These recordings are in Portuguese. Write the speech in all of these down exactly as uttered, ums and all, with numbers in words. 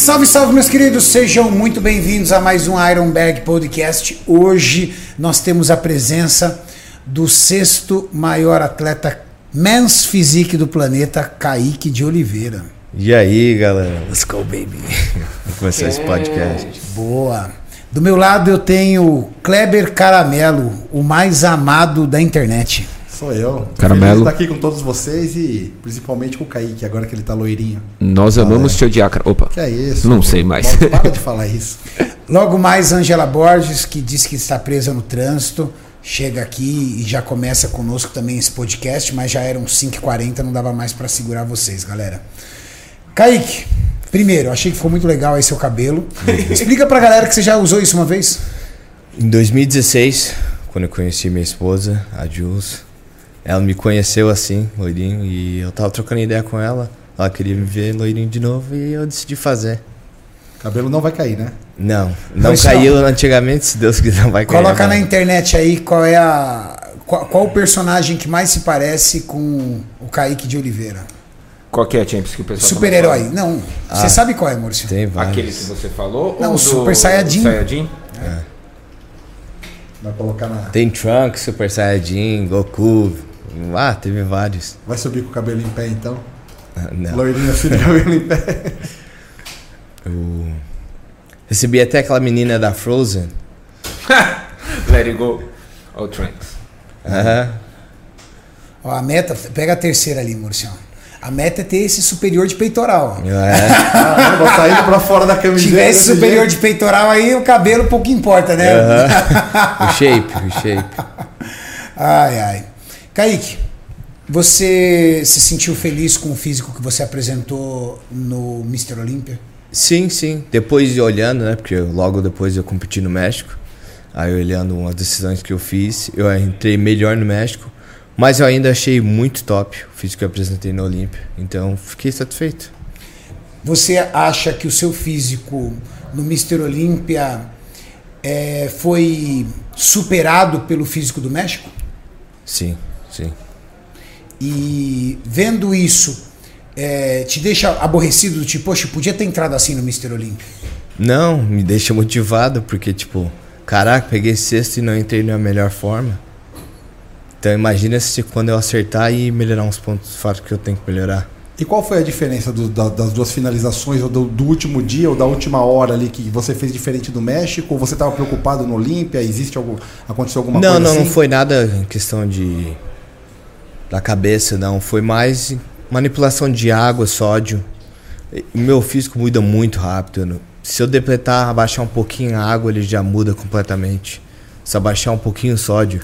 Salve, salve, meus queridos, sejam muito bem-vindos a mais um Iron Bag Podcast. Hoje nós temos a presença do sexto maior atleta Men's Physique do planeta, Kaique de Oliveira. E aí, galera? Let's go, baby. Vamos começar esse podcast. Boa. Do meu lado eu tenho Kleber Caramelo, o mais amado da internet. Sou eu. Caramelo. Estar aqui com todos vocês e principalmente com o Kaique, agora que ele tá loirinho. Nós amamos ah, é. te odiar, cara. Opa. Que é isso? Não sei mais. Para de falar isso. Logo mais, Angela Borges, que disse que está presa no trânsito, chega aqui e já começa conosco também esse podcast, mas já eram cinco e quarenta, não dava mais para segurar vocês, galera. Kaique, primeiro, achei que ficou muito legal aí seu cabelo. Explica pra galera que você já usou isso uma vez. Em dois mil e dezesseis, quando eu conheci minha esposa, a Jules, ela me conheceu assim, loirinho, e eu tava trocando ideia com ela. Ela queria me ver loirinho de novo e eu decidi fazer. Cabelo não vai cair, né? Não, não Mas caiu não. Antigamente, se Deus quiser não vai cair. Coloca agora na internet aí qual é a qual, qual o personagem que mais se parece com o Kaique de Oliveira. Qual que é, Champs, que o pessoal super-herói. Não, ah, você sabe qual é, Maurício? Tem vários. Aquele que você falou? Não, ou Super do Saiyajin. Saiyajin? É. Vai colocar na... Tem Trunks, Super Saiyajin, Goku. Ah, teve vários. Vai subir com o cabelo em pé, então? Ah, não. Loirinho assim, cabelo em pé. Eu recebi até aquela menina da Frozen. Let it go. Oh, Trunks. Aham. Ó, a meta, pega a terceira ali, Maurício. A meta é ter esse superior de peitoral. Ó. É. Ah, vou sair pra fora da camiseta. Se tiver esse superior jeito. de peitoral aí, o cabelo pouco importa, né? Uhum. O shape, o shape. Ai, ai. Kaique, você se sentiu feliz com o físico que você apresentou no mister Olímpia? Sim, sim. Depois de olhando, né? Porque logo depois eu competi no México. Aí olhando umas decisões que eu fiz, eu entrei melhor no México. Mas eu ainda achei muito top o físico que eu apresentei no Olímpia. Então fiquei satisfeito. Você acha que o seu físico no mister Olímpia é, foi superado pelo físico do México? Sim, sim. E vendo isso, é, te deixa aborrecido do tipo, poxa, podia ter entrado assim no mister Olímpia? Não, me deixa motivado, porque tipo, caraca, peguei sexto e não entrei na melhor forma. Então imagina se quando eu acertar e melhorar uns pontos fatos que eu tenho que melhorar. E qual foi a diferença do, da, das duas finalizações, ou do, do último dia ou da última hora ali que você fez diferente do México? Ou você estava preocupado no Olímpia? Existe algum, aconteceu alguma não, coisa não, assim? Não, não foi nada em questão de da cabeça, não. Foi mais manipulação de água, sódio. O meu físico muda muito rápido. Se eu depletar, abaixar um pouquinho a água, ele já muda completamente. Se abaixar um pouquinho o sódio.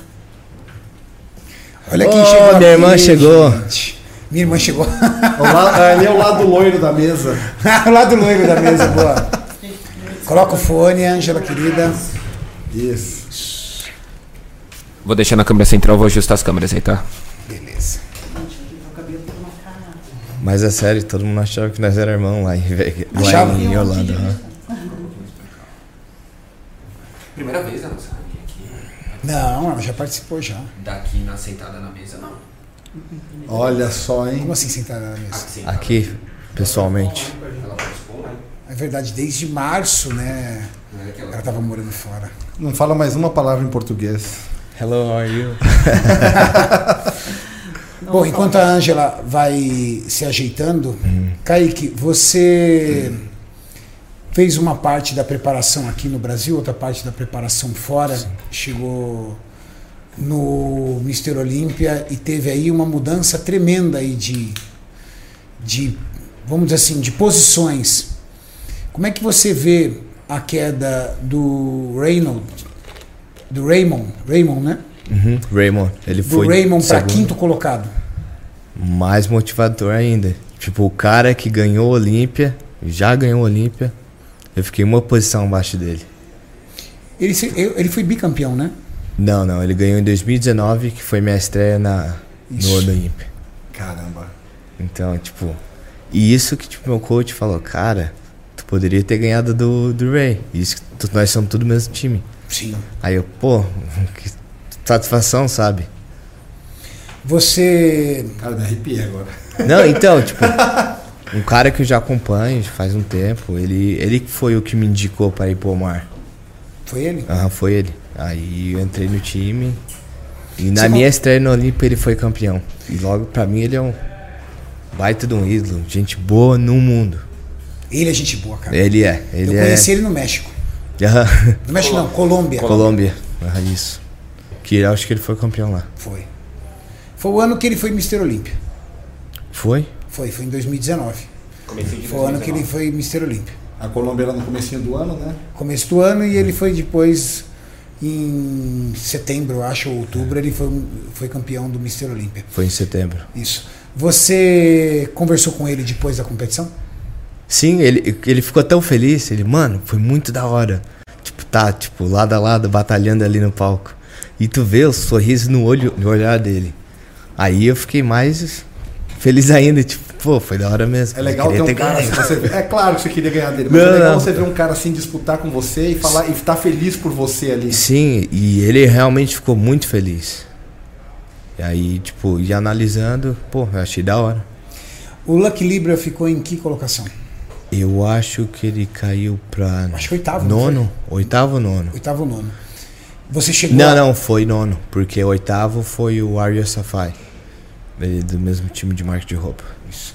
Olha quem oh, chegou. Minha irmã aqui, chegou. Gente. Minha irmã chegou. Ali é o lado loiro da mesa. O lado loiro da mesa, boa. Coloca o fone, Ângela, querida. Isso. Vou deixar na câmera central, vou ajustar as câmeras aí, tá? Beleza. Mas é sério, todo mundo achava que nós era irmão lá em, Achava? lá em Orlando. Uhum. Primeira vez a nossa aqui. Não, ela já participou já. Daqui na sentada na mesa, não. Olha só, hein? Como assim sentada na mesa? Aqui, pessoalmente. Ela participou, né? É verdade, desde março, né? Ela estava morando fora. Não fala mais uma palavra em português. Hello, how are you? Bom, enquanto a Ângela vai se ajeitando, hum. Kaique, você hum. fez uma parte da preparação aqui no Brasil, outra parte da preparação fora. Sim. Chegou no mister Olímpia e teve aí uma mudança tremenda aí de, de, vamos dizer assim, de posições. Como é que você vê a queda do Reynolds, do Raymond, Raymond, né? Uhum. Raymond, ele do foi Raymond para quinto colocado. Mais motivador ainda. Tipo, o cara que ganhou a Olímpia, já ganhou a Olímpia, eu fiquei uma posição abaixo dele. Ele, ele foi bicampeão, né? Não, não, ele ganhou em dois mil e dezenove, que foi minha estreia na, no Olímpia. Caramba. Então, tipo, e isso que tipo, meu coach falou, cara, tu poderia ter ganhado do, do Ray. Isso que tu, nós somos tudo mesmo time. Sim. Aí eu, pô, que satisfação, sabe? Você... Cara, me arrepiei agora. Não, então, tipo, Um cara que eu já acompanho faz um tempo. Ele, ele foi o que me indicou para ir pro Omar. Foi ele? Aham, foi ele. Aí eu entrei no time. E na Você minha não- estreia no Olímpia ele foi campeão. E logo pra mim ele é um baita de um ídolo. Gente boa no mundo. Ele é gente boa, cara. Ele é. Ele Eu é. conheci ele no México. Aham. No México não, Colômbia. Colômbia. Ah, isso. Que eu acho que ele foi campeão lá. Foi. Foi o ano que ele foi mister Olímpia. Foi? Foi, foi em dois mil e dezenove. Comecinho de Foi o ano que ele dois mil e foi mister Olímpia. A Colômbia era no comecinho do ano, né? Começo do ano e ele foi depois, em setembro, eu acho, ou outubro, ele foi, foi campeão do mister Olímpia. Foi em setembro. Isso. Você conversou com ele depois da competição? Sim, ele, ele ficou tão feliz. Ele, mano, foi muito da hora. Tipo, tá, tipo, lado a lado, batalhando ali no palco. E tu vê o sorriso no olho, no olhar dele. Aí eu fiquei mais feliz ainda, tipo, pô, foi da hora mesmo. É legal ter Queria um cara ganho. assim, você... É claro que você queria ganhar dele, mas Não, é legal não. você ver um cara assim disputar com você e falar e estar feliz por você ali. Sim, e ele realmente ficou muito feliz. E aí, tipo, e analisando, pô, eu achei da hora. O Lucky Libra ficou em que colocação? Eu acho que ele caiu pra Acho que oitavo, não nono, oitavo ou nono. Oitavo ou nono. Você chegou Não, a... não, foi nono, porque oitavo foi o Arya Safai, ele do mesmo time de marca de roupa. Isso.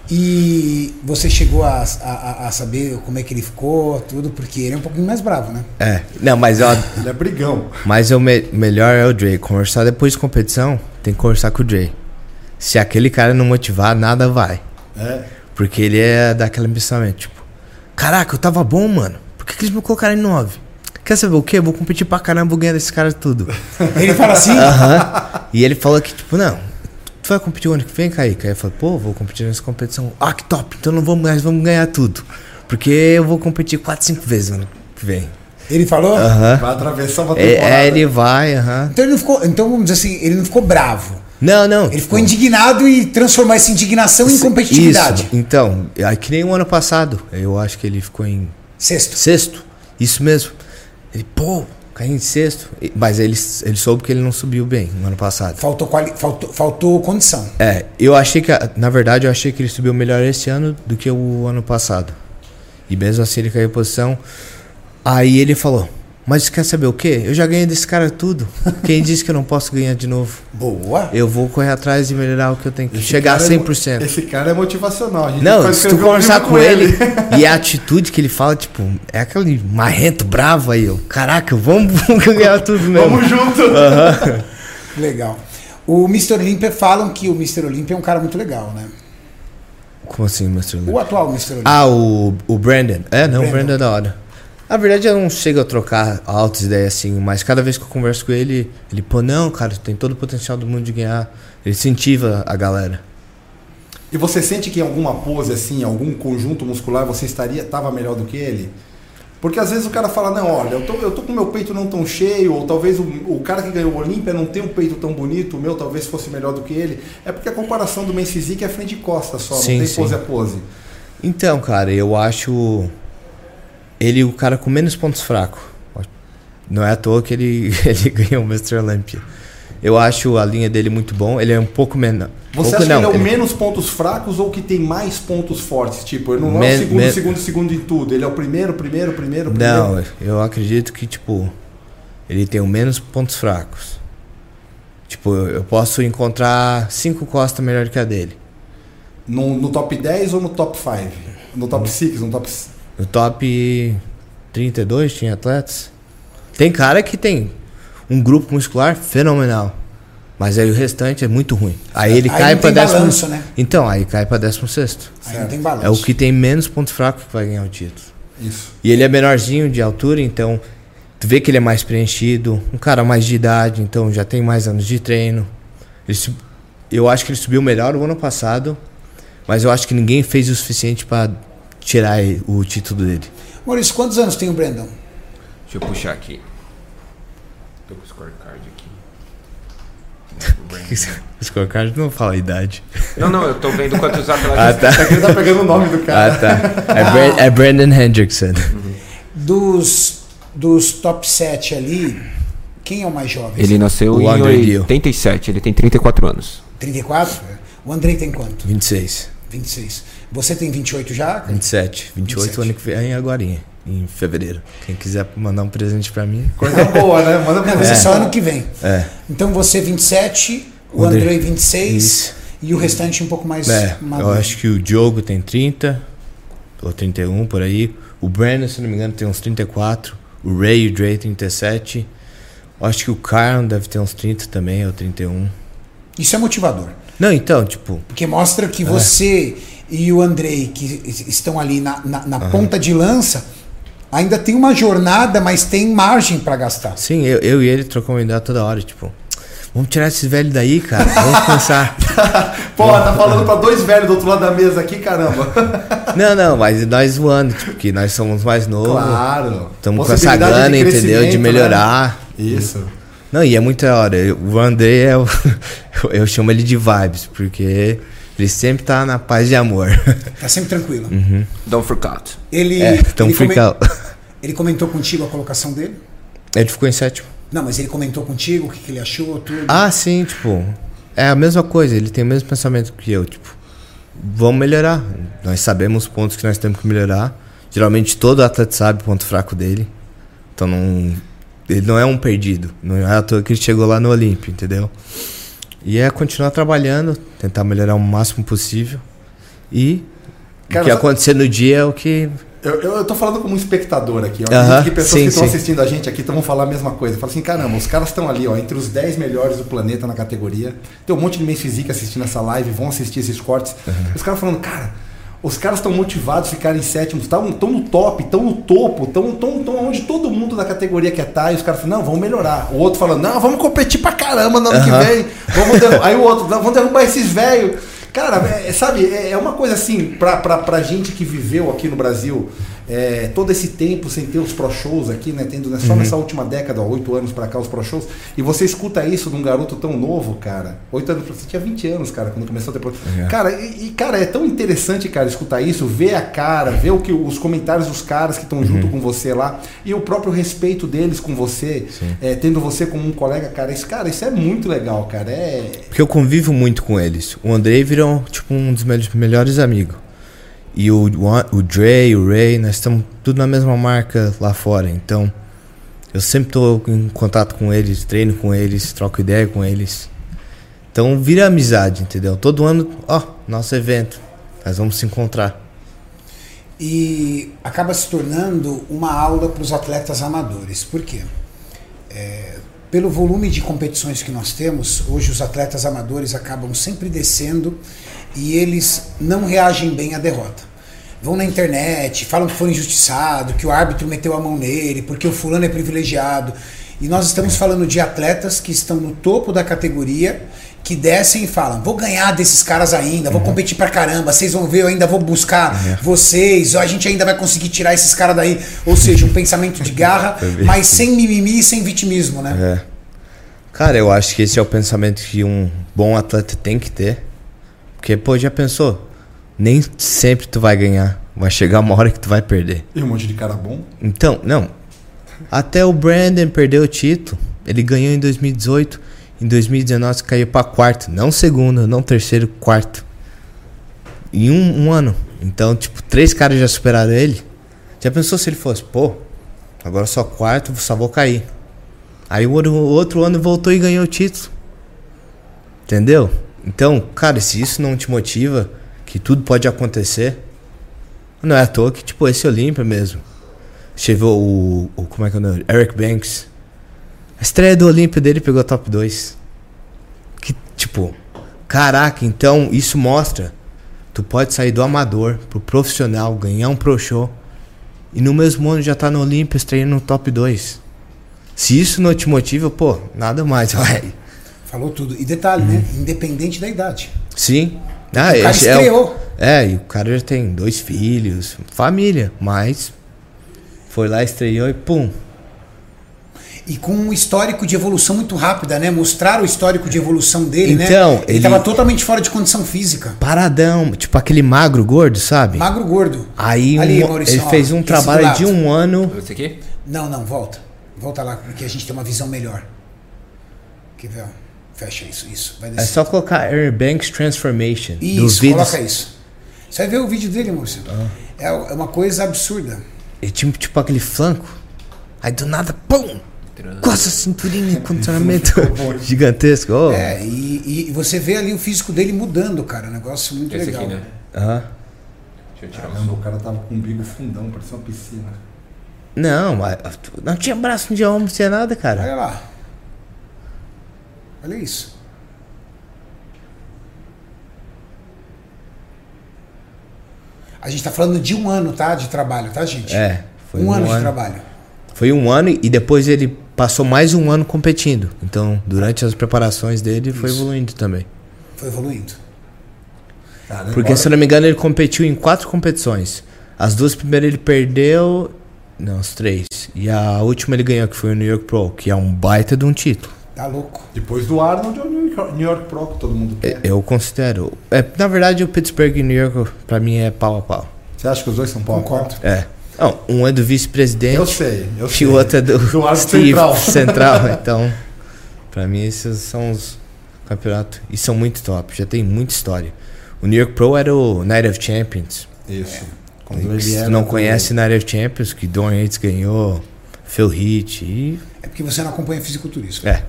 E você chegou a, a, a saber como é que ele ficou, tudo, porque ele é um pouquinho mais bravo, né? É, não, mas ó, Ele é brigão. mas o me- melhor é o Dre. Conversar depois de competição, tem que conversar com o Dre. Se aquele cara não motivar, nada vai. É. Porque ele é daquele pensamento, tipo, caraca, eu tava bom, mano. Por que, que eles me colocaram em nove? Quer saber o quê? Eu vou competir pra caramba, vou ganhar desses caras tudo. Ele fala assim? Aham. E ele falou que, tipo, não, tu vai competir o ano que vem, Kaique? Aí eu falei, pô, vou competir nessa competição. Ah, que top, então não vamos, nós vamos ganhar tudo. Porque eu vou competir quatro, cinco vezes no ano que vem. Ele falou? Aham. Vai atravessar uma temporada. É, é, ele vai, aham. Então ele não ficou, então vamos dizer assim, ele não ficou bravo. Não, não. Ele ficou indignado e transformou essa indignação em competitividade. Isso, então, é que nem o ano passado. Eu acho que ele ficou em Sexto. sexto. Isso mesmo. Ele, pô, caiu em sexto. E- Mas ele, ele soube que ele não subiu bem no ano passado. Faltou, quali... faltou, faltou condição. É, eu achei que, na verdade, eu achei que ele subiu melhor esse ano do que o ano passado. E mesmo assim ele caiu em posição. Aí ele falou, mas quer saber o quê? Eu já ganhei desse cara tudo. Quem disse que eu não posso ganhar de novo? Boa. Eu vou correr atrás e melhorar o que eu tenho que Esse chegar a cara é cem mo- por cento. Esse cara é motivacional. A gente Não, pode se tu escrever um conversar livro com ele e a atitude que ele fala, tipo, é aquele marrento bravo aí, ó. Caraca, vamos ganhar tudo mesmo. Vamos junto. Legal. O mister Olímpia falam que o mister Olímpia é um cara muito legal, né? Como assim, mister Lee? O atual mister Olímpia. Ah, o, o Brandon. É, não, Brandon. o Brandon é da hora. Na verdade, eu não chego a trocar altas ideias assim, mas cada vez que eu converso com ele, ele, pô, não, cara, tu tem todo o potencial do mundo de ganhar. Ele incentiva a galera. E você sente que em alguma pose, assim, algum conjunto muscular, você estaria, tava melhor do que ele? Porque às vezes o cara fala, não, olha, eu tô, eu tô com o meu peito não tão cheio, ou talvez o, o cara que ganhou o Olímpia não tem um peito tão bonito, o meu talvez fosse melhor do que ele. É porque a comparação do Men's Physique é frente e costa só, Sim, não tem sim. pose a pose. Então, cara, eu acho ele o cara com menos pontos fracos. Não é à toa que ele, ele ganhou o mister Olympia. Eu acho a linha dele muito bom. Ele é um pouco menor. Você pouco acha não, que ele é o ele- menos pontos fracos ou que tem mais pontos fortes? Tipo, ele não é Men- o segundo, men- segundo, segundo em tudo. Ele é o primeiro, primeiro, primeiro, primeiro. Não, eu acredito que, tipo, ele tem o menos pontos fracos. Tipo, eu eu posso encontrar cinco costas melhor que a dele. No, no top dez ou no top cinco? No top seis, no top... No top trinta e dois tinha atletas. Tem cara que tem um grupo muscular fenomenal. Mas aí o restante é muito ruim. Aí ele Aí cai não pra tem décimo. balanço, né? Então, aí cai pra décimo sexto. Aí não tem balanço. É o que tem menos pontos fracos que vai ganhar o título. Isso. E ele é menorzinho de altura, então tu vê que ele é mais preenchido, um cara mais de idade, então já tem mais anos de treino. Ele sub- Eu acho que ele subiu melhor o ano passado, mas eu acho que ninguém fez o suficiente pra tirar ele- o título dele. Maurício, quantos anos tem o Brandon? Deixa eu puxar aqui. Tô com o scorecard aqui. O scorecard não fala a idade. Não, não, eu tô vendo quantos atletas. Ah, tá. É que ele tá pegando o nome do cara. Ah, tá. É, Bra- é Brandon Hendrickson. Dos, dos top sete ali, quem é o mais jovem? Ele nasceu O em André Dio. oitenta e sete, ele tem trinta e quatro anos. trinta e quatro? O Andrei tem quanto? vinte e seis. vinte e seis. Você tem vinte e oito já? Cara? vinte e sete. vinte e oito vinte e sete. ano que vem, agora, em fevereiro. Quem quiser mandar um presente pra mim. Coisa boa, né? Manda Não, pra você É. só ano que vem. É. Então você vinte e sete, o Andrei- Andrei vinte e seis Isso. e o restante um pouco mais É, maduro. eu acho que o Diogo tem trinta, ou trinta e um por aí. O Brandon, se não me engano, tem uns trinta e quatro. O Ray e o Dre, trinta e sete. Eu acho que o Carl deve ter uns trinta também, ou trinta e um. Isso é motivador. Não, então, tipo, Porque mostra É. que você e o Andrei, que estão ali na, na, na ponta de lança, ainda tem uma jornada, mas tem margem para gastar. sim, eu, eu e ele trocamos uma ideia toda hora, tipo, vamos tirar esses velhos daí, cara, vamos pensar. Pô, tá falando pra dois velhos do outro lado da mesa aqui, caramba. Não, não, mas nós zoando, tipo, que nós somos mais novos. Claro. Estamos com essa Possibilidade de gana, entendeu? De crescimento, melhorar. né? Isso. Não, e é muito da hora. Eu- O André é o. eu- Eu chamo ele de vibes, porque ele sempre tá na paz e amor. Tá sempre tranquilo. Don't forget. Ele, É, tão ele, come- freak out. ele comentou contigo a colocação dele? Ele ficou em sétimo. Não, mas ele comentou contigo o que, que ele achou, tudo. Ah, sim, tipo. É a mesma coisa, ele tem o mesmo pensamento que eu, tipo. Vamos melhorar. Nós sabemos os pontos que nós temos que melhorar. Geralmente todo atleta sabe o ponto fraco dele. Então não. Ele não é um perdido. Não é à toa que ele chegou lá no Olímpio, entendeu? E é continuar trabalhando, tentar melhorar o máximo possível. E Cara, o que sabe- acontecer no dia é o que. Eu, eu, eu tô falando como um espectador aqui. Eu Aham, acredito que pessoas sim, que estão sim. assistindo a gente aqui estão falar a mesma coisa. Fala assim, caramba, os caras estão ali, ó, entre os dez melhores do planeta na categoria. Tem um monte de Men's Physique assistindo essa live, vão assistir esses cortes. Os caras falando, cara, os caras estão motivados a ficarem em sétimo, estão no top, estão no topo, estão onde todo mundo da categoria quer estar. E os caras falam, não, vamos melhorar. O outro falando, não, vamos competir pra caramba no ano Aham. que vem. Vamos derru- Aí o outro, não, vamos derrubar esses velhos. Cara, é, sabe, é, é uma coisa assim, pra, pra, pra gente que viveu aqui no Brasil é, todo esse tempo sem ter os pro shows aqui, né? Tendo né, só nessa última década, ó, oito anos pra cá, os pro shows, e você escuta isso de um garoto tão novo, cara. Oito anos, você tinha vinte anos, cara, quando começou a ter pro... É. Cara, e, e, cara, é tão interessante, cara, escutar isso, ver a cara, ver o que os comentários dos caras que estão junto com você lá, e o próprio respeito deles com você, é, tendo você como um colega, cara, isso, cara, isso é muito legal, cara. É. Porque eu convivo muito com eles. O Andrei virou tipo um dos meus melhores amigos. E o, o, o Dre, o Ray, nós estamos tudo na mesma marca lá fora. Então, eu sempre estou em contato com eles, treino com eles, troco ideia com eles. Então, vira amizade, entendeu? Todo ano, ó, nosso evento, nós vamos se encontrar. E acaba se tornando uma aula para os atletas amadores. Por quê? É, pelo volume de competições que nós temos, hoje os atletas amadores acabam sempre descendo e eles não reagem bem à derrota. Vão na internet, falam que foi injustiçado, que o árbitro meteu a mão nele, porque o fulano é privilegiado. E nós estamos falando de atletas que estão no topo da categoria, que descem e falam, vou ganhar desses caras ainda, vou competir pra caramba, vocês vão ver, eu ainda vou buscar vocês, a gente ainda vai conseguir tirar esses caras daí. Ou seja, um pensamento de garra, mas sem mimimi e sem vitimismo, né? É. Cara, eu acho que esse é o pensamento que um bom atleta tem que ter. Porque, pô, já pensou? Nem sempre tu vai ganhar. Vai chegar uma hora que tu vai perder. E um monte de cara bom. Então, não. Até o Brandon perdeu o título. Ele ganhou em dois mil e dezoito. Em dois mil e dezenove caiu pra quarto. Não segundo, não terceiro, quarto. Em um, um ano. Então, tipo, três caras já superaram ele. Já pensou se ele fosse, pô, agora só quarto, só vou cair. Aí o outro, o outro ano voltou e ganhou o título. Entendeu? Então, cara, se isso não te motiva, que tudo pode acontecer, não é à toa que, tipo, esse Olímpia mesmo. Chegou o, o. Como é que é o nome? Eric Banks. A estreia do Olímpia dele pegou top dois. Que, tipo, caraca, então isso mostra. Tu pode sair do amador pro profissional, ganhar um pro show. E no mesmo ano já tá no Olímpia estreando no top dois. Se isso não te motiva, pô, nada mais, vai. Falou tudo. E detalhe, né? Independente da idade. Sim. Ah, O cara esse é, estreou. o, é, e o cara já tem dois filhos, família, mas foi lá, estreou e pum. E com um histórico de evolução muito rápida, né? Mostrar o histórico de evolução dele, Então, né? Ele ele- estava totalmente fora de condição física. Paradão, tipo aquele magro gordo, sabe? Magro gordo. Aí Ali, um- Maurício, ele ó, fez um esse trabalho do de lado. um ano. Esse aqui? Não, não, volta. Volta lá, porque a gente tem uma visão melhor. Quer ver, ó? Fecha isso, isso. Vai É descer. só colocar Air Banks Transformation. Isso, Duvido- coloca isso. Você vai ver o vídeo dele, moço. Ah. É, é uma coisa absurda. Ele tinha tipo aquele flanco, aí do nada, pum! Coça a cinturinha, condicionamento gigantesco. Oh. É, e, e você vê ali o físico dele mudando, cara. Um negócio muito Esse legal. Aqui, né? Aham. Deixa eu tirar Caramba, o cara tava com um umbigo fundão, parecia uma piscina. Não, mas não tinha braço, não tinha ombro, não tinha nada, cara. Olha lá. Olha isso. A gente tá falando de um ano, tá? De trabalho, tá, gente? É. Foi um, um ano, ano de trabalho. Foi um ano e depois ele passou mais um ano competindo. Então, durante as preparações dele, foi Isso. evoluindo também. Foi evoluindo. Tá, né? Porque, se eu não me engano, ele competiu em quatro competições. As duas primeiras ele perdeu... Não, as três. E a última ele ganhou, que foi o New York Pro, que é um baita de um título. Tá louco. Depois do Arnold, é o New York Pro, que todo mundo quer. Eu considero. É, na verdade, o Pittsburgh e o New York, pra mim, é pau a pau. Você acha que os dois são pau a pau? É. Não, um é do vice-presidente. Eu sei, eu sei. E o outro é do, do Steve Central. Central. Então, pra mim, esses são os campeonatos. E são muito top, já tem muita história. O New York Pro era o Night of Champions. Isso. É. Se tu não conhece Night of Champions, que Don Yates ganhou, Phil Heath e... É porque você não acompanha fisiculturismo. É.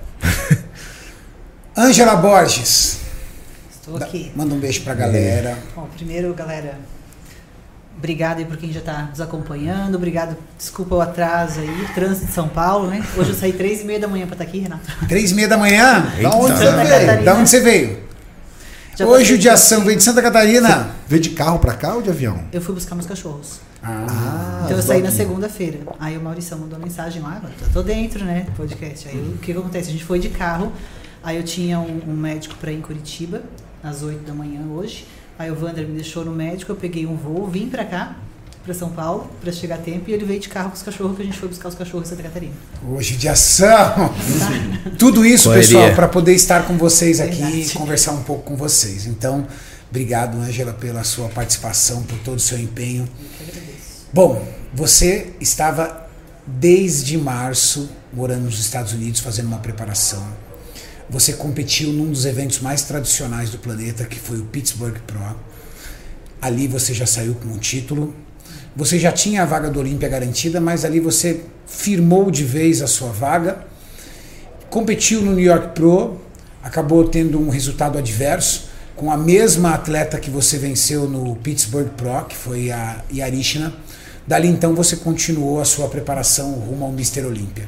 Ângela Borges. Estou aqui. Manda um beijo pra galera. Bom, primeiro, galera, obrigado aí por quem já está nos acompanhando. Obrigado, desculpa o atraso aí, trânsito de São Paulo, né? Hoje eu saí três e meia da manhã para estar aqui, Renato. Três e meia da manhã? Eita. Da onde você Santa veio? Catarina. Da onde você veio? Já Hoje o de ação vem de Santa Catarina. Você veio de carro pra cá ou de avião? Eu fui buscar meus cachorros. Ah, então eu saí na segunda-feira. Aí o Maurição mandou mensagem lá, eu tô dentro, né, do podcast. Aí o que, que acontece? A gente foi de carro, aí eu tinha um, um médico pra ir em Curitiba, às oito da manhã hoje. Aí o Wander me deixou no médico, eu peguei um voo, vim pra cá, pra São Paulo, pra chegar a tempo, e ele veio de carro com os cachorros, que a gente foi buscar os cachorros em Santa Catarina. Hoje de ação! Tudo isso, Correria. pessoal, para poder estar com vocês aqui Verdade. e conversar um pouco com vocês. Então, obrigado, Ângela, pela sua participação, por todo o seu empenho. Eu que agradeço. Bom, você estava desde março morando nos Estados Unidos, fazendo uma preparação. Você competiu num dos eventos mais tradicionais do planeta, que foi o Pittsburgh Pro. Ali você já saiu com um título. Você já tinha a vaga do Olímpia garantida, mas ali você firmou de vez a sua vaga. Competiu no New York Pro, acabou tendo um resultado adverso, com a mesma atleta que você venceu no Pittsburgh Pro, que foi a Yarishna. Dali então você continuou a sua preparação rumo ao mister Olímpia.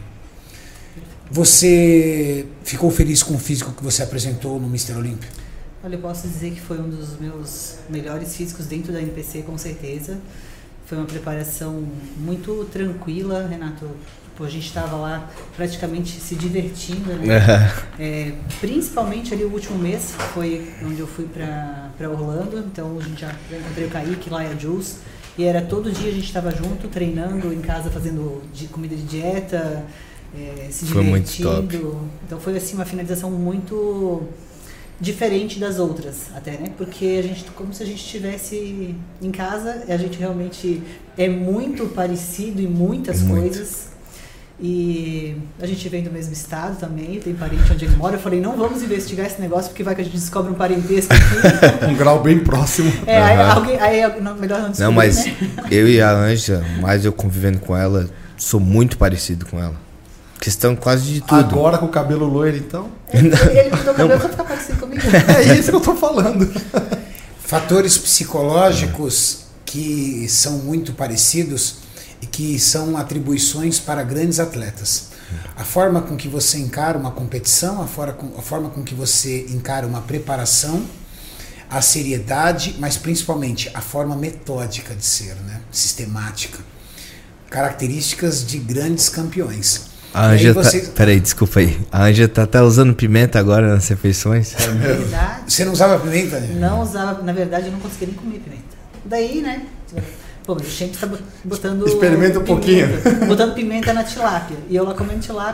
Você ficou feliz com o físico que você apresentou no mister Olímpia? Olha, eu posso dizer que foi um dos meus melhores físicos dentro da N P C, com certeza. Foi uma preparação muito tranquila, Renato. Pô, a gente estava lá praticamente se divertindo, né? É, principalmente ali o último mês, foi onde eu fui para Orlando. Então a gente já encontrei o Kaique lá e a Jules. E era todo dia a gente estava junto, treinando em casa, fazendo de comida de dieta, é, se foi divertindo. Muito top. Então foi assim uma finalização muito diferente das outras, até, né? Porque a gente, como se a gente estivesse em casa, a gente realmente é muito parecido em muitas muito. coisas. E a gente vem do mesmo estado também, tem parente onde ele mora. Eu falei, não vamos investigar esse negócio, porque vai que a gente descobre um parentesco aqui. Um grau bem próximo. É, uhum. aí, alguém, aí não, melhor não descobrir, Não, mas né? eu e a Ângela, mais eu convivendo com ela, sou muito parecido com ela. Questão quase de tudo. Agora com o cabelo loiro, então? Ele, ele mudou o cabelo pra ficar parecido comigo. É isso que eu tô falando. Fatores psicológicos que são muito parecidos e que são atribuições para grandes atletas. A forma com que você encara uma competição, a forma com, a forma com que você encara uma preparação, a seriedade, mas principalmente a forma metódica de ser, né? Sistemática. Características de grandes campeões. A Ângela você... tá... Peraí, desculpa aí. A Ângela tá até usando pimenta agora nas refeições. É verdade. Você não usava pimenta? Né? Não usava, na verdade eu não conseguia nem comer pimenta. Daí, né? Pô, mas o Champs tá botando... Experimenta um pimenta, pouquinho. Botando pimenta na tilápia. E eu lá comendo tilápia,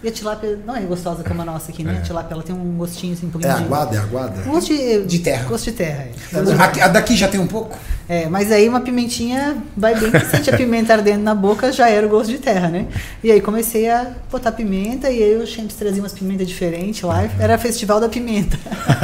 E a tilápia não é gostosa como a nossa aqui, né? É. A tilápia ela tem um gostinho assim, um É pouquinho de... aguada, é aguada? Um gosto de, De terra. Gosto de terra. É. Aqui- a daqui já tem um pouco? É, mas aí uma pimentinha vai bem, que sente a pimenta ardendo na boca, já era o gosto de terra, né? E aí comecei a botar pimenta e aí o Champs trazia umas pimentas diferentes lá, era festival da pimenta.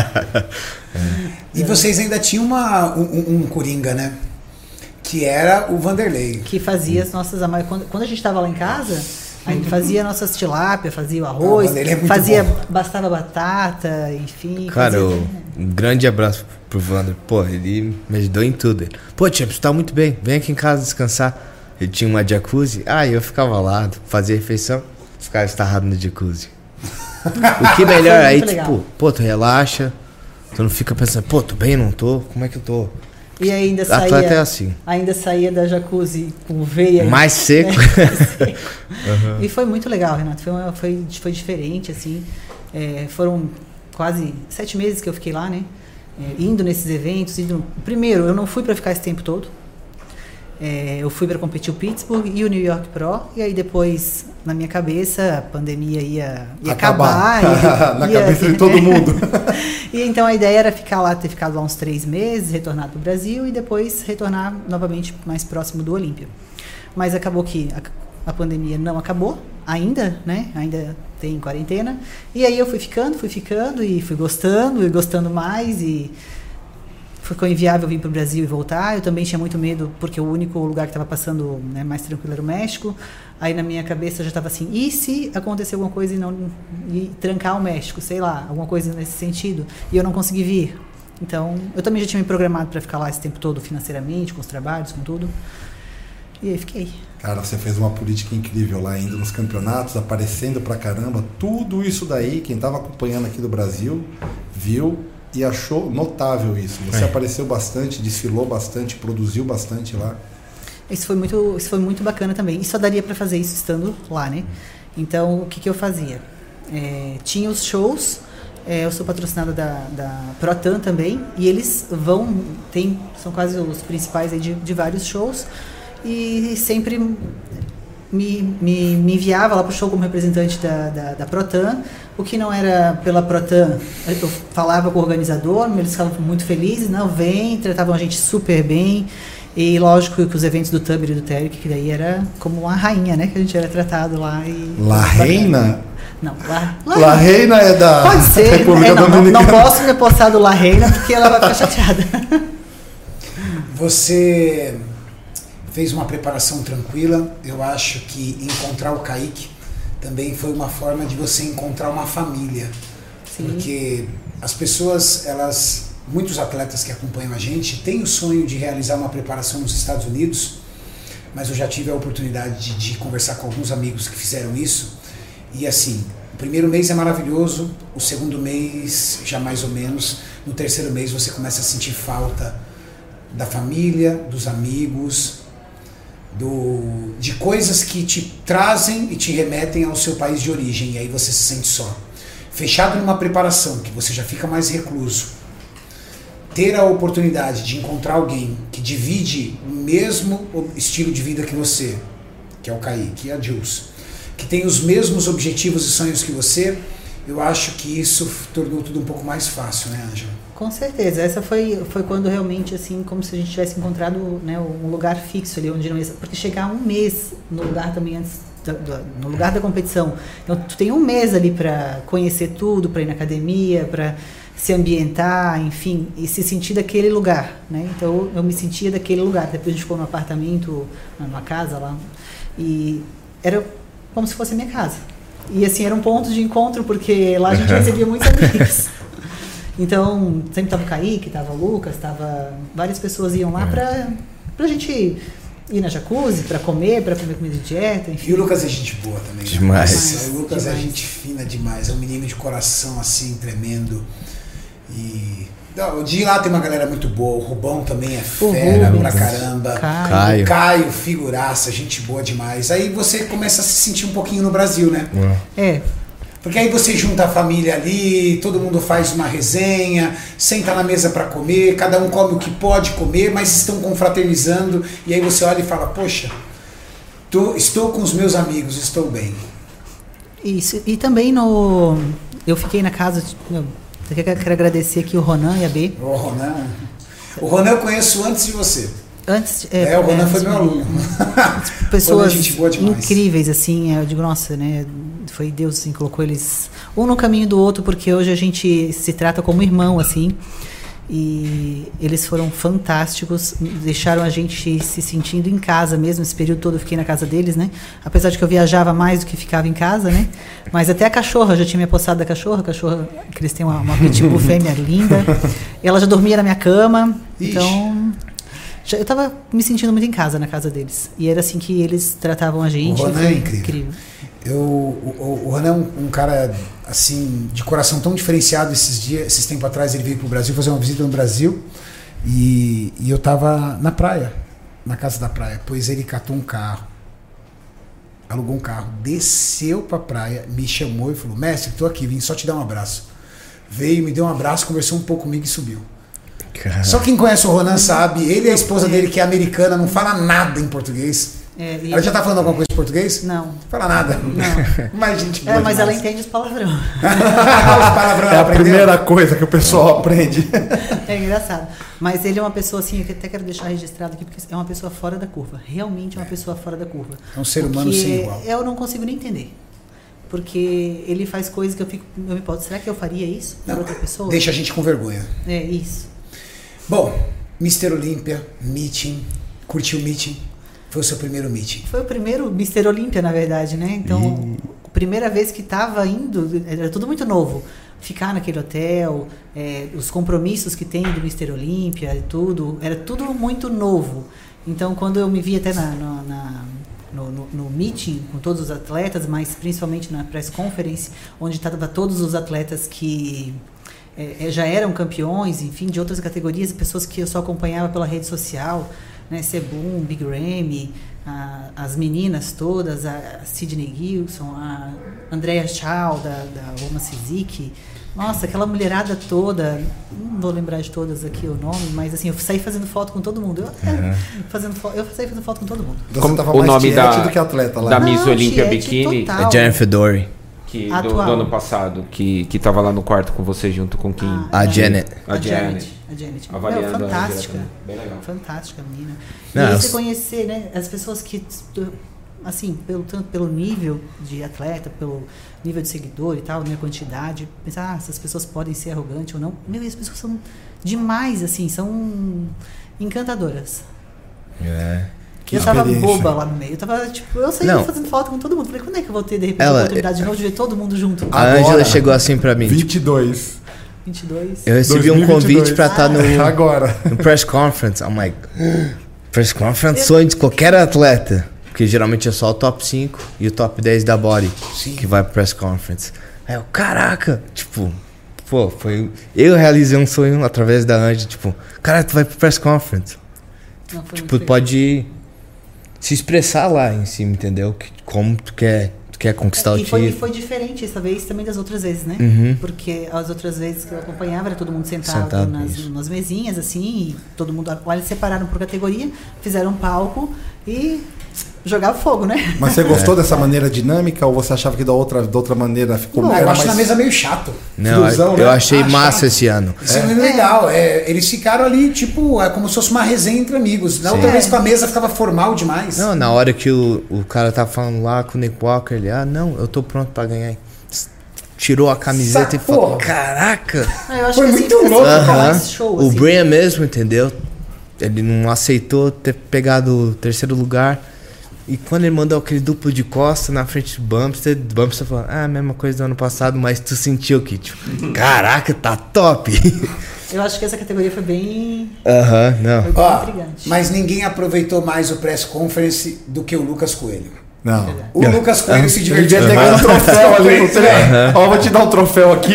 E vocês ainda tinham uma, um, um- um coringa, né? Que era o Vanderlei. Que fazia as nossas... Quando, quando a gente estava lá em casa, a gente fazia nossas tilápia, fazia o arroz, Ah, mas ele é muito fazia, bom. bastava batata, enfim. Cara, fazia, eu- um grande abraço pro Wander. Pô, ele me ajudou em tudo. Ele, Pô, Champs, tu tá muito bem. Vem aqui em casa descansar. Ele tinha uma jacuzzi. Ah, eu ficava lá, fazia refeição. Ficava estarrado no jacuzzi. O que melhor, Foi aí muito legal. tipo, pô, tu relaxa. Tu não fica pensando, pô, tô bem, não tô? Como é que eu tô? E ainda Atleta é saía, assim. ainda saía da jacuzzi com veia. Mais seco. né? E foi muito legal, Renato. Foi, uma- foi, foi diferente, assim. É, foram quase sete meses que eu fiquei lá, né? É, indo nesses eventos. Indo... Primeiro, eu não fui para ficar esse tempo todo. É, eu fui para competir o Pittsburgh e o New York Pro. E aí depois, na minha cabeça, a pandemia ia, ia acabar. ia- Na ia- cabeça de todo mundo. E então a ideia era ficar lá, ter ficado lá uns três meses, retornar para o Brasil e depois retornar novamente mais próximo do Olímpia. Mas acabou que a, a pandemia não acabou ainda, né? Ainda tem quarentena. E aí eu fui ficando, fui ficando e fui gostando e gostando mais e ficou inviável vir para o Brasil e voltar. Eu também tinha muito medo porque o único lugar que estava passando, né, mais tranquilo era o México. Aí na minha cabeça já estava assim, e se acontecer alguma coisa e não e trancar o México, sei lá, alguma coisa nesse sentido, e eu não consegui vir. Então, eu também já tinha me programado para ficar lá esse tempo todo financeiramente, com os trabalhos, com tudo. E aí fiquei. Cara, você fez uma política incrível lá, indo nos campeonatos, aparecendo pra caramba. Tudo isso daí, quem tava acompanhando aqui do Brasil, viu e achou notável isso. Você É. apareceu bastante, desfilou bastante, produziu bastante lá. Isso foi muito, isso foi muito bacana também. E só daria para fazer isso estando lá, né? Então, o que, que eu fazia? É, tinha os shows, é, eu sou patrocinada da, da Protan também, e eles vão, tem, são quase os principais aí de, de vários shows, e sempre me, me, me enviava lá para o show como representante da, da, da Protan. O que não era pela Protan, eu falava com o organizador, eles ficavam muito felizes, não, vem, tratavam a gente super bem. E lógico que os eventos do Tuber e do Terek, que daí era como uma rainha, né? Que a gente era tratado lá. E La Reina? Não, La, La Reina é da Pode ser. República É, não, não, Dominicana. não posso me postar do La Reina porque ela vai ficar chateada. Você fez uma preparação tranquila. Eu acho que encontrar o Kaique também foi uma forma de você encontrar uma família. Sim. Porque as pessoas, elas, muitos atletas que acompanham a gente têm o sonho de realizar uma preparação nos Estados Unidos, mas eu já tive a oportunidade de, de conversar com alguns amigos que fizeram isso. E assim, o primeiro mês é maravilhoso, o segundo mês já mais ou menos, no terceiro mês você começa a sentir falta da família, dos amigos, do, de coisas que te trazem e te remetem ao seu país de origem, e aí você se sente só. Fechado numa preparação, que você já fica mais recluso, ter a oportunidade de encontrar alguém que divide o mesmo estilo de vida que você, que é o Kaique e a Jules, que tem os mesmos objetivos e sonhos que você, eu acho que isso tornou tudo um pouco mais fácil, né, Ângela? Com certeza. Essa foi, foi quando realmente, assim, como se a gente tivesse encontrado, né, um lugar fixo ali, onde não ia... Porque chegar um mês no lugar também antes, da, da, no lugar da competição, então tu tem um mês ali para conhecer tudo, para ir na academia, para se ambientar, enfim, e se sentir daquele lugar, né? Então eu me sentia daquele lugar. Depois a gente ficou num apartamento, numa casa lá, e era como se fosse a minha casa. E assim, era um ponto de encontro, porque lá a gente recebia muitos amigos. Então, sempre estava o Kaique, estava o Lucas, tava, várias pessoas iam lá para a gente ir na jacuzzi, para comer, para comer comida de dieta, enfim. E o Lucas é gente boa também. né? Demais. Nossa, o Lucas Demais. é gente fina demais, é um menino de coração assim, tremendo. E não, de lá tem uma galera muito boa, o Rubão também é O fera Rubens, pra caramba. Caio. Caio. O Caio, figuraça, gente boa demais. Aí você começa a se sentir um pouquinho no Brasil, né? É, Porque aí você junta a família ali, todo mundo faz uma resenha, senta na mesa para comer, cada um come o que pode comer, mas estão confraternizando, e aí você olha e fala, poxa, tô, estou com os meus amigos, estou bem. Isso, e também no... Eu fiquei na casa... Eu quero agradecer aqui o Ronan e a B. O Ronan... O Ronan eu conheço antes de você. Antes, é, é, o Ronan é, foi meu aluno. Pessoas incríveis, assim, eu digo, nossa, né? Foi Deus, assim, colocou eles um no caminho do outro, porque hoje a gente se trata como irmão, assim. E eles foram fantásticos, deixaram a gente se sentindo em casa mesmo. Esse período todo eu fiquei na casa deles, né? Apesar de que eu viajava mais do que ficava em casa, né? Mas até a cachorra, eu já tinha me apossado da cachorra. A cachorra, que eles têm uma, uma pitbull fêmea linda. Ela já dormia na minha cama. Ixi. Então, já, eu estava me sentindo muito em casa na casa deles. E era assim que eles tratavam a gente. O Ronan é incrível. incrível. Eu, o, o Ronan é um, um cara assim de coração tão diferenciado. Esses dias, esses tempos atrás ele veio para o Brasil fazer uma visita no Brasil e, e eu estava na praia, na casa da praia, pois ele catou um carro, alugou um carro, desceu para a praia, me chamou e falou: mestre, estou aqui, vim só te dar um abraço. Veio, me deu um abraço, conversou um pouco comigo e subiu. Caramba. Só quem conhece o Ronan sabe, ele e a esposa dele, que é americana, não fala nada em português. É, ela já tá falando alguma coisa em português? Não. Não fala nada. Não. Mas gente boa é, mas demais. ela entende os palavrão. Os palavrão é a aprendeu? Primeira coisa que o pessoal aprende. É engraçado. Mas ele é uma pessoa assim, que eu até quero deixar registrado aqui, porque é uma pessoa fora da curva. Realmente é uma pessoa fora da curva. É um ser humano sem igual. Eu não consigo nem entender. Porque ele faz coisas que eu fico... Eu me posso, será que eu faria isso para outra pessoa? Deixa a gente com vergonha. É, isso. Bom, mister Olímpia, meeting, curtiu o meeting? Foi o seu primeiro meeting? Foi o primeiro mister Olímpia, na verdade, né? Então, a primeira vez que estava indo, era tudo muito novo. Ficar naquele hotel, é, os compromissos que tem do mister Olímpia e tudo, era tudo muito novo. Então, quando eu me vi até na, na, na, no, no, no meeting com todos os atletas, mas principalmente na press conference, onde estavam todos os atletas que é, já eram campeões, enfim, de outras categorias, pessoas que eu só acompanhava pela rede social, né, Sebum, Big Ramy, a, as meninas todas, a Sidney Gilson, a Andrea Chow, da, da Oma Sizik. Nossa, aquela mulherada toda, não vou lembrar de todas aqui o nome, mas assim, eu saí fazendo foto com todo mundo. Eu, uhum. fazendo fo- eu saí fazendo foto com todo mundo. Você tava o mais nome da, do que atleta lá. Da Miss Olímpia Bikini? É Jennifer Dory. Que do, do ano passado, que, que tava lá no quarto com você junto com quem? A, a Janet. A Janet. A Janet. Avaliando. Meu, fantástica. Bem legal. Fantástica, menina. Não, e eu... você conhecer, né, as pessoas que, assim, pelo, tanto pelo nível de atleta, pelo nível de seguidor e tal, né, quantidade, pensar, ah, essas pessoas podem ser arrogantes ou não. Meu, e as pessoas são demais, assim, são encantadoras. É. Que eu tava boba lá no meio. Eu tava, tipo, eu saí não. fazendo foto com todo mundo. Falei, quando é que eu vou ter, de repente, Ela, a oportunidade de novo de ver todo mundo junto? A Ângela chegou assim pra mim. vinte e dois. vinte e dois. Eu recebi um convite pra estar ah, no, agora. no press conference. I'm like, press conference, sonho de qualquer atleta. Porque geralmente é só o top cinco e o top dez da body Sim. que vai pro press conference. Aí eu, caraca, tipo, pô, foi. Eu realizei um sonho através da Ângela, tipo, cara, tu vai pro press conference. Não, foi tipo, pode se expressar lá em cima, entendeu? Que, como tu quer, tu quer conquistar e o foi, título. E foi diferente essa vez também das outras vezes, né? Uhum. Porque as outras vezes que eu acompanhava era todo mundo sentado, sentado nas, nas mesinhas, assim, e todo mundo lá, eles separaram por categoria, fizeram um palco e jogavam fogo, né? Mas você gostou é. dessa maneira dinâmica ou você achava que da outra, da outra maneira ficou Não, mais... eu acho na mesa meio chato. Não, Fusão, eu né? achei ah, massa chato. esse ano. Isso é, é legal. É, eles ficaram ali, tipo, é como se fosse uma resenha entre amigos. Na Sim. outra vez com a mesa ficava formal demais. Não, na hora que o, o cara tá falando lá com o Nick Walker, ele, ah, não, eu tô pronto pra ganhar. Tirou a camiseta Sa- e falou, caraca. Ah, eu acho Foi que muito assim, louco. Uh-huh. Show, o assim. Brian mesmo, entendeu? Ele não aceitou ter pegado o terceiro lugar. E quando ele mandou aquele duplo de costa na frente do Bumster, o Bumster falou, ah, a mesma coisa do ano passado, mas tu sentiu que, tipo, caraca, tá top. Eu acho que essa categoria foi bem... Aham, uh-huh, não. Foi bem Ó, intrigante. Mas ninguém aproveitou mais o press conference do que o Lucas Coelho. Não. O é. Lucas Coelho é. se divertiu. Ele devia ter ganho um troféu ali. Uhum. Ó, vou te dar um troféu aqui.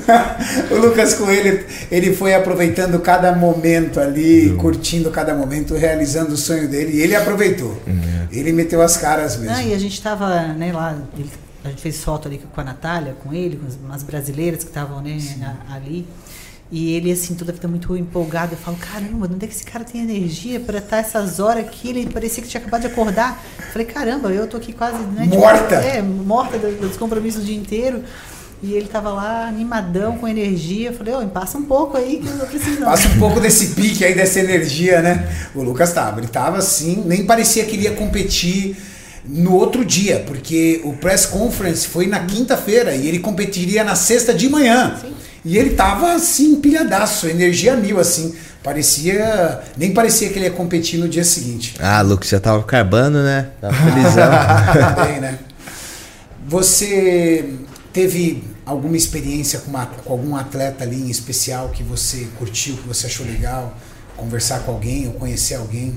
O Lucas Coelho, ele foi aproveitando cada momento ali, uhum. curtindo cada momento, realizando o sonho dele. E ele aproveitou. Uhum. Ele meteu as caras mesmo. Ah, e a gente tava, né, lá, ele, a gente fez foto ali com a Natália, com ele, com as, as brasileiras que estavam, né, na, ali. E ele, assim, toda a vida muito empolgado. Eu falo, caramba, onde é que esse cara tem energia para estar essas horas aqui? Ele parecia que tinha acabado de acordar. Eu falei, caramba, eu tô aqui quase... Né, morta! Tipo, é, morta dos compromissos o dia inteiro. E ele tava lá, animadão, com energia. Eu falei, ô, passa um pouco aí que eu não preciso não. Passa um pouco desse pique aí, dessa energia, né? O Lucas tava, ele tava assim, nem parecia que ele ia competir no outro dia, porque o press conference foi na quinta-feira e ele competiria na sexta de manhã. Sim. E ele tava assim, pilhadaço, energia mil, assim. Parecia. Nem parecia que ele ia competir no dia seguinte. Ah, Lucas já tava carbando, né? Tava felizão. Bem, né? Você teve alguma experiência com, uma, com algum atleta ali em especial que você curtiu, que você achou legal? Conversar com alguém ou conhecer alguém?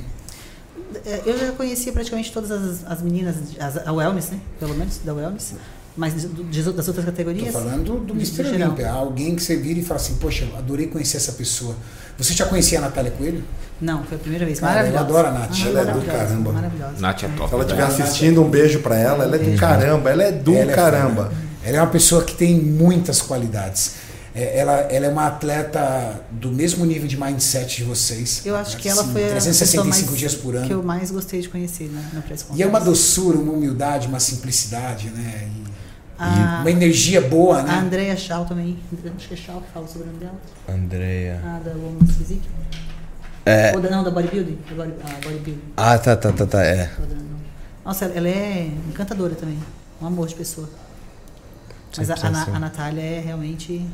Eu já conhecia praticamente todas as, as meninas, as, a wellness, né? Pelo menos, da wellness. Mas de, de, das outras categorias? Tô falando do mister Olímpia. Alguém que você vira e fala assim, poxa, adorei conhecer essa pessoa. Você já conhecia a Natália Coelho? Não, foi a primeira vez. Cara, eu adoro a Nath. Ah, ela é do caramba. Maravilhosa. Nath é top. Se ela estiver assistindo, um beijo pra ela. Ela é do caramba. Ela é do ela caramba. É, ela é uma pessoa que tem muitas qualidades. É, ela, ela é uma atleta do mesmo nível de mindset de vocês. Eu acho que assim, ela foi a trezentos e sessenta e cinco mais, dias por ano. Que eu mais gostei de conhecer na, na press conference. E é uma doçura, uma humildade, uma simplicidade, né? E, a, e uma energia boa, né? A Andrea Schau também. Acho que é Schau que fala sobre o nome dela. Andrea. Ah, da Women's Physique. É. Ou da, não, da Bodybuilding. Da body, ah, bodybuilding. Ah, tá, tá, tá, tá, é. Nossa, ela é encantadora também. Um amor de pessoa. Mas a, a, a Natália é realmente...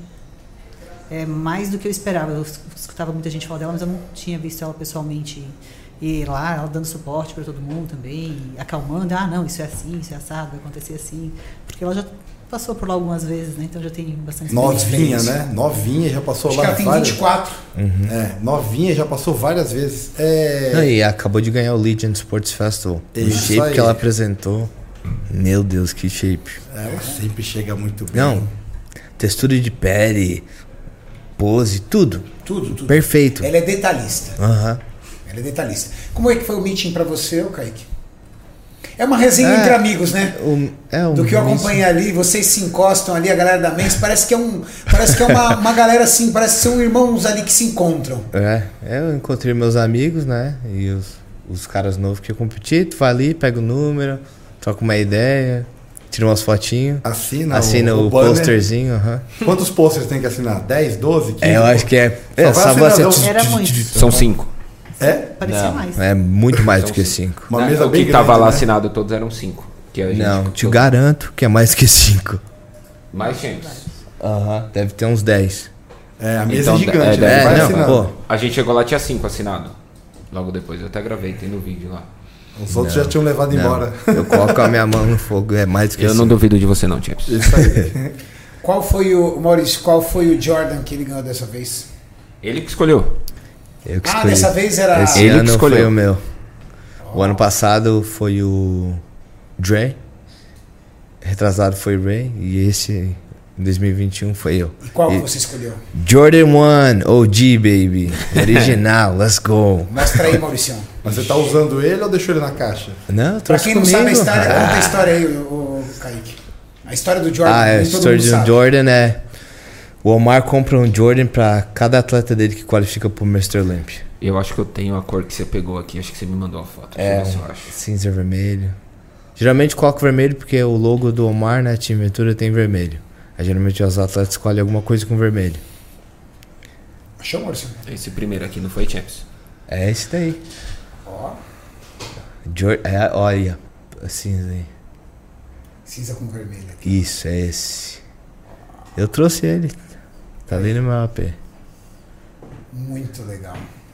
É mais do que eu esperava. Eu escutava muita gente falar dela, mas eu não tinha visto ela pessoalmente. E lá, ela dando suporte para todo mundo também, acalmando. Ah, não, isso é assim, isso é assado, vai acontecer assim. Porque ela já passou por lá algumas vezes, né? Então já tem bastante experiência. Novinha, né? Novinha, já passou Acho lá. Acho que ela tem vinte e quatro. Uhum. É, novinha, já passou várias vezes. É... Não, e acabou de ganhar o Legion Sports Festival. Isso o shape aí. que ela apresentou. Meu Deus, que shape. Ela sempre chega muito bem. Não, textura de pele, pose, tudo. Tudo, tudo. Perfeito. Ela é detalhista. Aham. Uhum. Ela é detalhista. Como é que foi o meeting pra você, ô Kaique? É uma resenha é, entre amigos, né? Um, é um Do que eu acompanhei ali, vocês se encostam ali, a galera da Men's, parece que é, um, parece que é uma, uma galera assim, parece que são irmãos ali que se encontram. É, eu encontrei meus amigos, né? E os, os caras novos que eu competi, tu vai ali, pega o número, troca uma ideia, tira umas fotinhas. Assina, assina o, o, o posterzinho. Uhum. Quantos posters tem que assinar? dez, doze, quinze? É, eu acho que é. é só só você... você... Era muito. São cinco. É? Parecia não. mais. É muito mais São do que cinco. cinco. Uma não, mesa o bem que tava grande, lá né? assinado todos eram cinco. Que a gente Não, te todo... garanto que é mais que cinco. Mais gente. Aham, uhum, deve ter uns dez. É, a mesa Então, é gigante, é, né? É, Vai não, assinando. pô. A gente chegou lá, tinha cinco assinado. Logo depois, eu até gravei, tem no vídeo lá. Os outros Não, já tinham levado não. embora. Eu coloco a minha mão no fogo, é mais do que Eu cinco. não duvido de você não, Champs. Isso aí. Qual foi o, Maurício, qual foi o Jordan que ele ganhou dessa vez? Ele que escolheu. Eu que Ah, escolhi. dessa vez era... Esse Ele que ano escolheu. foi o meu. O ano passado foi o Dre. Retrasado foi o Ray. E esse, em dois mil e vinte e um, foi eu. E qual E- que você escolheu? Jordan um, O G, baby. Original, let's go. Mostra aí, Maurício. Mas você tá usando ele ou deixou ele na caixa? Não, Pra trouxe quem não comigo. sabe a história, Ah. conta a história aí, o, o Kaique. A história do Jordan, Ah, é, a nem todo história mundo do sabe. Jordan é... O Omar compra um Jordan pra cada atleta dele que qualifica pro mister Olympia. Eu acho que eu tenho a cor que você pegou aqui, acho que você me mandou a foto. É, Deixa eu ver se eu acho. cinza vermelho. Geralmente coloco vermelho porque o logo do Omar, né, Team Ventura, tem vermelho. Aí geralmente os atletas escolhem alguma coisa com vermelho. Achou, Maurício? Esse primeiro aqui não foi Champs. É esse daí. Ó, Jor é, olha, cinza aí. cinza com vermelho aqui. Isso, é esse. Eu trouxe ele. Tá ali no meu A P. Muito legal.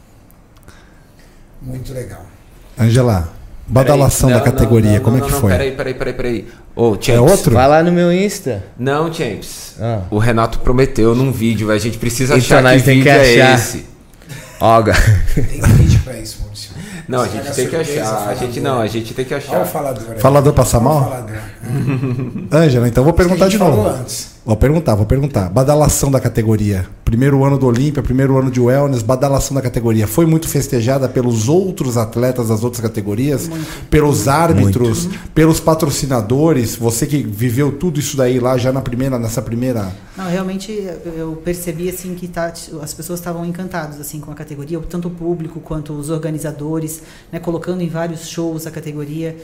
Muito legal. Angela, badalação Peraí, da não, categoria, não, não, como não, é que não, foi? Peraí, peraí, peraí, peraí. Ô, Champs. É outro? Vai lá no meu Insta. Não, Champs. Ah. O Renato prometeu num vídeo, a gente precisa Então achar nós que tem vídeo que é achar. esse. Ó, ga- Tem vídeo pra isso, Maurício. Não, a Estraga gente tem que surpresa, achar. A falador. gente não, a gente tem que Olha o achar. falador aí. Falador passa Olha o mal? falador. Ângela, então vou perguntar A gente de novo. falou antes. Vou perguntar, vou perguntar. Badalação da categoria. primeiro ano do Olímpia, primeiro ano de wellness, badalação da categoria. Foi muito festejada pelos outros atletas das outras categorias, muito. pelos árbitros, muito. pelos patrocinadores. Você que viveu tudo isso daí lá já na primeira, nessa primeira... Não, realmente eu percebi assim que tá, as pessoas estavam encantadas assim com a categoria, tanto o público quanto os organizadores, né, colocando em vários shows a categoria.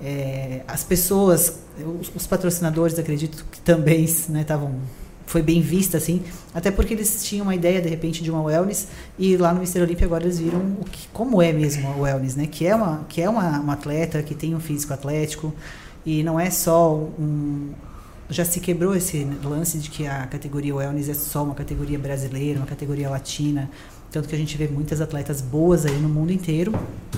É, as pessoas, os, os patrocinadores, acredito que também estavam... Né, foi bem vista, assim, até porque eles tinham uma ideia, de repente, de uma wellness, e lá no mister Olímpia agora eles viram o que, como é mesmo a wellness, né? Que é, uma, que é uma, uma atleta, que tem um físico atlético, e não é só um... Já se quebrou esse lance de que a categoria wellness é só uma categoria brasileira, uma categoria latina, tanto que a gente vê muitas atletas boas aí no mundo inteiro,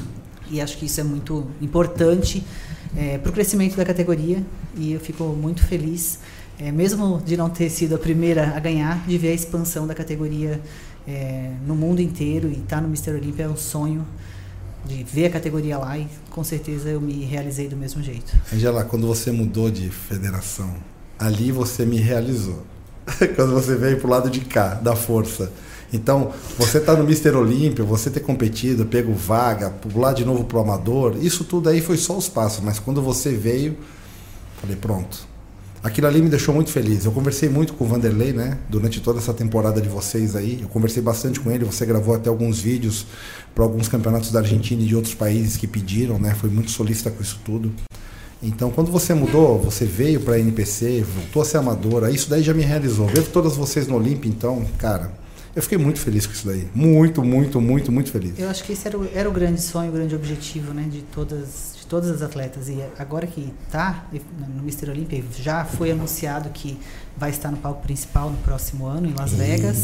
e acho que isso é muito importante é, para o crescimento da categoria, e eu fico muito feliz, É, mesmo de não ter sido a primeira a ganhar, de ver a expansão da categoria é, no mundo inteiro, e estar tá no mister Olímpia é um sonho de ver a categoria lá, e com certeza eu me realizei do mesmo jeito. Angela, quando você mudou de federação, ali você me realizou. Quando você veio pro lado de cá, da força. Então, você tá no mister Olímpia, você ter competido, pego vaga, pular de novo pro amador, isso tudo aí foi só os passos, mas quando você veio, falei, pronto. Aquilo ali me deixou muito feliz. Eu conversei muito com o Vanderlei, né? Durante toda essa temporada de vocês aí. Eu conversei bastante com ele. Você gravou até alguns vídeos para alguns campeonatos da Argentina e de outros países que pediram, né? Foi muito solícita com isso tudo. Então, quando você mudou, você veio para a N P C, voltou a ser amadora, isso daí já me realizou. Ver todas vocês no Olímpia, então, cara, eu fiquei muito feliz com isso daí. Muito, muito, muito, muito feliz. Eu acho que esse era o, era o grande sonho, o grande objetivo, né? De todas... todas as atletas, e agora que está no mister Olímpia, já foi anunciado que vai estar no palco principal no próximo ano, em Las Vegas.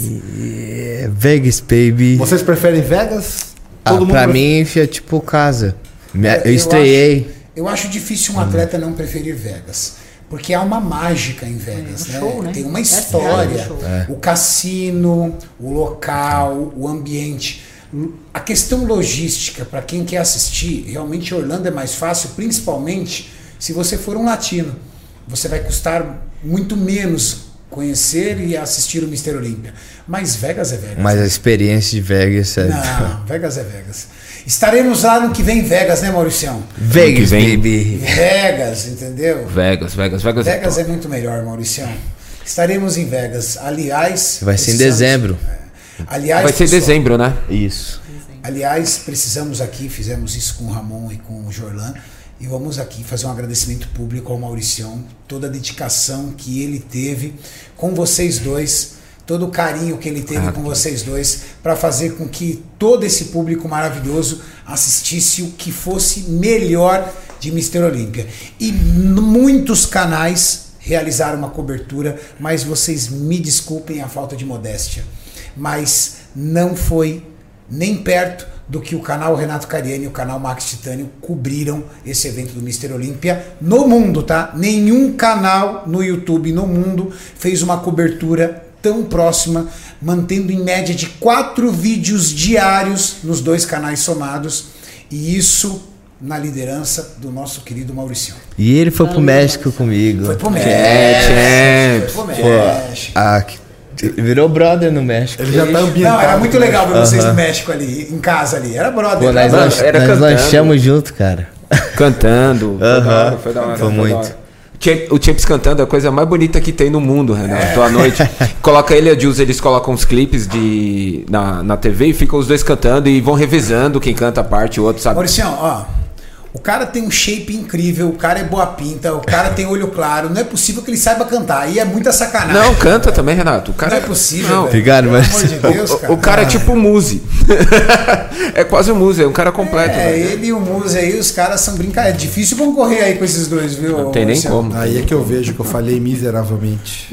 Yeah, Vegas, baby. Vocês preferem Vegas? Ah, Todo pra mundo mim é tipo casa. Eu, eu estreiei. Acho, eu acho difícil um atleta não preferir Vegas, porque há uma mágica em Vegas, é, um né? Show, né? Tem uma história, é. O cassino, o local, o ambiente. A questão logística, para quem quer assistir, realmente Orlando é mais fácil, principalmente se você for um latino. Você vai custar muito menos conhecer e assistir o mister Olímpia. Mas Vegas é Vegas. Mas a experiência de Vegas é... Não, Vegas é Vegas. Estaremos lá no que vem em Vegas, né, Mauricião? Vegas, baby. Vegas, entendeu? Vegas, Vegas, Vegas. Vegas é, é muito melhor, Mauricião. Estaremos em Vegas. Aliás... Vai ser em dezembro. É, Aliás, vai ser pessoal, dezembro, né? Isso. Aliás, precisamos aqui, fizemos isso com o Ramon e com o Jorlan, e vamos aqui fazer um agradecimento público ao Mauricião, toda a dedicação que ele teve com vocês dois, todo o carinho que ele teve ah, com vocês dois, para fazer com que todo esse público maravilhoso assistisse o que fosse melhor de mister Olímpia. E muitos canais realizaram uma cobertura, mas vocês me desculpem a falta de modéstia, mas não foi nem perto do que o canal Renato Cariani e o canal Max Titânio cobriram esse evento do mister Olímpia no mundo, tá? Nenhum canal no YouTube no mundo fez uma cobertura tão próxima, mantendo em média de quatro vídeos diários nos dois canais somados, e isso na liderança do nosso querido Mauricião. E ele foi pro México comigo. Foi pro México. É, foi pro México. Ah, que virou brother no México. Ele já tá ambientado. Não, era muito legal ver vocês uh-huh. no México ali, em casa ali. Era brother. Pô, nós era, lanch, era nós lanchamos junto, cara. Cantando. Uh-huh. Foi da hora. Foi muito. O Champs cantando é a coisa mais bonita que tem no mundo, Renato. É. À noite. Coloca ele e a Jules, eles colocam uns clipes de, na, na T V e ficam os dois cantando e vão revezando quem canta a parte, o outro, sabe? Mauricião, ó. O cara tem um shape incrível, o cara é boa pinta, o cara tem olho claro. Não é possível que ele saiba cantar. Aí é muita sacanagem. Não, canta também, Renato. O cara não é possível, não. velho. Obrigado, mas... Pelo amor de Deus, cara. O, o cara é tipo o Muzi. É quase o Muzi, é um cara completo. É, velho. ele e o Muzi aí, os caras são brincadeira. É difícil concorrer aí com esses dois, viu? Não tem nem como. Aí é que eu vejo que eu falei miseravelmente.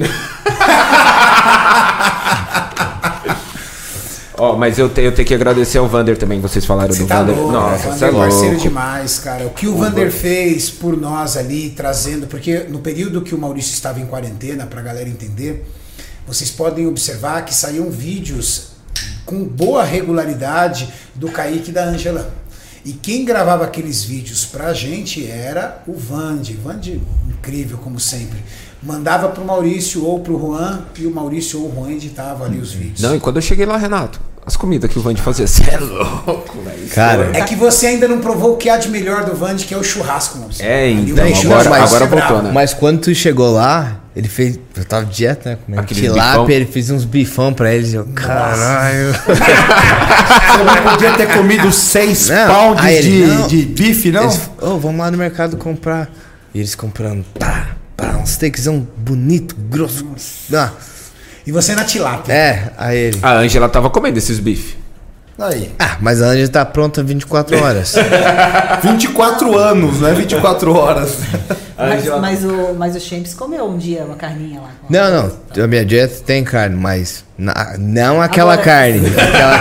Ó, oh, mas eu, te, eu tenho que agradecer ao Vander também, vocês falaram você do tá Vander. Louco, Nossa, você é louco. parceiro demais, cara. O que o, o Vander fez por nós ali, trazendo, porque no período que o Maurício estava em quarentena, pra galera entender, vocês podem observar que saíam vídeos com boa regularidade do Kaique e da Ângela. E quem gravava aqueles vídeos pra gente era o Vande. Vande, incrível como sempre. mandava pro Maurício ou pro Juan, e o Maurício ou o Juan editava ali os vídeos. Não, e quando eu cheguei lá, Renato, as comidas que o Vande fazia, você é louco, velho. Cara, É que você ainda não provou o que há de melhor do Vande, que é o churrasco, Maurício. É, Ali o então, bicho agora, vai agora ser bravo. voltou, né? mas quando tu chegou lá, ele fez. Eu tava de dieta, né? Comendo Aqueles bifão. tilápia, ele fez uns bifão pra eles. Eu, caralho. Você não podia ter comido seis Não, pounds aí ele, de, não. de bife, não? Eles, oh, vamos lá no mercado comprar. E eles comprando, pá, pá, um steakzão bonito, grosso. Ah, E você na tilápia. é, aí ele. A Ângela tava comendo esses bifes. Aí. Ah, mas a Ângela tá pronta vinte e quatro horas. vinte e quatro anos, não é vinte e quatro horas. Mas, Ângela- mas o, mas o Champs comeu um dia uma carninha lá. com- Não, não. A minha dieta tem carne, mas na- não aquela Agora- carne. Aquela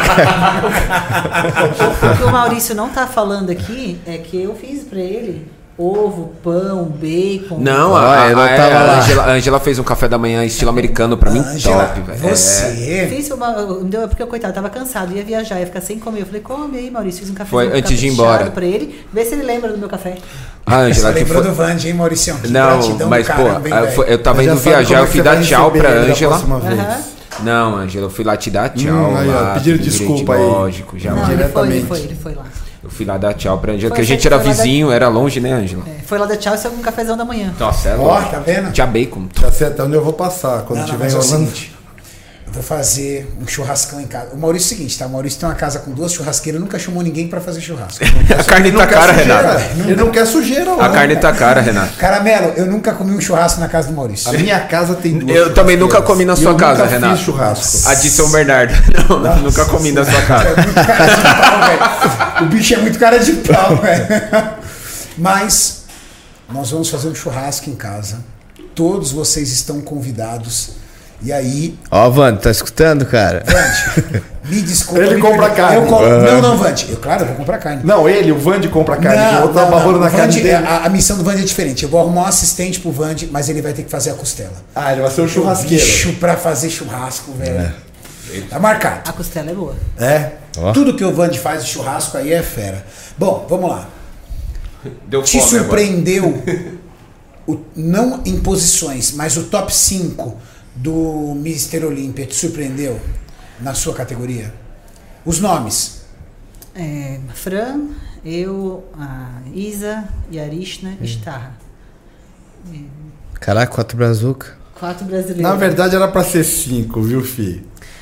carne. O que o Maurício não tá falando aqui é que eu fiz pra ele ovo, pão, bacon. Não, Ó, a, a, eu não a, tava a lá. Ângela, a Ângela fez um café da manhã estilo americano pra mim, Ângela, top, velho. É. você... Fiz uma, deu é porque eu, coitado, tava cansado, ia viajar, ia ficar sem comer. Eu falei, come aí, Maurício, fiz um café Foi antes de ir embora. pra ele, vê se ele lembra do meu café. A Você Ângela que lembrou foi... do Vande, hein, Mauricião? Que Não, gratidão mas do pô, caramba, hein, eu, velho? fui- eu tava Já indo sabe como viajar, é eu que fui você vai dar tchau receber pra ele da Ângela. próxima vez. Aham. Não, Ângela, eu fui lá te dar tchau. Hum, aí, ó, lá, pediram tudo desculpa aí. direitinho, Lógico, já. Não, mano. ele foi, ele diretamente. foi, ele foi lá. Eu fui lá dar tchau pra Ângela, Foi, porque a gente foi era lá dar- vizinho, era longe, né, Ângela? É, foi lá dar tchau e saiu com um cafezão da manhã. Nossa, é Ó, louco. tá vendo? Tinha bacon. Já sei até onde eu vou passar quando Não, não, tiver mas em é o Orlando. seguinte, eu vou fazer um churrascão em casa. O Maurício é o seguinte, tá? O Maurício tem uma casa com duas churrasqueiras, nunca chamou ninguém pra fazer churrasco. A carne tá cara, sujeira, Renato. Ele não quer sujeira, A não. carne tá cara, Renato. Caramelo, eu nunca comi um churrasco na casa do Maurício. A minha casa tem duas Eu também nunca churrasqueiras. comi na E sua eu casa, nunca Renato. fiz churrasco. A de São Bernardo. Não, Nossa nunca comi na sua Senhora, casa. é muito cara de pau, velho. O bicho é muito cara de pau, velho. Mas nós vamos fazer um churrasco em casa. Todos vocês estão convidados. E aí, Ó, Vando, tá escutando, cara? Vande, me desculpa. Ele me compra perdoa. carne. Eu colo- Não, não, Vande. Eu, claro, eu vou comprar carne. Não, ele, o Vande compra carne. Não, eu vou dar não, barulho não. na O carne Vande- dele. a, a missão do Vande é diferente. Eu vou arrumar um assistente pro Vande, mas ele vai ter que fazer a costela. Ah, ele vai ser um O churrasqueiro. bicho pra fazer churrasco, velho. Tá marcado. A costela é boa. É. Ó. Tudo que o Vande faz de churrasco aí é fera. Bom, vamos lá. Deu Te fome surpreendeu, o- não em posições, mas o top cinco do mister Olímpia te surpreendeu na sua categoria? Os nomes. É, Fran, eu, a Isa, Yarishna e Starra. Caraca, quatro brazuca. Quatro brasileiros. Na verdade era pra ser cinco, viu, fi?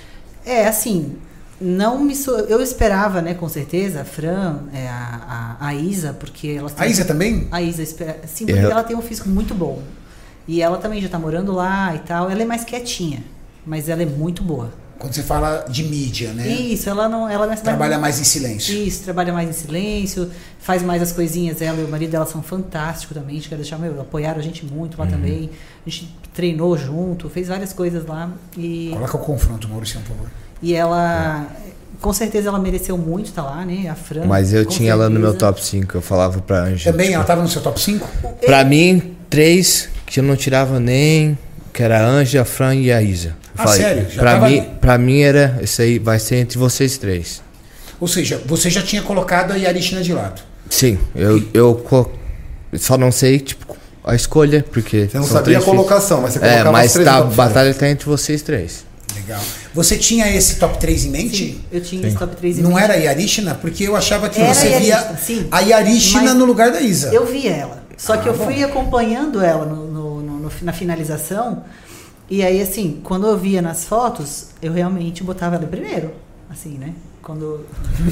É, assim, não me su- eu esperava, né, com certeza, a Fran, é, a, a, a Isa, porque ela A Isa também? A Isa, espera- sim, porque Eu- ela tem um físico muito bom. E ela também já tá morando lá e tal. Ela é mais quietinha, mas ela é muito boa. Quando você fala de mídia, né? Isso, ela não, ela não Trabalha mais em silêncio. Isso, trabalha mais em silêncio, faz mais as coisinhas. Ela e o marido dela são fantásticos também. Quero deixar, meu, apoiaram a gente muito lá também. A gente treinou junto, fez várias coisas lá. E, Coloca o confronto, Maurício, por favor. e ela, com certeza, ela mereceu muito estar lá, né? A Fran. Mas eu com tinha ela no meu certeza. top cinco. Eu falava pra Ângela. Também tipo, ela tava no seu top cinco? Pra mim, três que eu não tirava nem. Que era a Ângela, a Fran e a Isa. Eu Ah, sério? Já pra, tava mim, ali? pra mim era. Isso aí vai ser entre vocês três. Ou seja, você já tinha colocado a Yarishna de lado. Sim, eu, eu co- só não sei, tipo, a escolha, porque. Você não são sabia a três colocação, mas você filhos. colocava É, os mas três tá, a no top batalha tá entre vocês três. Legal. Você tinha esse top três em mente? Sim, eu tinha esse top três em Não mente. era a Yarishna? Porque eu achava que Era você a via Yarishna, sim. a Yarishna Mas no lugar da Isa. Eu vi ela. Só que Ah, eu fui acompanhando ela no, no- no- no- na finalização. E aí, assim, quando eu via nas fotos, eu realmente botava ela primeiro. Assim, né? Quando.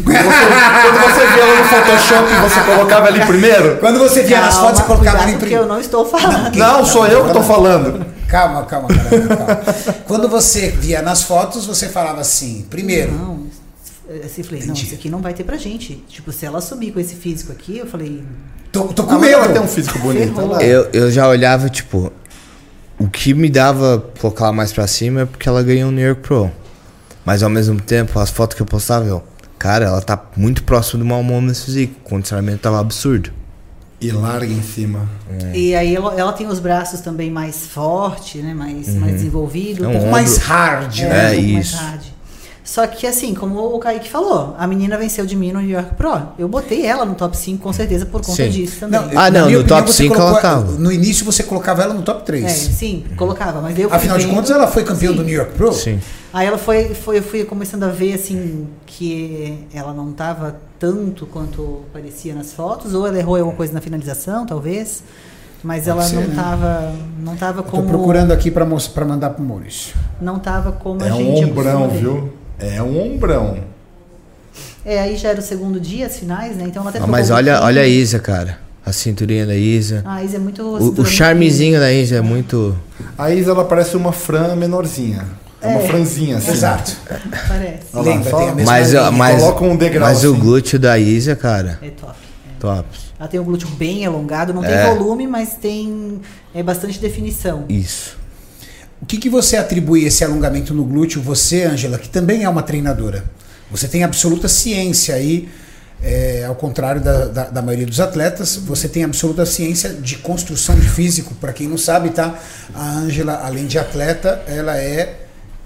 Quando você via ela no Photoshop, você colocava ali primeiro? Quando você via nas Calma, fotos, você colocava cuidado, ela em porque eu primeiro. não estou falando. Não, sou eu que tô falando. Calma, calma, calma, calma. Quando você via nas fotos, você falava assim, primeiro. Não. Assim, eu falei, não, Entendi. isso aqui não vai ter pra gente. Tipo, se ela subir com esse físico aqui, eu falei. Tô, tô com Ah, mas ela medo. tem um físico bonito. Ferrou. Ela... Eu, eu já olhava, tipo, o que me dava colocar ela mais pra cima é porque ela ganhou o New York Pro. Mas ao mesmo tempo, as fotos que eu postava, eu, cara, ela tá muito próximo do mal momento físico. O condicionamento tava absurdo. E larga em cima. E aí ela, ela tem os braços também mais forte, né? Mais, mais desenvolvido. É um Um pouco ombro. mais hard, É, né? É, um pouco mais isso. hard. Só que assim, como o Kaique falou, a menina venceu de mim no New York Pro. Eu botei ela no top cinco com certeza por conta Sim. disso também. Não, ah, na não, minha no opinião, top você cinco colocou- ela tava. No início você colocava ela no top três. É, sim, colocava, mas eu fui Afinal de vendo- contas, ela foi campeã Sim. do New York Pro. Sim. Aí ela foi, foi, eu fui começando a ver assim que ela não estava tanto quanto parecia nas fotos, ou ela errou alguma coisa na finalização, talvez, mas Pode ela ser, não né? estava, não tava Eu tô como, procurando aqui pra, mos- pra mandar pro Maurício. não tava como É a um gente ombrão, acostuma ver. viu? É um ombrão. É, aí já era o segundo dia, as finais, né? Então ela até Ah, trocou mas um olha, pouquinho. olha a Isa, cara. A cinturinha da Isa. Ah, a Isa é muito O, cintura o muito charmezinho da Isa é muito. A Isa, ela parece uma Fran menorzinha. É uma É. franzinha, assim. Exato. fina, parece. Olha lá, Lembra, só- tem a mesma Mas, linha. mas, Coloca um degrau mas o assim. glúteo da Isa, cara, É top. é. top. Ela tem o glúteo bem alongado, não tem É. volume, mas tem é, bastante definição. Isso. O que, que você atribui esse alongamento no glúteo, você, Ângela, que também é uma treinadora? Você tem absoluta ciência aí, é, ao contrário da, da, da maioria dos atletas, você tem absoluta ciência de construção de físico. Para quem não sabe, tá? A Ângela, além de atleta, ela é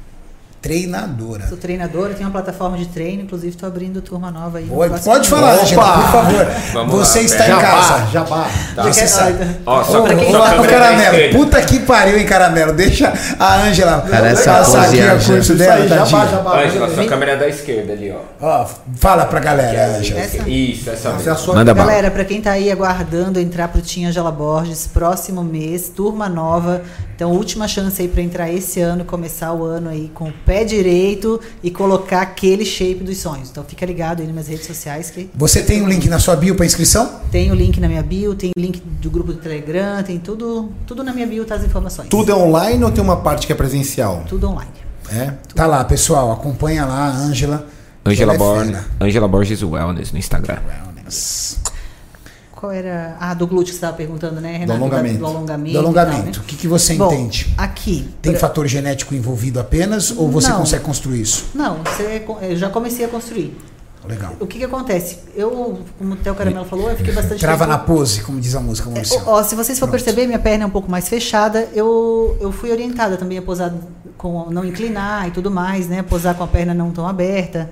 treinadora. Sou treinadora, tenho uma plataforma de treino, inclusive estou abrindo turma nova aí. no Pode, próximo pode mês. falar, Opa! Ângela, por favor. Vamos Você lá, está em Jabá, casa. jabá. Você quer- sabe. Ó, só Ô, pra quem ô, só ô, câmera da Caramelo, esquerda. puta que pariu, hein, Caramelo. Deixa a Ângela Cara, essa passar pose, aqui o Ângela. curso Isso dela, aí, jabá, tadinha. jabá. Ângela, sua câmera é da esquerda ali, ó. Ó, fala pra galera, Que é- Ângela. Essa? Isso, essa Essa é a mesmo. sua Manda bala. Galera, para quem tá aí aguardando entrar pro Team Ângela Borges, próximo mês, turma nova. Então, última chance aí para entrar esse ano, começar o ano aí com o pé direito e colocar aquele shape dos sonhos. Então, fica ligado aí nas minhas redes sociais que Você tem um link na sua bio pra inscrição? tem o link na minha bio, tem o link do grupo do Telegram, tem tudo, tudo na minha bio, tá as informações. Tudo é online ou tem uma parte que é presencial? Tudo online. É? Tá lá, pessoal. Acompanha lá a Ângela. Angela, Ela é Borges, fera. Angela Borges Wellness no Instagram. Wellness. Qual era? Ah, do glúteo que você estava perguntando, né, Renato? alongamento. Da- Do alongamento. Do e alongamento. tal, né? O que, que você Bom, entende? aqui. Tem pra- fator genético envolvido apenas ou você Não. consegue construir isso? Não, você, eu já comecei a construir. Legal. O que que acontece? Eu, como o Theo Caramelo falou, eu fiquei bastante Trava tempo- na pose, como diz a música, É, Maurício. ó, se vocês for Pronto. perceber, minha perna é um pouco mais fechada. Eu, eu fui orientada também a posar com não inclinar e tudo mais, né? Posar com a perna não tão aberta.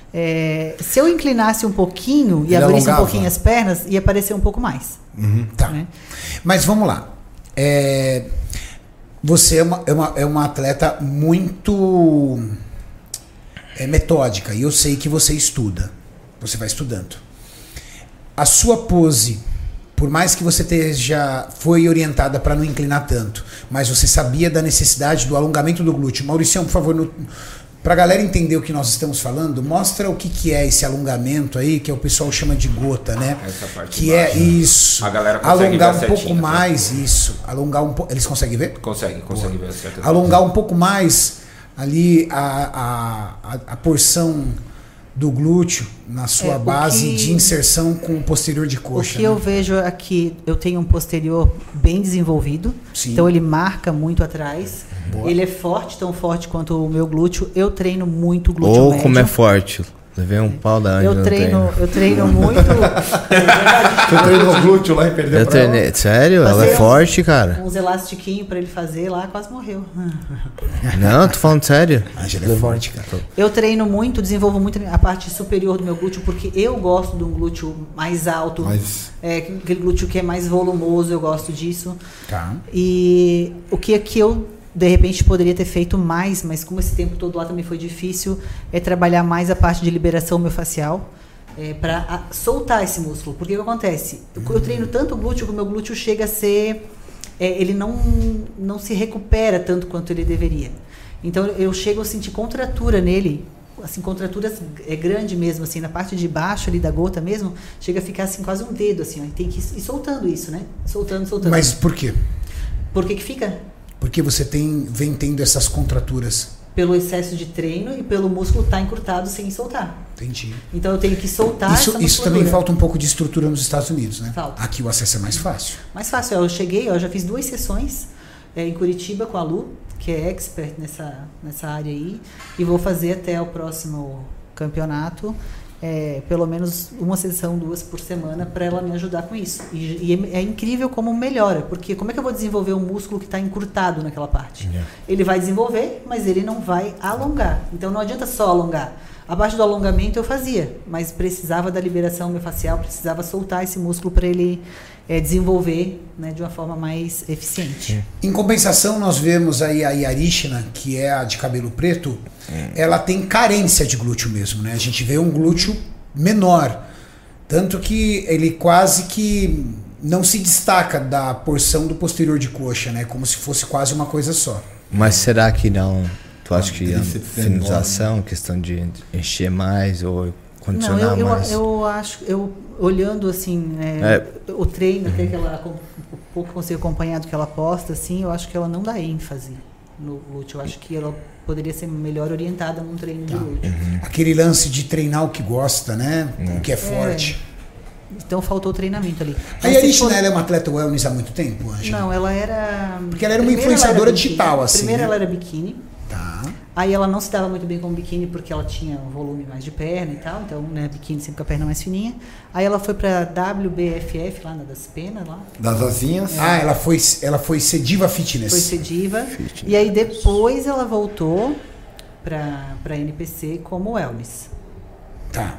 É, se eu inclinasse um pouquinho e Ele abrisse alongava. um pouquinho as pernas, ia aparecer um pouco mais. Tá. né? Mas vamos lá. É, você é uma, é, uma, é uma atleta muito é, metódica e eu sei que você estuda. Você vai estudando. A sua pose, por mais que você esteja, foi orientada para não inclinar tanto, mas você sabia da necessidade do alongamento do glúteo. Mauricião, por favor, para a galera entender o que nós estamos falando, mostra o que, que é esse alongamento aí, que é o pessoal chama de gota, né? Essa parte Que de é baixo. isso. A galera consegue alongar ver um pouco certinho, mais isso. Alongar um pouco. Eles conseguem ver? Consegue, consegue ver certo. Alongar um pouco mais ali a, a, a, a porção do glúteo na sua É, o base que- de inserção com o posterior de coxa. o que né? eu vejo aqui, eu tenho um posterior bem desenvolvido, Sim. então ele marca muito atrás. Boa. Ele é forte, tão forte quanto o meu glúteo. Eu treino muito glúteo Ou médio. como é forte. Levei um pau da Ângela Eu no treino, treino. eu treino muito. Você treinou o glúteo lá e perdeu Eu pra ela? treinei. Sério? Ela Passei é uns- forte, cara. uns elastiquinhos pra ele fazer lá, quase morreu. Não, tô falando sério. A Ângela é forte, cara. Eu treino muito, desenvolvo muito a parte superior do meu glúteo, porque eu gosto de um glúteo mais alto, Mas é, aquele glúteo que é mais volumoso, eu gosto disso. Tá. E o que, que eu, de repente, poderia ter feito mais, mas como esse tempo todo lá também foi difícil, é trabalhar mais a parte de liberação miofascial, é, para soltar esse músculo. Porque o que acontece? Eu, eu treino tanto o glúteo que o meu glúteo chega a ser... é, ele não, não se recupera tanto quanto ele deveria. Então eu chego a sentir contratura nele, assim, contraturas é grande mesmo, assim, na parte de baixo ali da gota mesmo, chega a ficar assim quase um dedo, assim, ó, e tem que ir soltando isso, né? Soltando, soltando. Mas por quê? Por que que fica? Porque você tem, vem tendo essas contraturas. Pelo excesso de treino e pelo músculo estar encurtado sem soltar. Entendi. Então eu tenho que soltar Isso, essa isso também musculatura. falta um pouco de estrutura nos Estados Unidos, né? Falta. Aqui o acesso é mais fácil. Mais fácil, eu cheguei, ó, eu já fiz duas sessões é, em Curitiba com a Lu, que é expert nessa, nessa área aí, e vou fazer até o próximo campeonato. é, pelo menos uma sessão, duas por semana, para ela me ajudar com isso. E, e é, é incrível como melhora, porque como é que eu vou desenvolver um músculo que está encurtado naquela parte? Yeah. Ele vai desenvolver, mas ele não vai alongar. Então não adianta só alongar. A parte do alongamento eu fazia, mas precisava da liberação miofascial, precisava soltar esse músculo para ele é, desenvolver, né, de uma forma mais eficiente. Sim. Em compensação, nós vemos aí a Yarishna, que é a de cabelo preto, hum. ela tem carência de glúteo mesmo, né? A gente vê um glúteo menor, tanto que ele quase que não se destaca da porção do posterior de coxa, né? Como se fosse quase uma coisa só. Mas será que não... Tu acha que a finalização, questão de encher mais ou condicionar não, eu, mais? Eu, eu acho, eu olhando assim, é, é. o treino, até que ela, o pouco que eu consigo acompanhar do que ela posta, assim, eu acho que ela não dá ênfase no glúteo. Eu acho que ela poderia ser melhor orientada num treino tá. de glúteo. Uhum. Aquele lance de treinar o que gosta, né? Uhum. O que é forte. É. Então faltou treinamento ali. A Yarishna, for... ela é uma atleta wellness há muito tempo, Ângela? Não, ela era... Porque ela era uma influenciadora digital, assim. Primeiro né? ela era biquíni. Tá. Aí ela não se dava muito bem com biquíni porque ela tinha um volume mais de perna e tal, então, né, biquíni sempre com a perna mais fininha. Aí ela foi pra W B F F, lá na das penas, lá. Das asinhas. É. Ah, ela foi, ela foi ser diva fitness. Foi ser diva. Fitness. E aí depois ela voltou pra, pra N P C como wellness. Tá.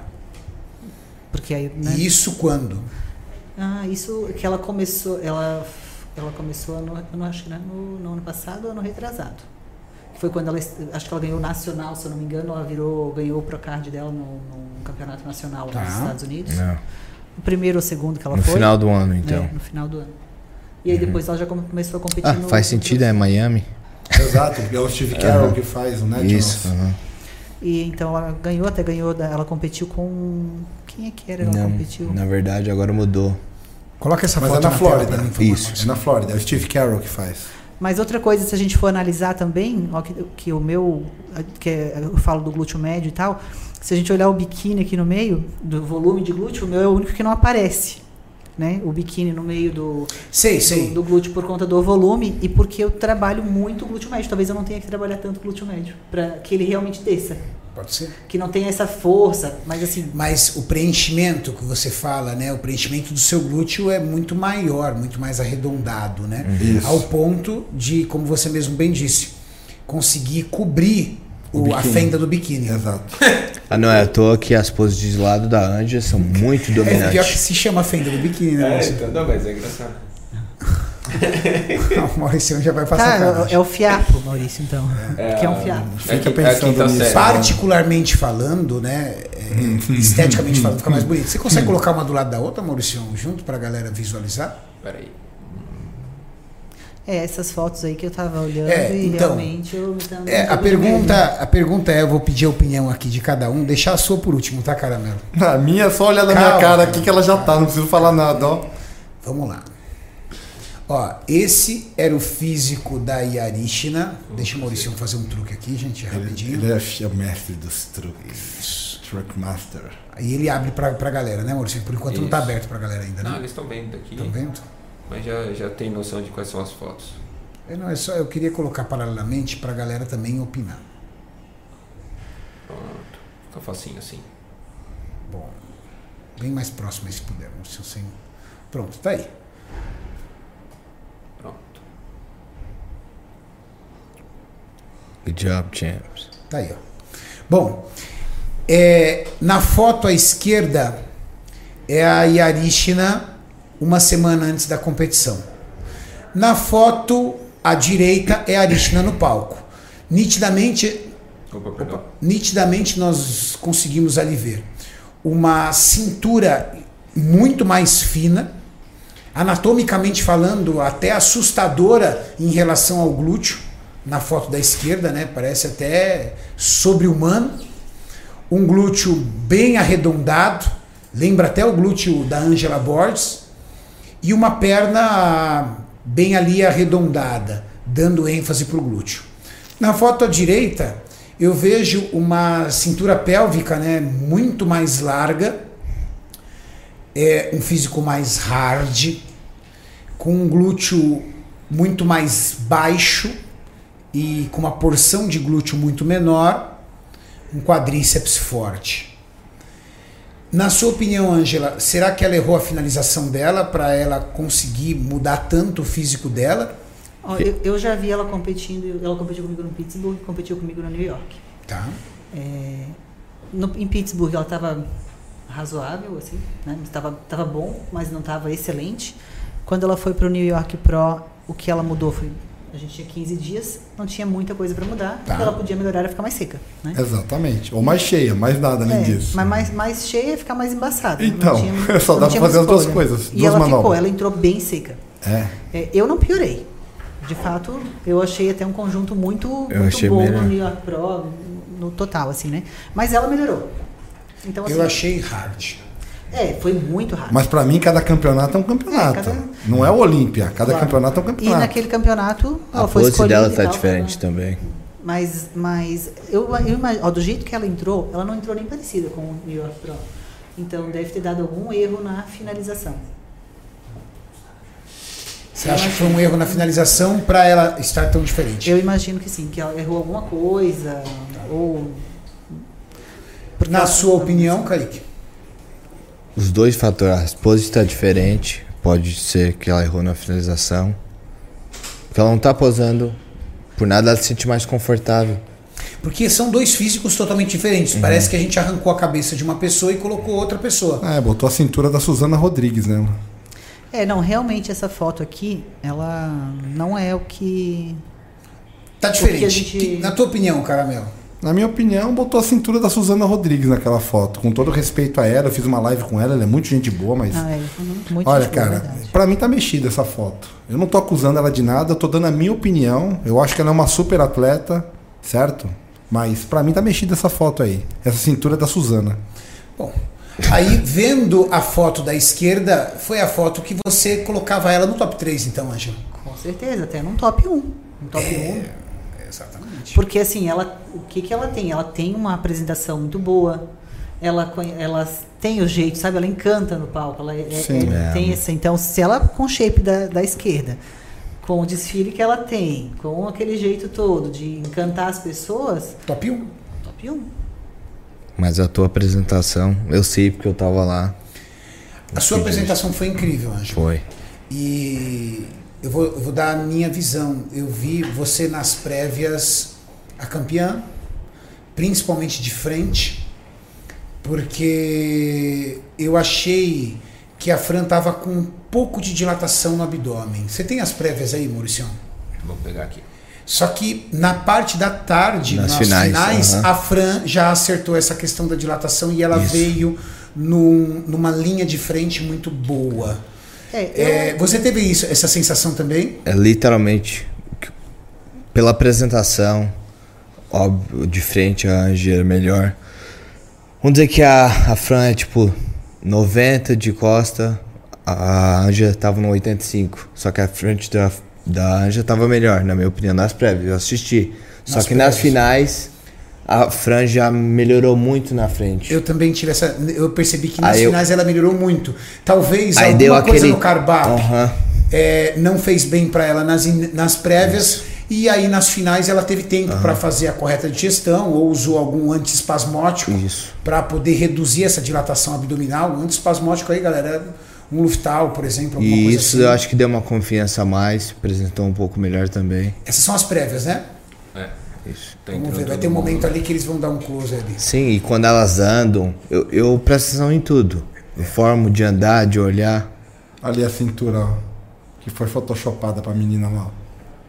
Porque aí, né? E isso quando? Ah, isso que ela começou, ela, ela começou no, no, acho que no, no ano passado ou no retrasado. Foi quando ela, acho que ela ganhou o nacional, se eu não me engano, ela virou, ganhou o Procard dela no, no campeonato nacional lá ah, nos Estados Unidos. Não. O primeiro ou segundo que ela no foi. No final do ano, então. Né, no final do ano. E aí uhum. depois ela já começou a competir ah, no... faz sentido, é Miami. Exato, é o Steve Carroll uhum. que faz o Nationals. Isso, uhum. E então ela ganhou, até ganhou, ela competiu com... Quem é que era? Ela não, competiu? Na verdade, agora mudou. Coloca essa Mas foto é na, na Flórida. Isso. É na Flórida, é o Steve Carroll que faz. Mas outra coisa, se a gente for analisar também, ó, que, que o meu, que é, eu falo do glúteo médio e tal, se a gente olhar o biquíni aqui no meio, do volume de glúteo, o meu é o único que não aparece, né? O biquíni no meio do, sei, sei. do, do glúteo por conta do volume e porque eu trabalho muito o glúteo médio. Talvez eu não tenha que trabalhar tanto o glúteo médio, para que ele realmente desça. Pode ser. Que não tenha essa força, mas assim... Mas o preenchimento que você fala, né? O preenchimento do seu glúteo é muito maior, muito mais arredondado, né? Isso. Ao ponto de, como você mesmo bem disse, conseguir cobrir o o, a fenda do biquíni. Exato. Ah, não é à toa que as poses de lado da Ângela são muito dominantes. É pior que se chama fenda do biquíni, né? É, então, não, mas é engraçado. O Maurício já vai passar. Tá, é, é o fiapo, Maurício, então. É, que é um fiapo. Fica é pensando nisso. Série, particularmente falando, né? É, esteticamente falando, fica mais bonito. Você consegue colocar uma do lado da outra, Maurício, junto pra galera visualizar? Peraí. É, essas fotos aí que eu tava olhando é, e então, realmente eu não é, a pergunta, a pergunta é, eu vou pedir a opinião aqui de cada um, deixar a sua por último, tá, Caramelo? A minha é só olhar na minha cara aqui que ela já tá, não preciso falar nada, ó. Vamos lá. Ó, esse era o físico da Yarishna. Deixa o Maurício fazer um truque aqui, gente, rapidinho. Ele, ele é o mestre dos truques. Truck Master. Aí ele abre pra, pra galera, né, Maurício? Por enquanto Isso. não tá aberto pra galera ainda, né? Não, eles estão vendo aqui. Estão vendo? Mas já, já tem noção de quais são as fotos. Eu, não, é só, eu queria colocar paralelamente pra galera também opinar. Pronto. Fica facinho assim. Bom. Bem mais próximo aí se puder, Maurício. Sem... Pronto, tá aí. Pronto. Good job, champs. Tá aí, ó. Bom, é, na foto à esquerda é a Yarishna uma semana antes da competição. Na foto à direita é a Yarishna no palco. Nitidamente, Opa, perdão. opa, nitidamente nós conseguimos ali ver uma cintura muito mais fina, anatomicamente falando, até assustadora em relação ao glúteo, na foto da esquerda, né? Parece até sobre-humano. Um glúteo bem arredondado, lembra até o glúteo da Angela Borges, e uma perna bem ali arredondada, dando ênfase para o glúteo. Na foto à direita, eu vejo uma cintura pélvica, né, muito mais larga, é um físico mais hard, com um glúteo muito mais baixo e com uma porção de glúteo muito menor, um quadríceps forte. Na sua opinião, Ângela, será que ela errou a finalização dela para ela conseguir mudar tanto o físico dela? Ó, eu, eu já vi ela competindo, ela competiu comigo no Pittsburgh, competiu comigo no New York. Tá. É, no, em Pittsburgh ela estava razoável, assim, né? Estava tava bom, mas não estava excelente. Quando ela foi para o New York Pro, o que ela mudou foi, a gente tinha quinze dias, não tinha muita coisa para mudar, Tá. o que ela podia melhorar era ficar mais seca, né? Exatamente. Ou mais cheia, mais nada além É, disso. mas mais, mais cheia e ficar mais embaçada. Então, não tinha, só não dá pra tinha fazer muita as duas escolha. coisas, E duas ela ficou, manobras. ela entrou bem seca. É. É, eu não piorei. De fato, eu achei até um conjunto muito, muito achei bom melhor. no New York Pro, no total, assim, né? Mas ela melhorou. Então, assim, Eu achei hard. É, foi muito rápido. Mas pra mim, cada campeonato é um campeonato. É, cada- Não é o Olímpia. Cada Claro. campeonato é um E campeonato. naquele campeonato, ela A foi pose escolhida dela e tá tal, diferente tá? também. Mas, mas eu, eu imagino, ó, do jeito que ela entrou, ela não entrou nem parecida com o New York Pro. Então deve ter dado algum erro na finalização. Você acha que foi um erro na finalização para ela estar tão diferente? Eu imagino que sim, que ela errou alguma coisa, ou... porque Na ela- sua opinião, Kaique? Os dois fatores, a pose está diferente, pode ser que ela errou na finalização, que ela não tá posando, por nada ela se sente mais confortável. Porque são dois físicos totalmente diferentes. Parece que a gente arrancou a cabeça de uma pessoa e colocou outra pessoa. É, botou a cintura da Suzana Rodrigues, né? É, não, realmente essa foto aqui, ela não é o que... Tá Porque diferente. a gente- Que- na tua opinião, Caramelo? Na minha opinião, botou a cintura da Suzana Rodrigues naquela foto. Com todo respeito a ela, eu fiz uma live com ela, ela é muito gente boa, mas... Ah, é, uhum, muito Olha, gente boa, cara, verdade. pra mim tá mexida essa foto. Eu não tô acusando ela de nada, eu tô dando a minha opinião. Eu acho que ela é uma super atleta, certo? Mas pra mim tá mexida essa foto aí. Essa cintura é da Suzana. Bom, aí vendo a foto da esquerda, foi a foto que você colocava ela no top três, então, Ângela? Com certeza, até num top um. Um top um. Exatamente. Porque assim, ela, o que, que ela tem? Ela tem uma apresentação muito boa. Ela, conhe- ela tem o jeito, sabe? Ela encanta no palco. Ela é- Sim. é- É. tem esse, então, se ela com o shape da, da esquerda, com o desfile que ela tem, com aquele jeito todo de encantar as pessoas, Top um. top um. Mas a tua apresentação, eu sei porque eu tava lá. A sua apresentação foi incrível, Ângela. Foi. E eu vou, eu vou dar a minha visão. Eu vi você nas prévias a campeã, principalmente de frente, porque eu achei que a Fran tava com um pouco de dilatação no abdômen. Você tem as prévias aí, Mauricião? Vou pegar aqui. Só que na parte da tarde, Nas nas, finais, finais, aham. a Fran já acertou essa questão da dilatação e ela Isso. veio num- numa linha de frente muito boa. É, eu, É, você teve isso, essa sensação também? É literalmente que- pela apresentação, óbvio, de frente a Angie era melhor. Vamos dizer que a, a Fran é tipo noventa de costa, a Anja tava no oitenta e cinco. Só que a frente da, da Anja tava melhor, na minha opinião, nas prévias. Eu assisti. Só Nas que nas prévias. finais, a Fran já melhorou muito na frente. Eu também tive essa. Eu percebi que nas Aí eu- finais ela melhorou muito. Talvez Aí alguma deu coisa aquele- no carboidrato Aham. é, não fez bem para ela nas, in- nas prévias. E aí nas finais ela teve tempo para fazer a correta digestão ou usou algum antiespasmódico Isso. para poder reduzir essa dilatação abdominal. Um antiespasmódico aí, galera, um Luftal, por exemplo, alguma E coisa isso assim. eu acho que deu uma confiança a mais, apresentou um pouco melhor também. Essas são as prévias, né? É, Isso. tá Vamos entrando ver, vai todo ter um mundo. momento ali que eles vão dar um close ali. Sim, e quando elas andam, eu, eu presto atenção em tudo. Eu formo de andar, de olhar. Ali a cintura, ó, que foi photoshopada pra menina lá. ó.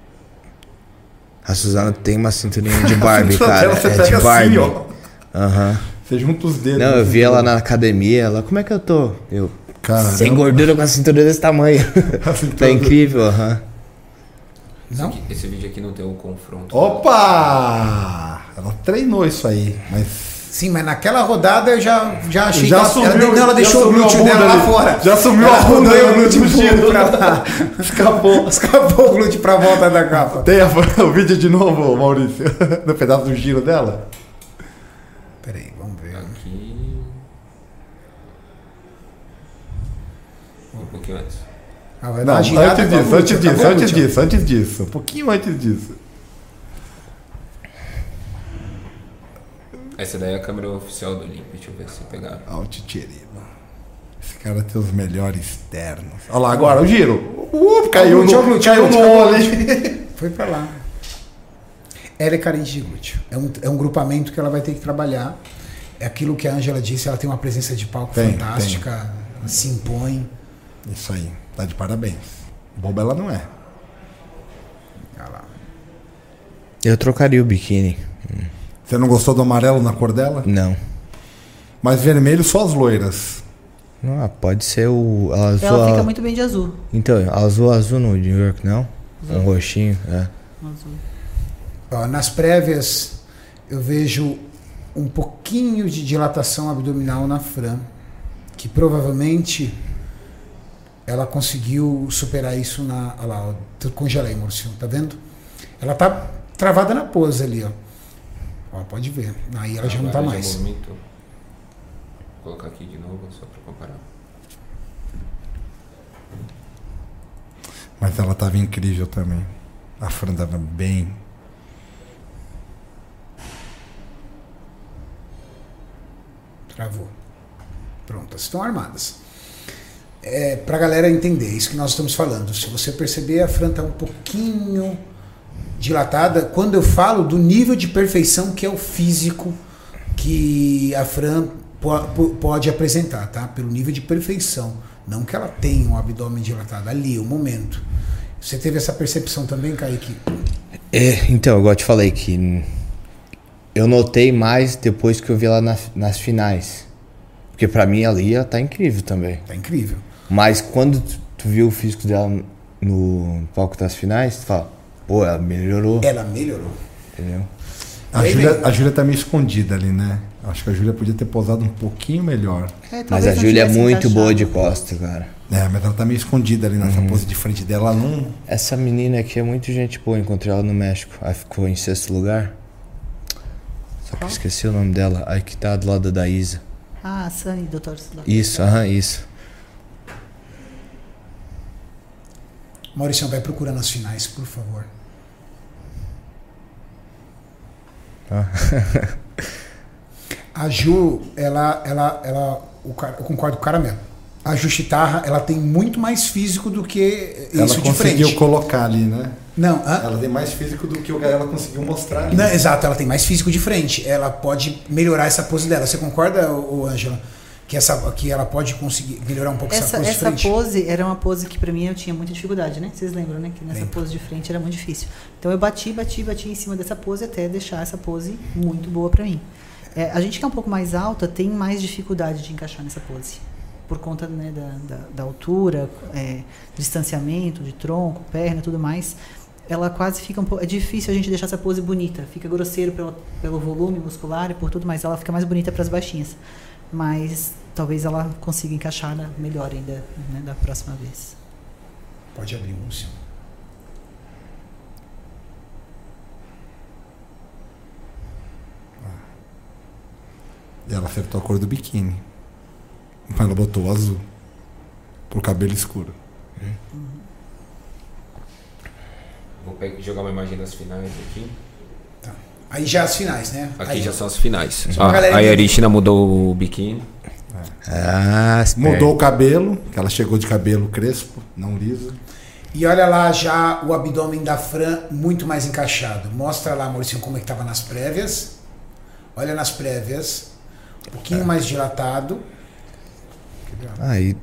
A Suzana tem uma cinturinha de Barbie, cintura cara. dela, você É pega de assim, Barbie. ó. Aham. Você junta os dedos. Não, eu na vi cintura. ela na academia, ela, como é que eu tô? Eu, Caramba. sem gordura com a cintura desse tamanho. A cintura Tá do- incrível, aham. Não? Esse, esse vídeo aqui não tem o confronto. Opa! Ela treinou isso aí, mas... Sim, mas naquela rodada eu já, já achei Já que ela, sumiu, ela, não, ela já deixou o sumiu a glúteo bunda dela lá ali. fora. Já sumiu ela a bunda rodou ali o glúteo no pro giro. pra lá. Escapou. Escapou o glúteo pra volta da capa. Tem a- o vídeo de novo, Maurício? No pedaço do giro dela? Peraí, vamos ver. Aqui. Um pouquinho antes. Ah, vai dar Não, uma girada antes com a disso, glúteo, antes disso, acabou, antes glúteo? disso, antes disso. Um pouquinho antes disso. É Essa daí é a câmera oficial do Olímpia. Deixa eu ver se pegaram. Olha o Titiriba. Esse cara tem os melhores ternos. Olha lá agora, o giro. Uh, caiu glúteo, no, glúteo, caiu glúteo, no glúteo. óleo. Foi pra lá. Ela é carente de glúteo. É um, é um grupamento que ela vai ter que trabalhar. É aquilo que a Ângela disse, ela tem uma presença de palco Tem, fantástica, se impõe. Isso aí, tá de parabéns. Boba ela não é. Olha lá. Eu trocaria o biquíni. Você não gostou do amarelo na cor dela? Não. Mas vermelho só as loiras. Não, pode ser o azul. Ela fica muito bem de azul. Então, azul, azul no New York, não? Azul. Um roxinho, é. Azul. Ó, nas prévias, eu vejo um pouquinho de dilatação abdominal na Fran, que provavelmente ela conseguiu superar isso na... Olha lá, ó, eu congelei, Maurício, tá vendo? Ela tá travada na pose ali, ó. Ó, pode ver. Aí ela já não tá Agora mais. movimento. Vou colocar aqui de novo, só pra comparar. Mas ela tava incrível também. A Fran tava bem. Travou. Pronto, estão armadas. É, pra galera entender isso que nós estamos falando. Se você perceber, a Fran tá um pouquinho dilatada. Quando eu falo do nível de perfeição que é o físico que a Fran po- pode apresentar, tá? Pelo nível de perfeição. Não que ela tenha um abdômen dilatado. Ali, o momento. Você teve essa percepção também, Kaique? É, então, igual eu te falei que eu notei mais depois que eu vi ela na, nas finais. Porque pra mim ali ela tá incrível também. Tá incrível. Mas quando tu, tu viu o físico dela no palco das finais, tu fala, pô, ela melhorou. Ela melhorou. Entendeu? A E aí Júlia, vem- a Júlia tá meio escondida ali, né? Acho que a Júlia podia ter posado um pouquinho melhor. É, Mas talvez a não Júlia é tivesse muito encaixado. boa de costa, cara. É, mas ela tá meio escondida ali nessa pose de frente dela. Ela não. Essa menina aqui é muito gente boa. Encontrei ela no México. Aí ficou em sexto lugar. Só que eu esqueci o nome dela. Aí que tá do lado da Isa. Ah, Sunny, doutor. Isso, aham, isso. Maurício, vai procurando as finais, por favor. Ah. A Ju, ela, ela, ela, o cara, eu concordo com o cara mesmo. A Ju Chitarra, ela tem muito mais físico do que Ela isso de conseguiu frente. colocar ali, né? Não, hã? Ela tem mais físico do que o ela conseguiu mostrar ali. Não, exato, ela tem mais físico de frente. Ela pode melhorar essa pose dela. Você concorda, ô, Ângela? Que, essa, que ela pode conseguir melhorar um pouco essa, Essa, pose de essa frente? pose era uma pose que pra mim eu tinha muita dificuldade, né? Vocês lembram, né? Que nessa Lembro. pose de frente era muito difícil. Então eu bati, bati, bati em cima dessa pose até deixar essa pose muito boa pra mim. É, a gente que é um pouco mais alta tem mais dificuldade de encaixar nessa pose. Por conta, né, da, da, da altura, é, distanciamento de tronco, perna e tudo mais. Ela quase fica um pouco... É difícil a gente deixar essa pose bonita. Fica grosseiro pelo, pelo volume muscular e por tudo mais. Ela fica mais bonita para as baixinhas. Mas talvez ela consiga encaixar na- melhor ainda, né, da próxima vez. Pode abrir, Lúcio. E ela acertou a cor do biquíni. Mas ela botou o azul. Pro cabelo escuro. Vou pegar, jogar uma imagem das finais aqui. Tá. Aí já as finais, né? Aqui Aí, já são as finais. Só pra Ah, galera a entender. Arishina mudou o biquíni. Ah, Mudou o cabelo, que ela chegou de cabelo crespo, não liso. E olha lá já o abdômen da Fran muito mais encaixado. Mostra lá, Maurício, como é que estava nas prévias. Olha nas prévias. Um pouquinho mais dilatado. Aí,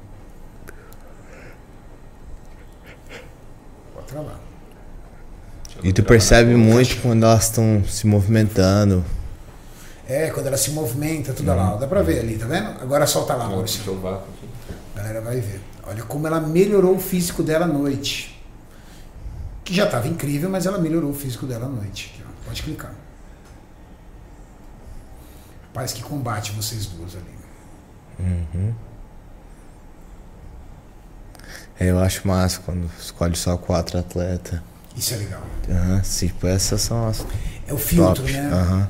Pode travar. e tu percebe muito quando elas estão se movimentando. É, quando ela se movimenta, tudo lá. Dá pra ver ali, tá vendo? Agora solta lá, Maurício. Deixa eu vácuo aqui. A galera vai ver. Olha como ela melhorou o físico dela à noite. Que já estava incrível, mas ela melhorou o físico dela à noite. Aqui, ó. Pode clicar. Rapaz, que combate vocês duas ali. Uhum. É, eu acho massa quando escolhe só quatro atletas. Isso é legal. Aham, tipo, essas são as É o filtro, top. né? Aham.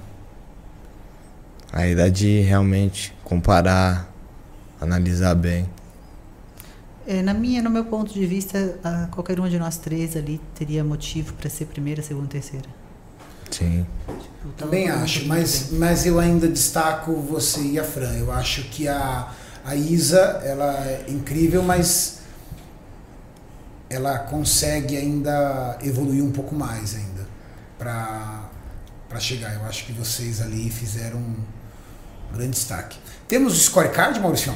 Aí dá de realmente comparar, analisar bem. É, na minha, no meu ponto de vista, a, qualquer uma de nós três ali teria motivo para ser primeira, segunda, terceira. Sim. Tipo, Também todo mundo acho, muito mas, bem. mas eu ainda destaco você e a Fran. Eu acho que a, a Isa, ela é incrível, mas ela consegue ainda evoluir um pouco mais ainda para para chegar. Eu acho que vocês ali fizeram um grande destaque. Temos o scorecard, Maurício?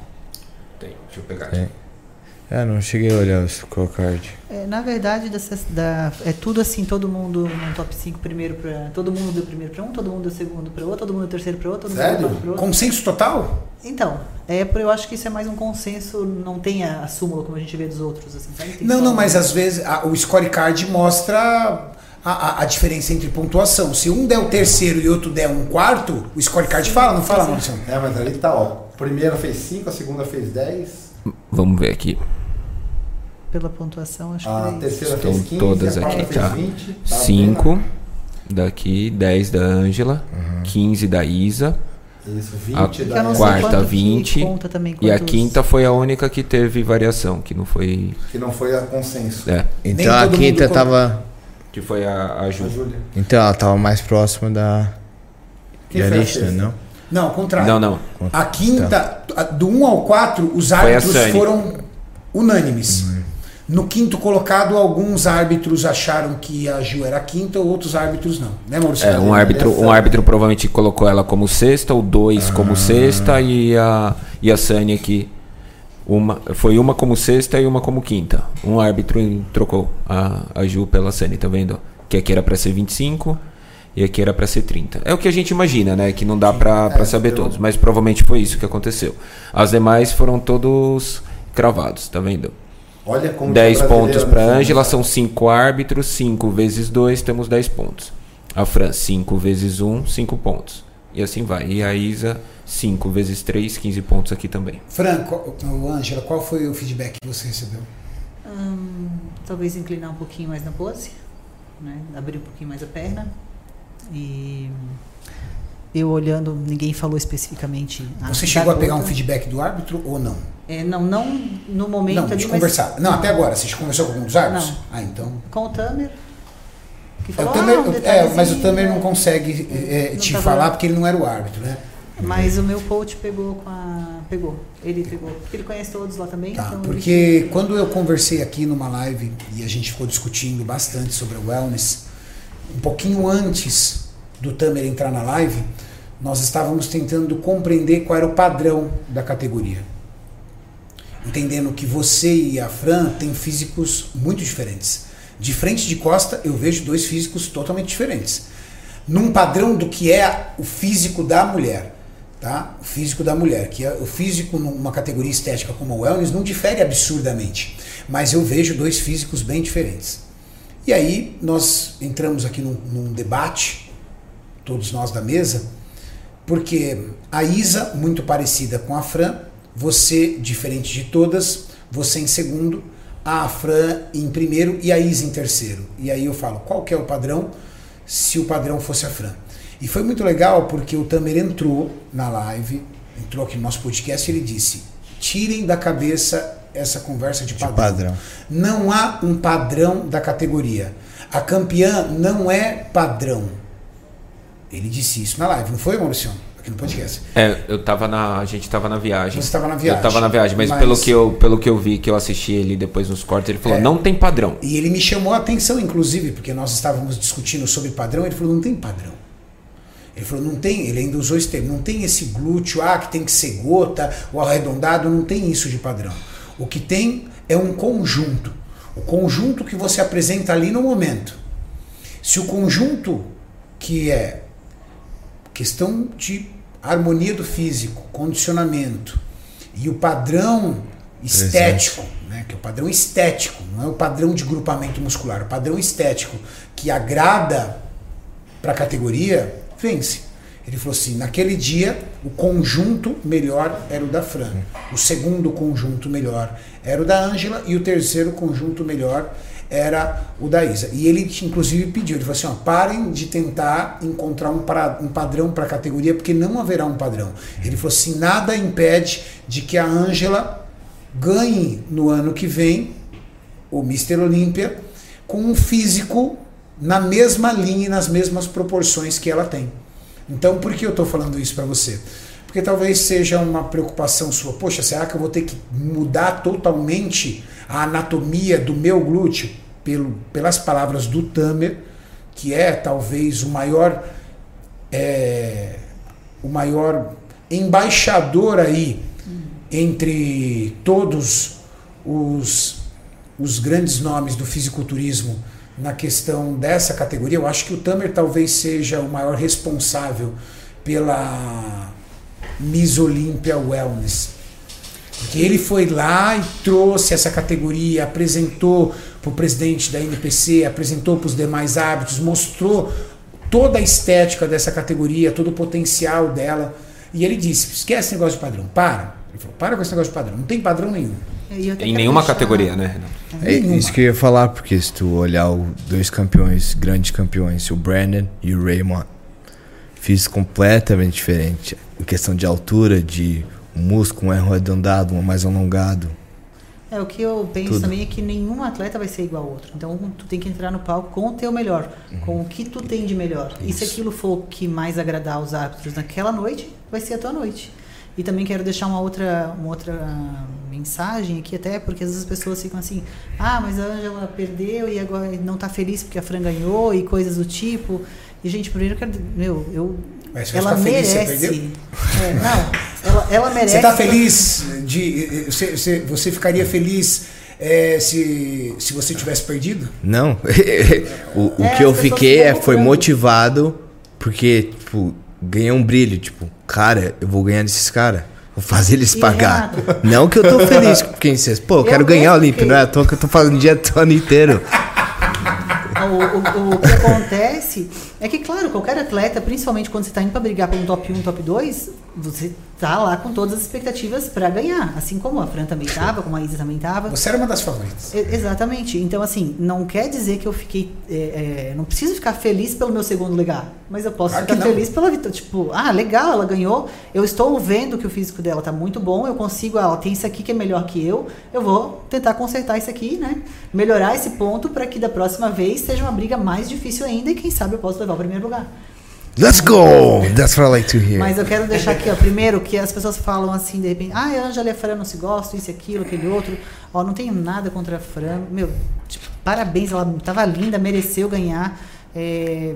Tem, deixa eu pegar É. aqui. É, não cheguei a olhar o scorecard. É, na verdade, dessas, da, é tudo assim, todo mundo no top cinco primeiro para... Todo mundo deu primeiro para um, todo mundo deu segundo para outro, todo mundo deu terceiro para outro, todo mundo Sério? deu quarto para outro. Consenso total? Então, é, por- eu acho que isso é mais um consenso, não tem a, a súmula como a gente vê dos outros. Assim, sabe? Tem Não, só- não, mas às vezes a- o scorecard mostra a, a, a diferença entre pontuação. Se um der o terceiro e outro der um quarto, o scorecard fala, não fala, Maurício? É, mas ali tá, ó. A primeira fez cinco, a segunda fez dez, Vamos ver aqui. Pela pontuação, acho a que é isso. terceira Estão fez quinze, todas a quarta aqui, fez tá? vinte. Tá cinco daqui, dez da Ângela, quinze da Isa, Isso, A vinte Que da eu não sei quarta, quanto que vinte, conta também e a quantos- quinta foi a única que teve variação, que não foi... que não foi a consenso. É, Então a todo mundo quinta con- tava. que foi a, a Ju. A Júlia. Então ela tava mais próxima da. Quem de foi a Arishna, sexta? não? Não, ao contrário. Não, não. A quinta, a- do um ao quatro, os a árbitros Sani. foram unânimes. No quinto colocado, alguns árbitros acharam que a Ju era a quinta, outros árbitros não. Né, Maurício? É, um árbitro, um árbitro provavelmente colocou ela como sexta, o dois como sexta e a, e a Sani aqui. Uma, foi uma como sexta e uma como quinta. Um árbitro em- trocou a, a Ju pela Sani, tá vendo? Que aqui era pra ser vinte e cinco e aqui era pra ser trinta. É o que a gente imagina, né? Que não dá pra, pra É, saber eu- todos, mas provavelmente foi isso que aconteceu. As demais foram todos cravados, tá vendo? Olha como dez que a pontos brasileira para não Ângela, sabe. são cinco árbitros, cinco vezes dois, temos dez pontos. A Fran, cinco vezes um, cinco pontos. E assim vai. E a Isa, cinco vezes três, quinze pontos aqui também. Franco, ou Ângela, qual foi o feedback que você recebeu? Hum, talvez inclinar um pouquinho mais na pose, né? Abrir um pouquinho mais a perna. E eu olhando, ninguém falou especificamente. a- Você da chegou a pegar um gota. feedback do árbitro ou não? É, não, não no momento Não, ali, de mas conversar. Não, até agora. Você conversou com algum dos árbitros? Não. Ah, então. com o Tamer. Que É, falou, o Tamer- ah, um é, detalhezinho, mas o Tamer não né? consegue é, Não te tava- falar porque ele não era o árbitro, né? Mas o meu coach pegou com a. Pegou. Ele pegou. Porque ele conhece todos lá também. Tá, então ele- porque quando eu conversei aqui numa live e a gente ficou discutindo bastante sobre o wellness, um pouquinho antes do Tamer entrar na live, nós estávamos tentando compreender qual era o padrão da categoria. Entendendo que você e a Fran têm físicos muito diferentes. De frente e de costa, eu vejo dois físicos totalmente diferentes. Num padrão do que é o físico da mulher. Tá? O físico da mulher, que é o físico numa categoria estética como o wellness não difere absurdamente, mas eu vejo dois físicos bem diferentes. E aí nós entramos aqui num, num debate, todos nós da mesa, porque a Isa, muito parecida com a Fran, você, diferente de todas, você em segundo, a Fran em primeiro e a Isa em terceiro. E aí eu falo, qual que é o padrão se o padrão fosse a Fran? E foi muito legal porque o Tamer entrou na live, entrou aqui no nosso podcast e ele disse, tirem da cabeça essa conversa de padrão. padrão. Não há um padrão da categoria. A campeã não é padrão. Ele disse isso na live, não foi, Maurício? Aqui no podcast. É, eu tava na. A gente tava na viagem. Você estava na viagem. Eu tava na viagem, mas, Mas- Pelo, que eu, pelo que eu vi, que eu assisti ele depois nos cortes, ele falou, É. não tem padrão. E ele me chamou a atenção, inclusive, porque nós estávamos discutindo sobre padrão, ele falou, não tem padrão. Ele falou, não tem, ele ainda usou esse termo, não tem esse glúteo, ah, que tem que ser gota, ou arredondado, não tem isso de padrão. O que tem é um conjunto. O conjunto que você apresenta ali no momento. Se o conjunto que é questão de harmonia do físico, condicionamento, e o padrão estético, né, que é o padrão estético, não é o padrão de grupamento muscular, o padrão estético que agrada para a categoria, vence. Ele falou assim, naquele dia o conjunto melhor era o da Fran, o segundo conjunto melhor era o da Ângela e o terceiro conjunto melhor era o da Isa. E ele inclusive pediu, ele falou assim, ó, parem de tentar encontrar um, pra, um padrão para a categoria, porque não haverá um padrão. Ele falou assim, nada impede de que a Ângela ganhe no ano que vem o mister Olímpia com um físico na mesma linha e nas mesmas proporções que ela tem. Então, por que eu estou falando isso para você? Porque talvez seja uma preocupação sua. Poxa, será que eu vou ter que mudar totalmente a anatomia do meu glúteo? Pelo, pelas palavras do Tamer, que é talvez o maior, é, o maior embaixador aí entre todos os, os grandes nomes do fisiculturismo na questão dessa categoria. Eu acho que o Tamer talvez seja o maior responsável pela Miss Olympia Wellness. Porque ele foi lá e trouxe essa categoria, apresentou para o presidente da N P C, apresentou para os demais árbitros, mostrou toda a estética dessa categoria, todo o potencial dela. E ele disse, esquece esse negócio de padrão, para. Ele falou, para com esse negócio de padrão, não tem padrão nenhum. Em nenhuma deixar... categoria, né, Renato? É isso que eu ia falar, porque se tu olhar os dois campeões, grandes campeões, o Brandon e o Raymond, fiz completamente diferente. Em questão de altura, de um músculo, um erro arredondado, um mais alongado. É, o que eu penso Tudo. também é que nenhum atleta vai ser igual ao outro. Então, tu tem que entrar no palco com o teu melhor, uhum. com o que tu tem de melhor. Isso. E se aquilo for o que mais agradar aos árbitros naquela noite, vai ser a tua noite. E também quero deixar uma outra, uma outra mensagem aqui, até porque às vezes as pessoas ficam assim, ah, mas a Ângela perdeu e agora não tá feliz porque a Fran ganhou e coisas do tipo. E, gente, primeiro eu quero... Meu, eu... Mas ela merece. Feliz, você perdeu? É, não, ela, ela merece. Você tá feliz de... Você, você, você ficaria feliz é, se, se você tivesse perdido? Não. o o é, que eu fiquei é, foi motivado porque, tipo, ganhei um brilho. Tipo, cara, eu vou ganhar desses caras. Vou fazer eles e pagar. Renato? Não que eu tô feliz com quem vocês. Pô, eu quero ganhar o Olímpio, não é? Tô, que eu tô fazendo o dia todo inteiro. O, o, o que acontece é que, claro, qualquer atleta, principalmente quando você está indo para brigar por um top um, top dois, você tá lá com todas as expectativas para ganhar. Assim como a Fran também estava, como a Isa também estava. Você era uma das favoritas. É, exatamente. Então, assim, não quer dizer que eu fiquei... É, é, não preciso ficar feliz pelo meu segundo lugar, mas eu posso claro ficar feliz pela vitória. Tipo, ah, legal, ela ganhou. Eu estou vendo que o físico dela tá muito bom, eu consigo... Ela tem isso aqui que é melhor que eu. Eu vou tentar consertar isso aqui, né? Melhorar esse ponto para que da próxima vez seja uma briga mais difícil ainda e quem sabe eu posso levar o primeiro lugar. Let's go! That's what I like to hear. Mas eu quero deixar aqui, ó, primeiro, que as pessoas falam assim, de repente, ah, a Ângela e a Fran não se gostam, isso, aquilo, aquele outro. Ó, não tenho nada contra a Fran. Meu, tipo, parabéns, ela tava linda, mereceu ganhar. É,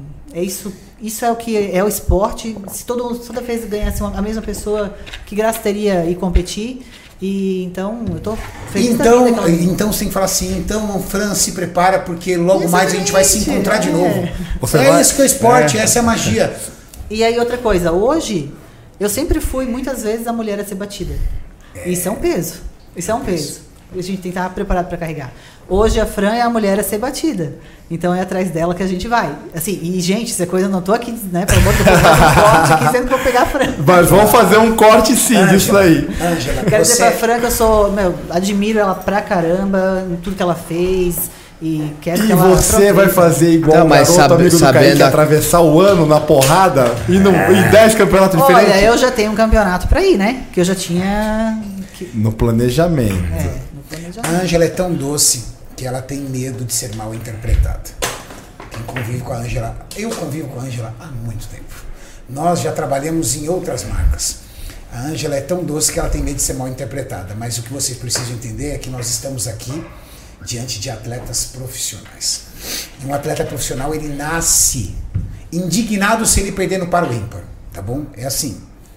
é isso, isso é o que é o esporte. Se todo mundo, toda vez ganhasse uma, a mesma pessoa, que graça teria ir competir. E então, eu tô feliz então, da vida. Então, sem falar assim, então, Fran, se prepara, porque logo Exatamente, mais a gente vai se encontrar é. de novo. Você é vai... isso que é o esporte, é. essa é a magia. E aí, outra coisa, hoje, eu sempre fui, muitas vezes, a mulher a ser batida. É. Isso é um peso. Isso é um peso. A gente tem que estar preparado para carregar. Hoje, a Fran é a mulher a ser batida. Então, é atrás dela que a gente vai. Assim, e, gente, essa coisa, eu não tô aqui, né, pelo amor de Deus, fazer um corte aqui dizendo que vou pegar a Fran. Mas vamos fazer um corte sim Ângela, disso daí. Ângela, quero você... dizer pra Fran que eu sou, meu, admiro ela pra caramba, em tudo que ela fez. E quero que e ela você aproveite. Vai fazer igual não, o mas garoto sabe, amigo do Kaique, a... atravessar o ano na porrada e em dez campeonatos Olha, diferentes? Olha, eu já tenho um campeonato pra ir, né? Que eu já tinha... No planejamento. É, no planejamento. A Ângela é tão doce que ela tem medo de ser mal interpretada. Quem convive com a Ângela... Eu convivo com a Ângela há muito tempo. Nós já trabalhamos em outras marcas. A Ângela é tão doce que ela tem medo de ser mal interpretada. Mas o que vocês precisam entender é que nós estamos aqui diante de atletas profissionais. E um atleta profissional, ele nasce indignado se ele perder no par ou ímpar. Tá bom? É assim.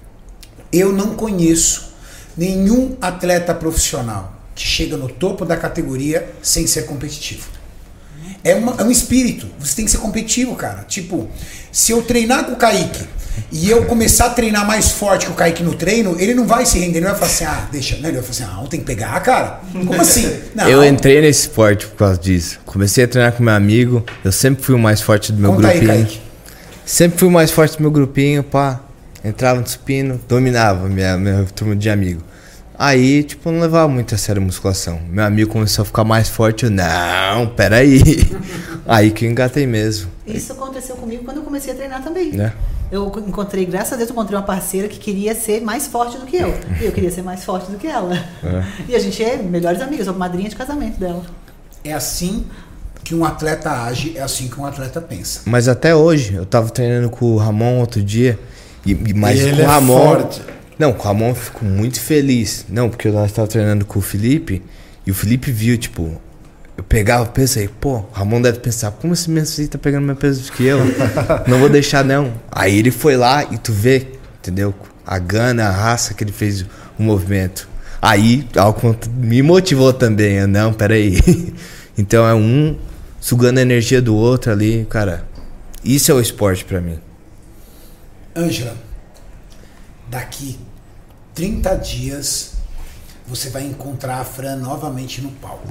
Eu não conheço nenhum atleta profissional que chega no topo da categoria sem ser competitivo. É, uma, é um espírito. Você tem que ser competitivo, cara. Tipo, se eu treinar com o Kaique e eu começar a treinar mais forte que o Kaique no treino, ele não vai se render, ele vai falar assim, ah, deixa, né? Ele vai falar assim, ah, não tem que pegar, cara. Como assim? Não. Eu entrei nesse esporte por causa disso. Comecei a treinar com meu amigo, eu sempre fui o mais forte do meu Conta grupinho. Aí, Kaique. Sempre fui o mais forte do meu grupinho, pá. Entrava no supino, dominava minha, minha turma de amigo. Aí, tipo, eu não levava muito a sério a musculação. Meu amigo começou a ficar mais forte, eu, não, peraí. Aí que eu engatei mesmo. Isso aconteceu comigo quando eu comecei a treinar também. Né? Eu encontrei, graças a Deus, eu encontrei uma parceira que queria ser mais forte do que eu. E eu queria ser mais forte do que ela. É. E a gente é melhores amigas, eu sou madrinha de casamento dela. É assim que um atleta age, é assim que um atleta pensa. Mas até hoje, eu tava treinando com o Ramon outro dia, e, e- mas E ele com o é Ramon... forte. Não, com o Ramon eu fico muito feliz. Não, porque nós tava treinando com o Felipe, e o Felipe viu, tipo... Eu pegava, pensei, pô, o Ramon deve pensar, como esse menino tá pegando mais peso que eu? Não vou deixar, não. Aí ele foi lá e tu vê, entendeu? A gana, a raça que ele fez o movimento. Aí, ao contra- me motivou também. Eu, não, peraí. Então é um sugando a energia do outro ali, cara. Isso é o esporte pra mim. Ângela, daqui trinta dias você vai encontrar a Fran novamente no palco.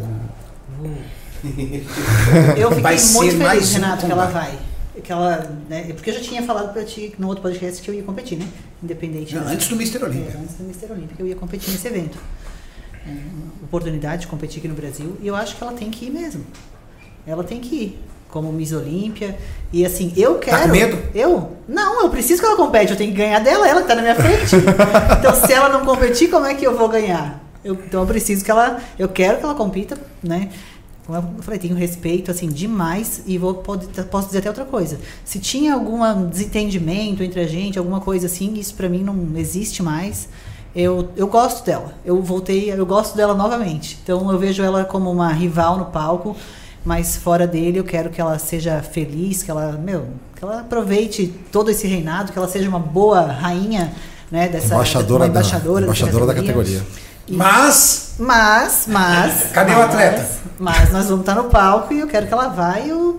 Eu fiquei Vai ser muito mais feliz, um Renato, que ela combate. vai. Que ela, né, porque eu já tinha falado pra ti no outro podcast que eu ia competir, né? Independente. Não, dessa- antes do mister É, Olímpia. antes do mister Olímpia, que eu ia competir nesse evento. É, uma oportunidade de competir aqui no Brasil. E eu acho que ela tem que ir mesmo. Ela tem que ir. Como Miss Olímpia. E assim, eu quero. Tá com medo? Eu? Não, eu preciso que ela compete. Eu tenho que ganhar dela, ela que tá na minha frente. Então, se ela não competir, como é que eu vou ganhar? Eu, então, eu preciso que ela. Eu quero que ela compita, né? Como eu falei, tenho respeito, assim, demais. E vou, pode, posso dizer até outra coisa. Se tinha algum desentendimento entre a gente, alguma coisa assim, isso pra mim não existe mais. Eu, eu gosto dela. Eu voltei, eu gosto dela novamente. Então, eu vejo ela como uma rival no palco. Mas fora dele, eu quero que ela seja feliz, que ela, meu, que ela aproveite todo esse reinado, que ela seja uma boa rainha, né, dessa Embaixadora uma da- embaixadora, dessa embaixadora da categoria. E- Mas, Mas, mas, Cadê o mas- atleta? Mas nós vamos estar no palco e eu quero que ela vá e eu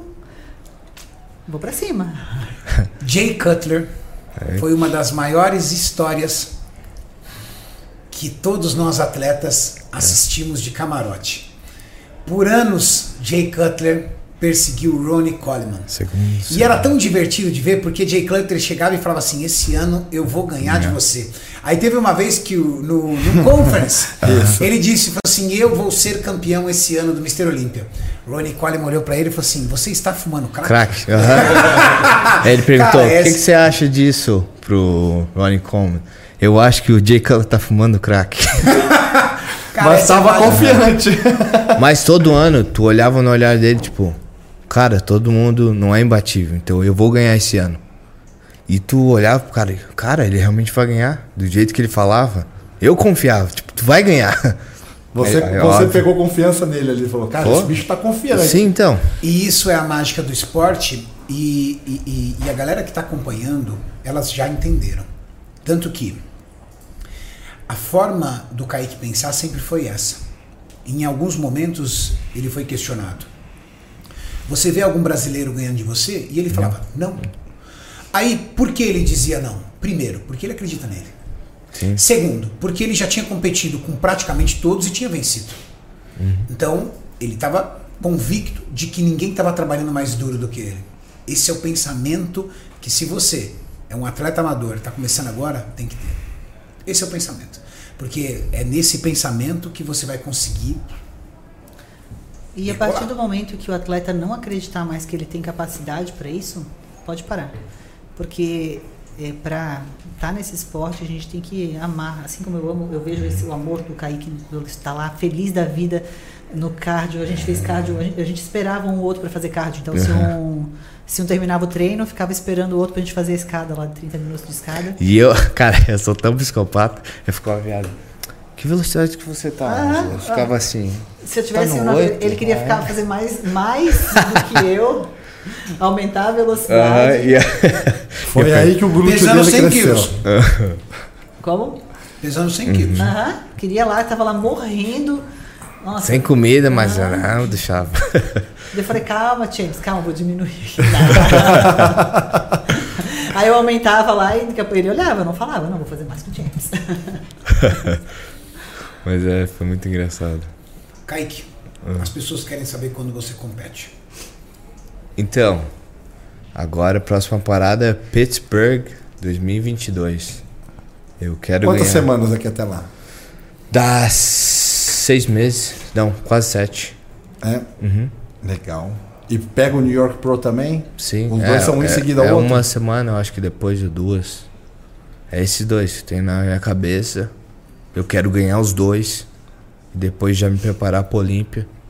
vou pra cima. Jay Cutler foi uma das maiores histórias que todos nós atletas assistimos de camarote. Por anos, Jay Cutler perseguiu Ronnie Coleman. E era tão divertido de ver, porque Jay Cutler chegava e falava assim, esse ano eu vou ganhar de você. Aí teve uma vez que o- no, no Conference, ele disse, falou assim, eu vou ser campeão esse ano do mister Olímpia. Ronnie Coleman olhou pra ele e falou assim, você está fumando crack? Crack. aham. Aí ele perguntou, Cara, o que, esse- que você acha disso pro Ronnie Coleman? Eu acho que o Jay Cutler tá fumando crack. Cara, Mas essa é a tava mágica. confiante. Mas todo ano, tu olhava no olhar dele, tipo, cara, todo mundo não é imbatível, então eu vou ganhar esse ano. E tu olhava pro cara, cara, ele realmente vai ganhar, do jeito que ele falava. Eu confiava, tipo, tu vai ganhar. Você, É, é você óbvio. pegou confiança nele ali, falou, cara, Pô. esse bicho tá confiante. Sim, então. E isso é a mágica do esporte e, e, e- e a galera que está acompanhando, elas já entenderam. Tanto que a forma do Kaique pensar sempre foi essa. Em alguns momentos ele foi questionado. Você vê algum brasileiro ganhando de você? E ele falava, não. Aí, por que ele dizia não? Primeiro, porque ele acredita nele. Sim. Segundo, porque ele já tinha competido com praticamente todos e tinha vencido. Então, ele estava convicto de que ninguém estava trabalhando mais duro do que ele. Esse é o pensamento que, se você é um atleta amador, está começando agora, tem que ter. Esse é o pensamento. Porque é nesse pensamento que você vai conseguir. E a Decolar. partir do momento que o atleta não acreditar mais que ele tem capacidade para isso, pode parar. Porque é, para estar nesse esporte a gente tem que amar, assim como eu amo, eu vejo esse, o amor do Kaique, ele está lá feliz da vida no cardio, a gente fez cardio, a gente, a gente esperava um outro para fazer cardio, então se um, se um terminava o treino, ficava esperando o outro pra gente fazer a escada lá, de trinta minutos de escada. E eu, cara, eu sou tão psicopata, eu ficava viado. Que velocidade que você tá? Ah, eu ficava assim. Se eu tivesse Tá no uma, oito? ele queria Ah, ficar é? fazer mais, mais do que eu, aumentar a velocidade. Aham, e Foi aí que o glúteo Pesando dele cem cresceu. quilos. Como? Pesando cem quilos. Aham, queria lá, tava lá morrendo. Nossa. sem comida, mas Ah. não, eu deixava. Eu falei, calma, James, calma, vou diminuir aqui. Aí eu aumentava lá e daqui a pouco ele olhava, eu não falava, não, vou fazer mais que o James. Mas é, foi muito engraçado. Kaique, as pessoas querem saber quando você compete. Então, agora a próxima parada é Pittsburgh dois mil e vinte e dois. Eu quero Quantas ganhar. semanas aqui até lá? Dá seis meses. Não, quase sete. É? Uhum. Legal. E pega o New York Pro também? Sim. Os é, dois são um em é- seguida ao é outro? uma semana, eu acho que depois de duas. É esses dois que tem na minha cabeça. Eu quero ganhar os dois. E depois já me preparar pra Olímpia.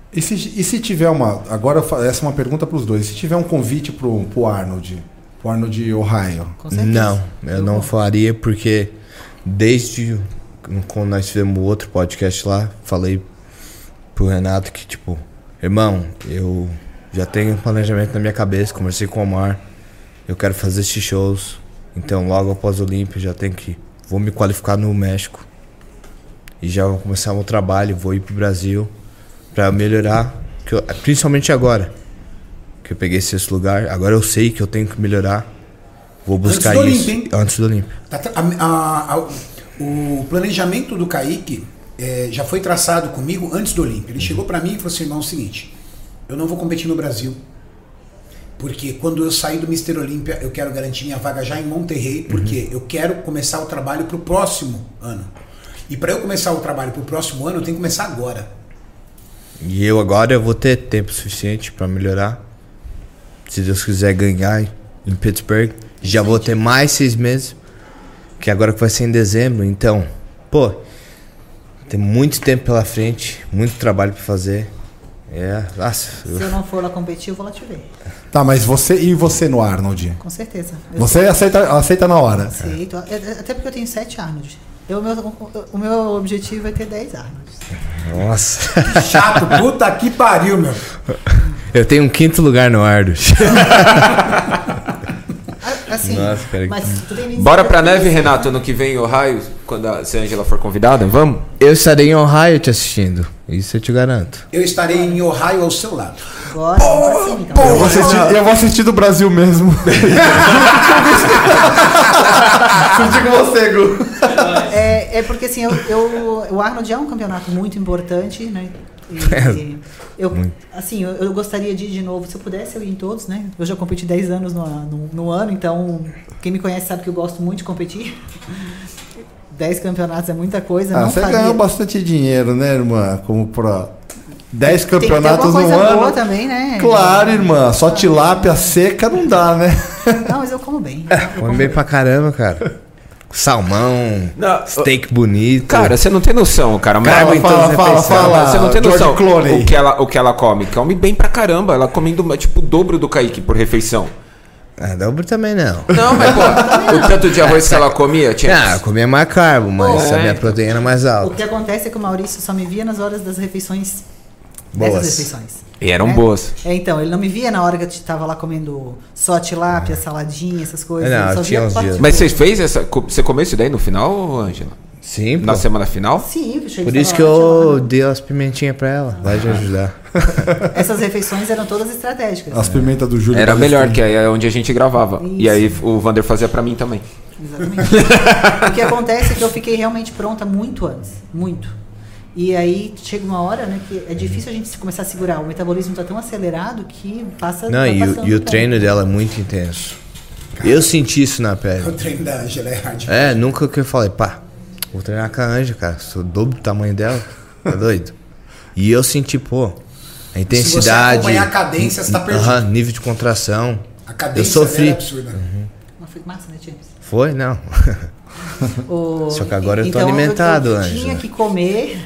E se, e se tiver uma... Agora, essa é uma pergunta para os dois. Se tiver um convite para o Arnold, pro Arnold Ohio? Com certeza. Não, eu não faria porque desde quando nós fizemos outro podcast lá, falei pro Renato que, tipo, irmão, eu já tenho um planejamento na minha cabeça, conversei com o Omar, eu quero fazer esses shows, então logo após o Olímpia já tenho que... Vou me qualificar no México e já vou começar o meu trabalho, vou ir pro Brasil pra melhorar, que eu, principalmente agora, que eu peguei esse lugar, agora eu sei que eu tenho que melhorar, vou buscar Antes do isso Olímpia, hein? antes do Olímpia. Tá tra- a- a- a- o planejamento do Kaique é, já foi traçado comigo antes do Olímpia. Ele chegou pra mim e falou assim, irmão, é o seguinte, eu não vou competir no Brasil, porque quando eu sair do mister Olímpia, eu quero garantir minha vaga já em Monterrey, porque eu quero começar o trabalho pro próximo ano. E para eu começar o trabalho pro próximo ano, eu tenho que começar agora. E eu agora eu vou ter tempo suficiente pra melhorar. Se Deus quiser ganhar em Pittsburgh, já vou ter mais seis meses, que agora que vai ser em dezembro. Então, pô, tem muito tempo pela frente, muito trabalho pra fazer. É, nossa. Se eu não for lá competir, eu vou lá te ver. Tá, mas você e você no Arnold? Com certeza. Eu Você aceita, aceita na hora? aceito. Até porque eu tenho sete Arnold. Eu, o, meu, o meu objetivo é ter dez Arnolds. Nossa. Chato, puta que pariu, meu. Eu tenho um quinto lugar no Ardos. Assim, Nossa, cara, mas tu tem Bora pra neve, Renato, ano que vem em Ohio, quando a se a Angela for convidada, vamos? Eu estarei em Ohio te assistindo. Isso eu te garanto. Eu estarei em Ohio ao seu lado. Bora, vamos pra cima, então. Eu vou assistir, eu vou assistir do Brasil mesmo. Junto com você, Gu. É, é porque assim, eu, eu, o Arnold é um campeonato muito importante, né? E, eu, assim, eu, eu gostaria de ir de novo, se eu pudesse eu ir em todos, né? Eu já competi dez anos no, no, no ano, então quem me conhece sabe que eu gosto muito de competir. dez campeonatos é muita coisa. Ah, não você faria. ganhou bastante dinheiro, né, irmã? Como pro dez Tem que ter campeonatos alguma no coisa ano. boa também, né? Claro, irmã. Só tilápia seca não dá, né? Não, mas eu como bem. Eu Come bem pra caramba, cara. Salmão, Não, steak bonito. Cara, você não tem noção, cara. Caramba, Mas- então, fala, você fala, pensa, fala. Você não tem George noção Clooney. o que, ela, o que ela come. Come bem pra caramba. Ela comendo tipo o dobro do Kaique por refeição. Ah, dobro também não. Não, mas pô, o tanto de arroz que ela comia, tinha. Ah, eu comia mais carbo, mas É. a minha proteína é mais O alta. que acontece é que o Maurício só me via nas horas das refeições. Boas. Dessas refeições. E eram né? boas. É, então, ele não me via na hora que eu tava lá comendo só tilápia, saladinha, essas coisas. Não, ele só tinha via uns quatro dias. Mas você fez essa. co- Você comeu isso daí no final, Ângela? Sim, pô. Na semana final? Sim, eu cheguei Por de isso que falar, eu chamava- dei as pimentinhas pra ela. Vai te ajudar. Essas refeições eram todas estratégicas. As pimentas do Júlio. Era Balestrin. melhor, que aí é onde a gente gravava. E Isso. aí o Vander fazia pra mim também. Exatamente. O que acontece é que eu fiquei realmente pronta muito antes. Muito. E aí chega uma hora, né, que é difícil a gente se- começar a segurar. O metabolismo está tão acelerado que passa. Não, vai e, o- passando e o tempo. treino dela é muito intenso. Eu senti isso na O pele. treino da Angela é hard. É, nunca que eu falei, pá, vou treinar com a Anja, cara. Sou o dobro do tamanho dela. Tá doido? E eu senti, pô, a intensidade. acompanhar a cadência, você tá perdido. Aham, nível de contração. A cadência Eu sofri. dela é absurda. Mas foi massa, né, James? Foi? Não. O- Só que agora eu tô então, alimentado, eu, eu Ângela. tinha que comer.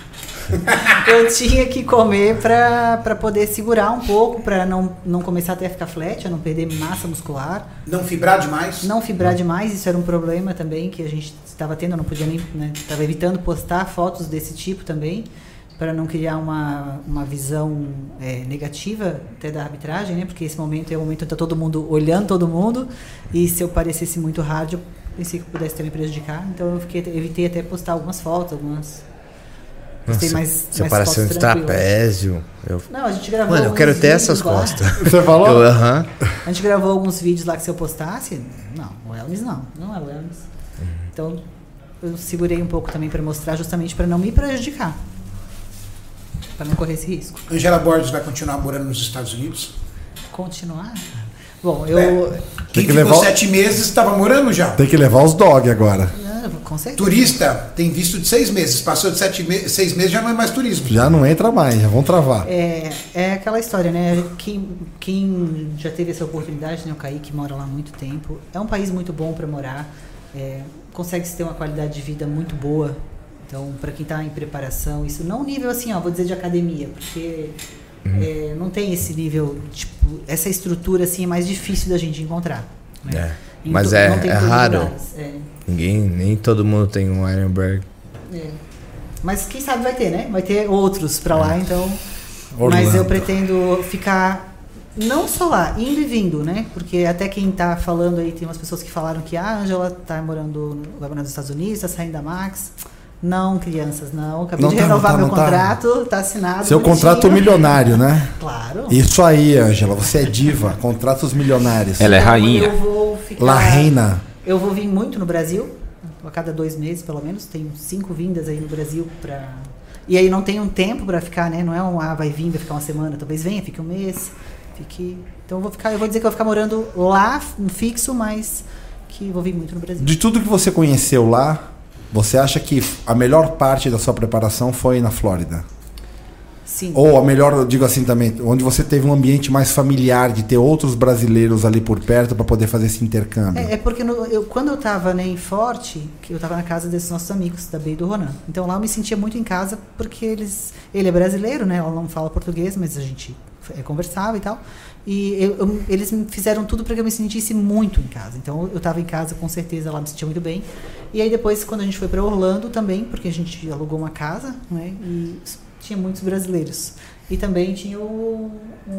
eu tinha que comer pra, pra poder segurar um pouco, pra não, não começar até a ficar flat, a não perder massa muscular, Não fibrar demais. não fibrar demais. Isso era um problema também que a gente estava tendo. Eu não podia nem, né, estava evitando postar fotos desse tipo também, para não criar uma, uma visão é, negativa até da arbitragem, né? Porque esse momento é o momento que tá todo mundo olhando todo mundo, e se eu parecesse muito hard, eu pensei que pudesse também prejudicar. Então eu fiquei, evitei até postar algumas fotos, algumas. Postei Nossa, mais, separação mais de fotos tranquilas. trapézio. Eu... Não, a gente gravou Mano, eu alguns quero ter vídeos essas lá. costas. Você falou? Eu, aham. A gente gravou alguns vídeos lá que se eu postasse, não, o Elvis não, não é o Elvis. Então eu segurei um pouco também para mostrar, justamente para não me prejudicar, para não correr esse risco. Angela Borges vai continuar morando nos Estados Unidos? Continuar? Bom, eu. É. Quem que ficou levar- sete meses estava morando já. Tem que levar os dog agora. Não, com certeza. Turista tem visto de seis meses. Passou de sete me seis meses já não é mais turismo. Já não entra mais, já vão travar. É, é aquela história, né? Quem, quem já teve essa oportunidade, né? O Kaique mora lá há muito tempo. É um país muito bom para morar. É, consegue-se ter uma qualidade de vida muito boa. Então, para quem está em preparação, isso não nível assim, ó, vou dizer de academia, porque uhum. é, não tem esse nível, tipo, essa estrutura assim é mais difícil da gente encontrar. Né? É. Mas é, é raro. É. Ninguém, nem todo mundo tem um Ironberg. É. Mas quem sabe vai ter, né? Vai ter outros para lá, então. Orlando. Mas eu pretendo ficar não só lá, indo e vindo, né? Porque até quem tá falando aí, tem umas pessoas que falaram que a Ângela tá morando, vai morar nos Estados Unidos, tá saindo da Max. Não, crianças, não. Acabei não de tá, renovar tá, meu tá. contrato, tá assinado. Seu bonitinho. contrato milionário, né? Claro. Isso aí, Ângela, você é diva, contratos milionários. Ela é rainha. Eu vou ficar, La Reina. Eu vou vir muito no Brasil, a cada dois meses pelo menos. Tenho cinco vindas aí no Brasil pra... E aí não tem um tempo para ficar, né? Não é um, ah, vai vir, vai ficar uma semana. Talvez venha, fique um mês, fique... Então eu vou ficar, eu vou dizer que eu vou ficar morando lá, fixo, mas que vou vir muito no Brasil. De tudo que você conheceu lá, você acha que a melhor parte da sua preparação foi na Flórida? Sim. Ou a melhor, eu digo assim também, onde você teve um ambiente mais familiar, de ter outros brasileiros ali por perto para poder fazer esse intercâmbio? É, é porque no, eu, quando eu estava né, em Forte, que eu estava na casa desses nossos amigos, da Bey e do Ronan. Então lá eu me sentia muito em casa, porque eles, ele é brasileiro, né? Ela não fala português, mas a gente é, conversava e tal. E eu, eu, eles me fizeram tudo para que eu me sentisse muito em casa. Então eu estava em casa, com certeza, lá me sentia muito bem. E aí depois, quando a gente foi para Orlando também, porque a gente alugou uma casa, né? E tinha muitos brasileiros. E também tinha o,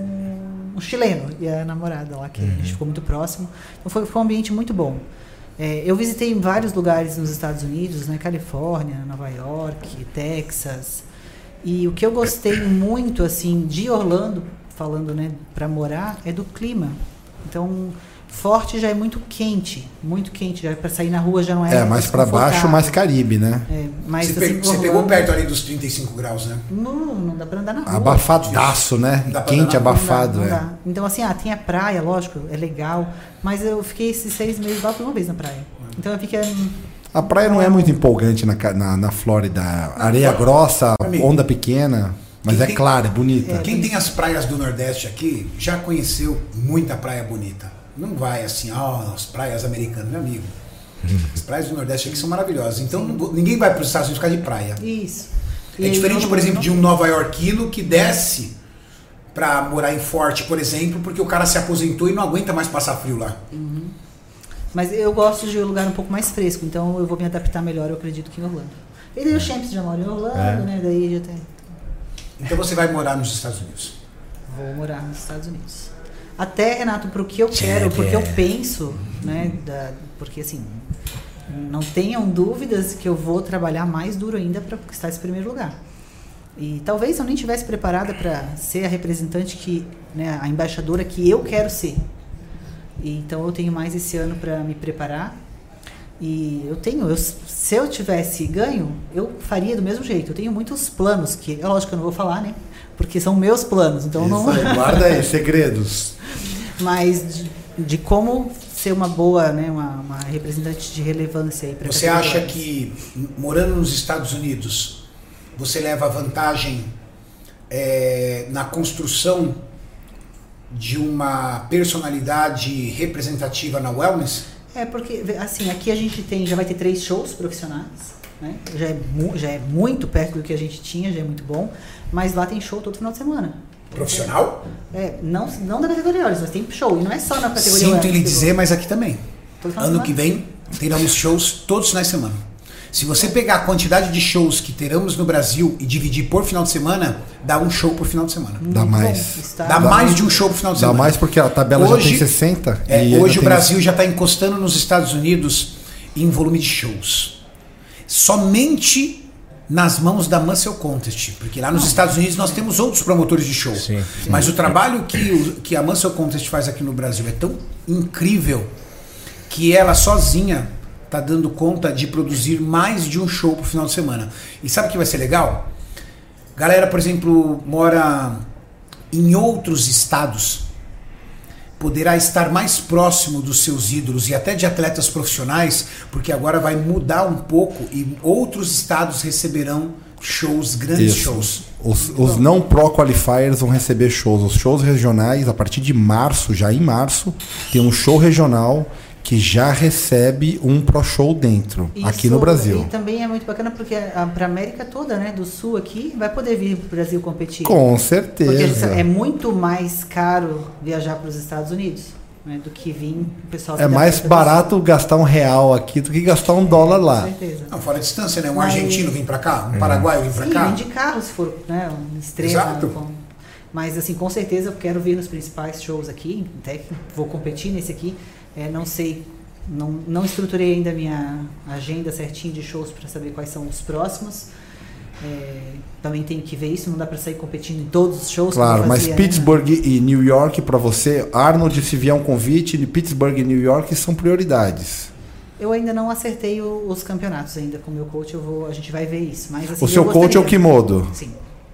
um, um chileno e a namorada lá, que uhum. a gente ficou muito próximo. Então foi, foi um ambiente muito bom. É, eu visitei vários lugares nos Estados Unidos, né? Califórnia, Nova York, Texas. E o que eu gostei muito, assim, de Orlando, falando, né, para morar, é do clima. Então, Forte já é muito quente, muito quente, já para sair na rua já não é. É, mais para baixo, mais Caribe, né? É, mas, você, assim, pe você Orlando, pegou perto ali dos trinta e cinco graus, né? Não, não dá para andar na rua. Abafadaço, né? Quente, não abafado, dá, não é. dá. Então, assim, ah, tem a praia, lógico, é legal, mas eu fiquei esses seis meses lá por uma vez na praia. Então eu fiquei. A praia não é muito empolgante na, na, na Flórida. Areia grossa, onda pequena. Mas é clara, é bonita. Quem tem as praias do Nordeste aqui já conheceu muita praia bonita. Não vai assim, ó, oh, as praias americanas, meu amigo. As praias do Nordeste aqui são maravilhosas. Então não, ninguém vai para os Estados Unidos ficar de praia. Isso. É e diferente, não, por exemplo, não... de um nova-iorquino que desce para morar em Forte, por exemplo, porque o cara se aposentou e não aguenta mais passar frio lá. Uhum. Mas eu gosto de um lugar um pouco mais fresco, então eu vou me adaptar melhor, eu acredito, que em Orlando. E daí o Champs já mora em Orlando, é. né? Daí já tem... Então você vai morar nos Estados Unidos? Vou morar nos Estados Unidos. Até, Renato, pro que eu quero, porque eu penso, né? Da, porque assim, não tenham dúvidas que eu vou trabalhar mais duro ainda para conquistar esse primeiro lugar. E talvez eu nem estivesse preparada para ser a representante que, né, a embaixadora que eu quero ser. E, então eu tenho mais esse ano para me preparar. E eu tenho, eu, se eu tivesse ganho, eu faria do mesmo jeito. Eu tenho muitos planos, que é lógico que eu não vou falar, né? Porque são meus planos, então Isso não... aí, guarda aí, segredos. Mas de, de como ser uma boa, né, uma, uma representante de relevância aí para você acha que morando nos Estados Unidos você leva vantagem é, na construção de uma personalidade representativa na wellness? É porque assim, aqui a gente tem, já vai ter três shows profissionais, né? Já é, já é muito perto do que a gente tinha, já é muito bom, mas lá tem show todo final de semana. Profissional? É, não, não da categoria Olhos, mas tem show. E não é só na categoria Sinto lhe dizer, mas aqui também. Ano que vem teremos shows todos os finais de semana. Se você pegar a quantidade de shows que teremos no Brasil e dividir por final de semana, dá um show por final de semana. Dá mais. Dá, dá mais de um show por final de semana. Dá mais porque a tabela hoje, já tem sessenta. É, e hoje o tem... Brasil já está encostando nos Estados Unidos em volume de shows. Somente nas mãos da Muscle Contest, porque lá nos Não. Estados Unidos nós temos outros promotores de show. Sim, sim. Mas o trabalho que, o, que a Muscle Contest faz aqui no Brasil é tão incrível que ela sozinha está dando conta de produzir mais de um show por final de semana. E sabe o que vai ser legal? Galera, por exemplo, mora em outros estados, poderá estar mais próximo dos seus ídolos e até de atletas profissionais, porque agora vai mudar um pouco e outros estados receberão shows, grandes Isso. shows. Os, os não pro qualifiers vão receber shows. Os shows regionais, a partir de março, já em março, tem um show regional que já recebe um Pro Show dentro, Isso, aqui no Brasil. E também é muito bacana porque para a América toda, né, do Sul aqui, vai poder vir para o Brasil competir. Com certeza. Porque é muito mais caro viajar para os Estados Unidos, né, do que vir o pessoal. É mais barato gastar um real aqui do que gastar um dólar lá. Com certeza. Não, fora a distância, né? Um Mas- argentino vir pra cá, um paraguaio vir pra Sim, cá. vem de carro se for, né, um extremo. Exato. Com- Mas assim, com certeza eu quero vir nos principais shows aqui, até que vou competir nesse aqui. É, não sei, não, não estruturei ainda a minha agenda certinho de shows para saber quais são os próximos. É, também tenho que ver isso, não dá para sair competindo em todos os shows. Claro, como eu mas fazia, né? Pittsburgh e New York para você, Arnold, se vier um convite, de Pittsburgh e New York são prioridades. Eu ainda não acertei o- os campeonatos ainda com o meu coach, eu vou, a gente vai ver isso. Mas, assim, O seu eu coach é o gostaria. Kimodo. Sim.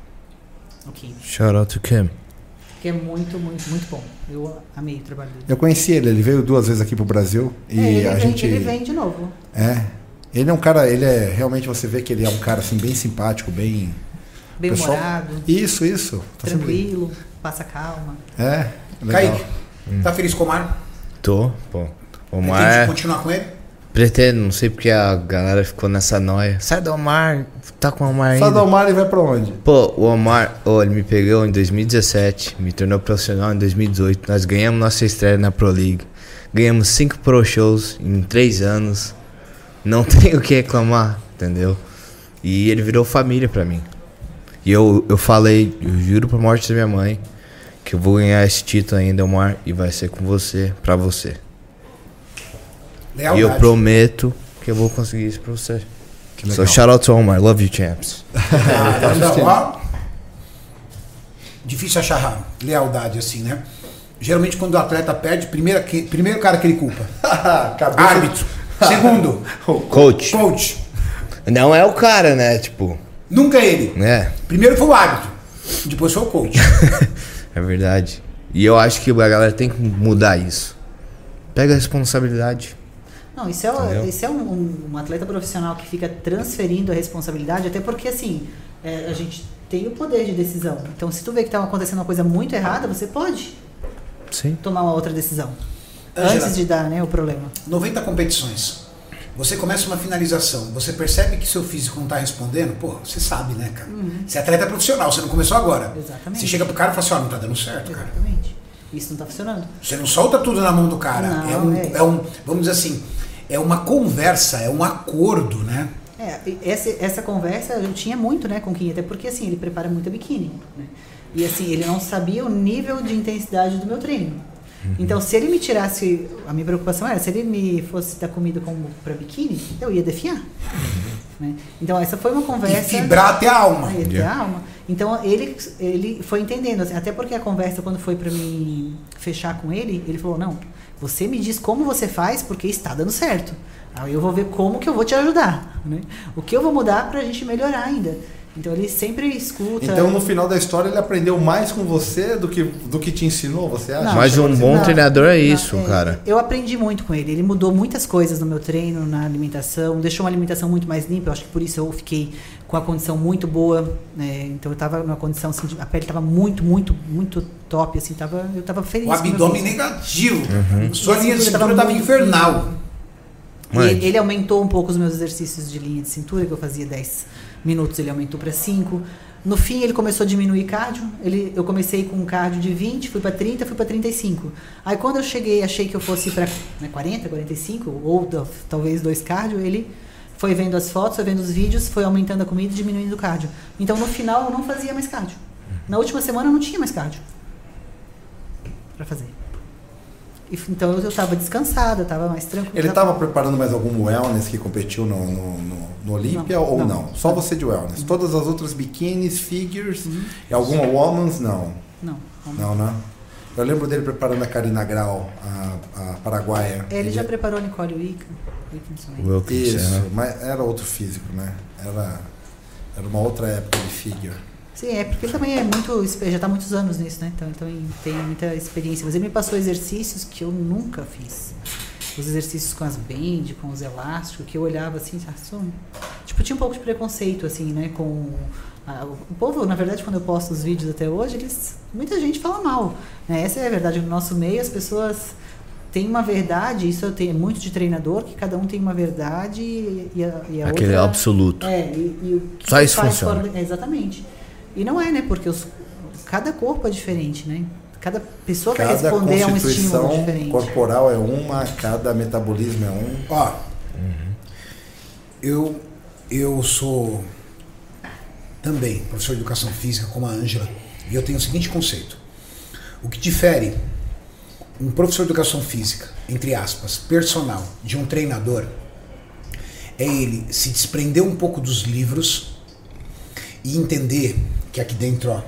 Ok. Shout out to Kim. Que é muito, muito, muito bom. Eu amei o trabalho dele. Eu conheci ele, ele veio duas vezes aqui pro Brasil e É, ele, a vem, gente ele vem de novo. é, ele é um cara, ele é realmente você vê que ele é um cara assim bem simpático, bem Bem pessoal- humorado, Isso, isso. Tá sempre- tranquilo, passa calma. É, legal. Kaique, tá feliz com o Omar? Tô, pô. O Omar Pretende é... continuar com ele? Pretendo, não sei porque a galera ficou nessa noia. Sai do Omar, tá com o Omar Sai ainda. do Omar e vai pra onde? Pô, o Omar, oh, ele me pegou em dois mil e dezessete, me tornou profissional em dois mil e dezoito. Nós ganhamos nossa estreia na Pro League. Ganhamos cinco Pro Shows em três anos. Não tenho o que reclamar, entendeu? E ele virou família pra mim. E eu, eu falei, eu juro pra morte da minha mãe, que eu vou ganhar esse título ainda, Omar, e vai ser com você, pra você. Lealdade. E eu prometo que eu vou conseguir isso pra você. Que So legal. shout out to Omar, love you champs. Ah, não, ó. Difícil achar lealdade assim, né? Geralmente quando o atleta perde, primeiro, que, primeiro cara que ele culpa. Cabeça- Árbitro. Segundo, Coach. coach. Não é o cara, né? Tipo, Nunca é ele. né? Primeiro foi o árbitro. Depois foi o coach. É verdade. E eu acho que a galera tem que mudar isso. Pega a responsabilidade. Não, isso é, Entendeu? isso é um, um- um atleta profissional que fica transferindo a responsabilidade, até porque assim, é, a gente tem o poder de decisão. Então, se tu vê que está acontecendo uma coisa muito errada, você pode Sim. tomar uma outra decisão. Angela. Antes de dar, né, o problema. noventa competições. Você começa uma finalização, você percebe que seu físico não tá respondendo, pô, você sabe, né, cara? Você é atleta profissional, você não começou agora. Exatamente. Você chega pro cara e fala assim, ó, não tá dando certo, cara. Exatamente. Isso não está funcionando. Você não solta tudo na mão do cara. Não, é, um, é. é um, vamos dizer assim, é uma conversa, é um acordo, né? É, e essa, essa conversa eu tinha muito, né, com o Kim, até porque assim, ele prepara muito a biquíni, né? E assim, ele não sabia o nível de intensidade do meu treino. Então, se ele me tirasse, a minha preocupação era, se ele me fosse dar comida como para biquíni, eu ia defiar. Né? Então, essa foi uma E conversa... vibrar até a alma. Aí, até a alma. Então, ele, ele foi entendendo, assim, até porque a conversa, quando foi para mim fechar com ele, ele falou, não, você me diz como você faz, porque está dando certo. Aí eu vou ver como que eu vou te ajudar. Né? O que eu vou mudar para a gente melhorar ainda. Então, ele sempre escuta... Então, no final da história, ele aprendeu mais com você do que, do que te ensinou, você acha? Não, Mas um bom Não, treinador é não, isso, é, cara. Eu aprendi muito com ele. Ele mudou muitas coisas no meu treino, na alimentação, deixou uma alimentação muito mais limpa. Eu acho que por isso eu fiquei com a condição muito boa. Né? Então eu estava numa condição assim, de- a pele estava muito, muito, muito top. Assim, tava, eu estava feliz. O com o meu abdômen físico. negativo. Uhum. Sua E a linha de cintura cintura tava tava muito infernal. E Mas- ele, ele aumentou um pouco os meus exercícios de linha de cintura, que eu fazia dez minutos, ele aumentou para cinco. No fim, ele começou a diminuir cardio. Ele, eu comecei com um cardio de vinte, fui para trinta, fui para trinta e cinco. Aí, quando eu cheguei, achei que eu fosse para né, quarenta, quarenta e cinco, ou da- talvez dois cardio, ele foi vendo as fotos, foi vendo os vídeos, foi aumentando a comida e diminuindo o cardio. Então, no final, eu não fazia mais cardio. Na última semana, eu não tinha mais cardio para fazer. E, então, eu estava descansada, eu estava mais tranquila. Ele estava preparando mais algum wellness que competiu no, no, no, no Olímpia Não, ou não? não. Só você de wellness. Todas as outras biquínis, figures e alguma women's, não. Não, não. Não, né? Eu lembro dele preparando a Karina Grau, a, a paraguaia. Ele já preparou a Nicole Wicca. Wilkinson, né? Wilkins, Isso, aham. mas era outro físico, né? Era, era uma outra época de figure. Sim, é porque ele também é muito, já está há muitos anos nisso, né? Então ele também tem muita experiência. Mas ele me passou exercícios que eu nunca fiz. Os exercícios com as band, com os elásticos, que eu olhava assim, só, tipo, tinha um pouco de preconceito, assim, né? Com a, o povo, na verdade, quando eu posto os vídeos até hoje, eles, muita gente fala mal. Né? Essa é a verdade no nosso meio, as pessoas tem uma verdade, isso tem muito de treinador, que cada um tem uma verdade e, e a, e a Aquele outra... absoluto. É, e, e o que Só isso faz funciona. fora- é, exatamente. E não é, né? Porque os, cada corpo é diferente, né? Cada pessoa vai Cada responder a um estímulo constituição diferente. corporal é uma, cada metabolismo é um. Ó, eu, eu sou também professor de educação física como a Ângela, e eu tenho o seguinte conceito. O que difere um professor de educação física, entre aspas, personal, de um treinador, é ele se desprender um pouco dos livros e entender que aqui dentro, ó,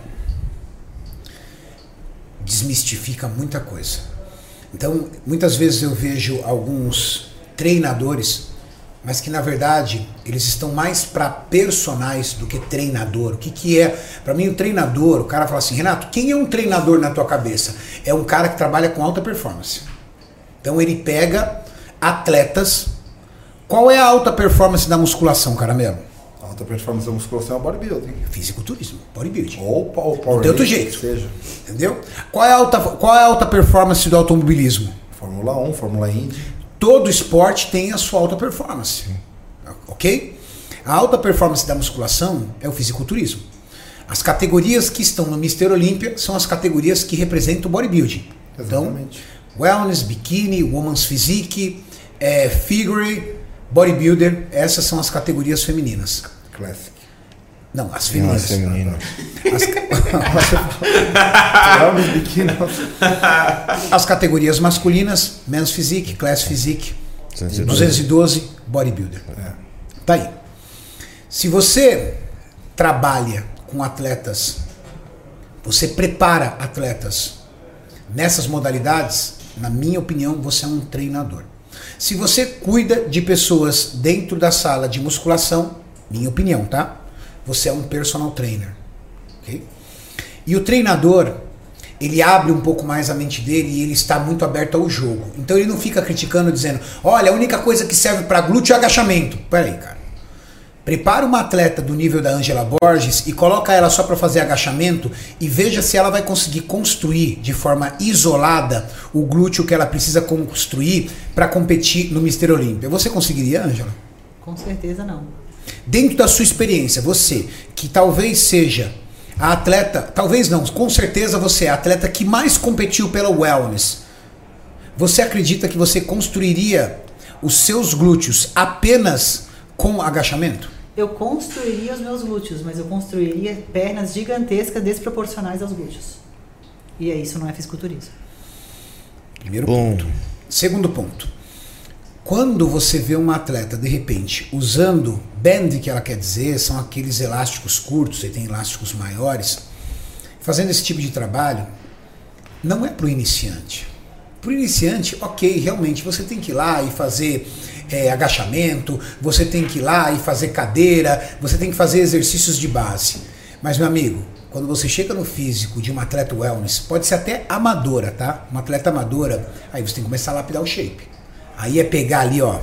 desmistifica muita coisa. Então, muitas vezes eu vejo alguns treinadores, mas que na verdade eles estão mais para personagens do que treinador. O que que é? Para mim, o treinador, o cara fala assim, Renato, quem é um treinador na tua cabeça? É um cara que trabalha com alta performance. Então ele pega atletas. Qual é a alta performance da musculação, Caramelo? Alta performance da musculação é bodybuilding. Fisiculturismo, bodybuilding. Ou, ou power Não tem outro lifting, jeito. que seja. Entendeu? Qual é a alta, qual é a alta performance do automobilismo? Fórmula um, Fórmula Indy. Todo esporte tem a sua alta performance. Ok? A alta performance da musculação é o fisiculturismo. As categorias que estão no mister Olímpia são as categorias que representam o bodybuilding. Exatamente. Então, wellness, bikini, woman's physique, é, figure, bodybuilder, essas são as categorias femininas. Classic. Não, as femininas. Nossa, menino. Wellness, biquíni. As categorias masculinas, men's physique, class physique, duzentos e doze, bodybuilder. É. Tá aí. Se você trabalha com atletas, você prepara atletas nessas modalidades, na minha opinião, você é um treinador. Se você cuida de pessoas dentro da sala de musculação, minha opinião, tá? Você é um personal trainer. Okay? E o treinador, ele abre um pouco mais a mente dele e ele está muito aberto ao jogo. Então ele não fica criticando, dizendo, olha, a única coisa que serve para glúteo é agachamento. Peraí, cara. Prepara uma atleta do nível da Ângela Borges e coloca ela só para fazer agachamento e veja se ela vai conseguir construir de forma isolada o glúteo que ela precisa construir para competir no mister Olímpia. Você conseguiria, Ângela? Com certeza não. Dentro da sua experiência, você que talvez seja a atleta, talvez não, com certeza você é a atleta que mais competiu pela wellness. Você acredita que você construiria os seus glúteos apenas com agachamento? Eu construiria os meus glúteos, mas eu construiria pernas gigantescas desproporcionais aos glúteos. E é isso, não é fisiculturismo. Primeiro Bom. ponto. Segundo ponto. Quando você vê uma atleta, de repente, usando band, que ela quer dizer, são aqueles elásticos curtos, e tem elásticos maiores, fazendo esse tipo de trabalho, não é para o iniciante. Para o iniciante, ok, realmente, você tem que ir lá e fazer é, agachamento, você tem que ir lá e fazer cadeira, você tem que fazer exercícios de base. Mas, meu amigo, quando você chega no físico de uma atleta wellness, pode ser até amadora, tá? Uma atleta amadora, aí você tem que começar a lapidar o shape. Aí é pegar ali, ó,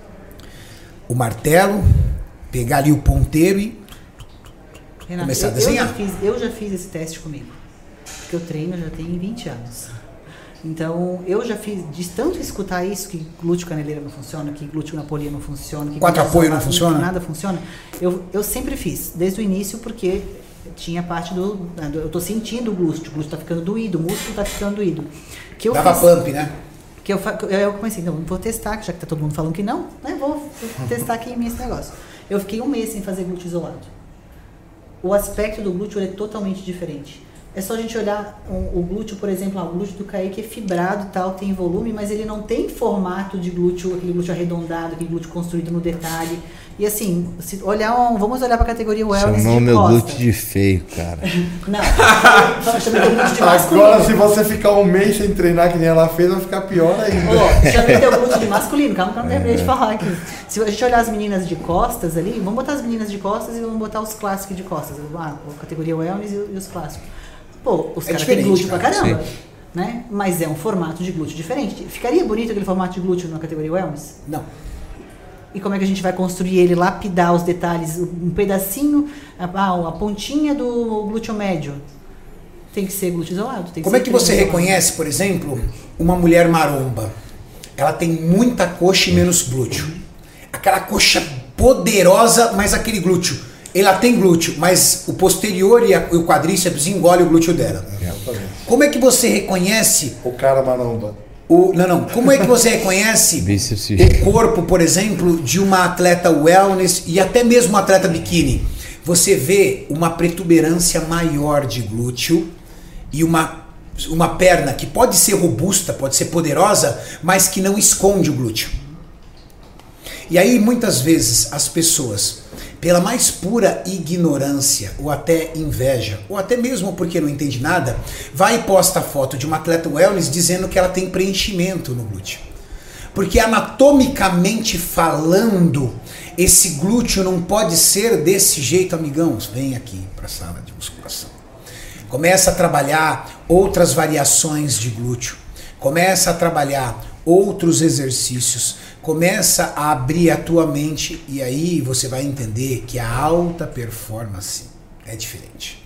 o martelo, pegar ali o ponteiro e Renato, começar a eu, desenhar. Eu já, fiz, eu já fiz esse teste comigo. Porque eu treino já tem vinte anos. Então, eu já fiz, de tanto escutar isso, que glúteo caneleira não funciona, que glúteo napoleão não funciona, que Quatro glúteo apoio não isolado, funciona? Nada funciona. Eu, eu sempre fiz, desde o início, porque tinha parte do... do eu tô sentindo o glúteo, o glúteo tá ficando doído, o músculo tá ficando doído. Que eu Dava fiz, pump, né? Que eu, fa- eu comecei, então, vou testar, já que tá todo mundo falando que não, né? Vou testar aqui em mim esse negócio. Eu fiquei um mês sem fazer glúteo isolado. O aspecto do glúteo ele é totalmente diferente. É só a gente olhar o, o glúteo, por exemplo, ah, o glúteo do Kaique é fibrado, tal, tem volume, mas ele não tem formato de glúteo, aquele glúteo arredondado, aquele glúteo construído no detalhe. E assim, se olhar um, vamos olhar para a categoria wellness Chamou de meu costa. glúteo de feio, cara. Não, eu chamei teu glúteo de masculino. Agora, se você ficar um mês sem treinar que nem ela fez, vai ficar pior ainda. Ó, chamei teu glúteo de masculino, calma que eu não terminei de falar aqui. Se a gente olhar as meninas de costas ali, vamos botar as meninas de costas e vamos botar os clássicos de costas. Ah, a categoria wellness e, e os clássicos. Pô, os É caras têm diferente, glúteo pra cara, caramba, né? Mas é um formato de glúteo diferente. Ficaria bonito aquele formato de glúteo na categoria wellness? Não. E como é que a gente vai construir ele, lapidar os detalhes, um pedacinho, a, a pontinha do glúteo médio? Tem que ser glúteo isolado. Tem que Como ser é que você treino isolado. reconhece, por exemplo, uma mulher maromba? ela tem muita coxa e menos glúteo. Aquela coxa poderosa, mas aquele glúteo. Ela tem glúteo, mas o posterior e, a, e o quadríceps engole o glúteo dela. Como é que você reconhece... O cara maromba. O, não, não. Como é que você reconhece o corpo, por exemplo, de uma atleta wellness e até mesmo uma atleta biquíni? Você vê uma protuberância maior de glúteo e uma, uma perna que pode ser robusta, pode ser poderosa, mas que não esconde o glúteo. E aí, muitas vezes, as pessoas, pela mais pura ignorância, ou até inveja, ou até mesmo porque não entende nada, vai e posta a foto de uma atleta wellness dizendo que ela tem preenchimento no glúteo. Porque anatomicamente falando, esse glúteo não pode ser desse jeito, amigãos. Vem aqui para a sala de musculação. Começa a trabalhar outras variações de glúteo. Começa a trabalhar outros exercícios. Começa a abrir a tua mente e aí você vai entender que a alta performance é diferente.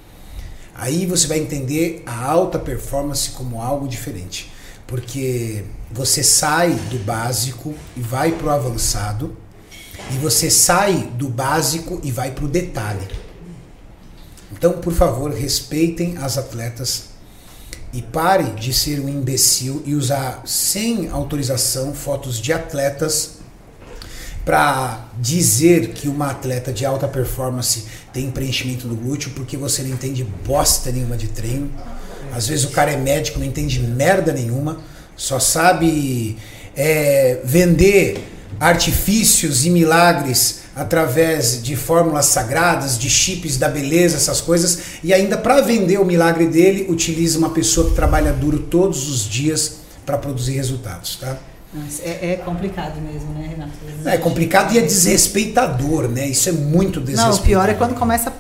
Aí você vai entender a alta performance como algo diferente. Porque você sai do básico e vai para o avançado. E você sai do básico e vai para o detalhe. Então, por favor, respeitem as atletas e pare de ser um imbecil e usar sem autorização fotos de atletas para dizer que uma atleta de alta performance tem preenchimento do glúteo porque você não entende bosta nenhuma de treino. Às vezes o cara é médico, não entende merda nenhuma, só sabe é, vender artifícios e milagres através de fórmulas sagradas, de chips da beleza, essas coisas, e ainda para vender o milagre dele, utiliza uma pessoa que trabalha duro todos os dias para produzir resultados, tá? É, é complicado mesmo, né, Renato? É complicado e é desrespeitador, né? Isso é muito desrespeitador. Não, o pior é quando começa a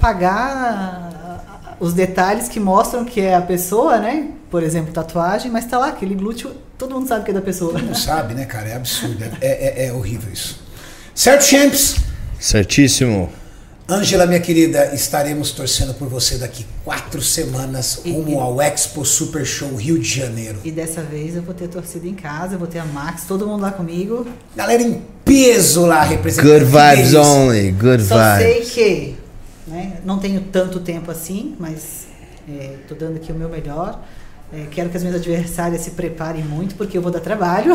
pagar os detalhes que mostram que é a pessoa, né? Por exemplo, tatuagem, mas tá lá, aquele glúteo, todo mundo sabe que é da pessoa. Todo mundo sabe, né, cara? É absurdo, é, é, é horrível isso. Certo, Champs? Certíssimo. Ângela, minha querida, estaremos torcendo por você daqui quatro semanas E- rumo e- ao Expo Super Show Rio de Janeiro. E dessa vez eu vou ter torcida em casa, eu vou ter a Max, todo mundo lá comigo. Galera em peso lá representando. Good Que vibes delícia. only. Good Só sei vibes. que né, não tenho tanto tempo assim, mas estou dando aqui o meu melhor. É, quero que as minhas adversárias se preparem muito, porque eu vou dar trabalho.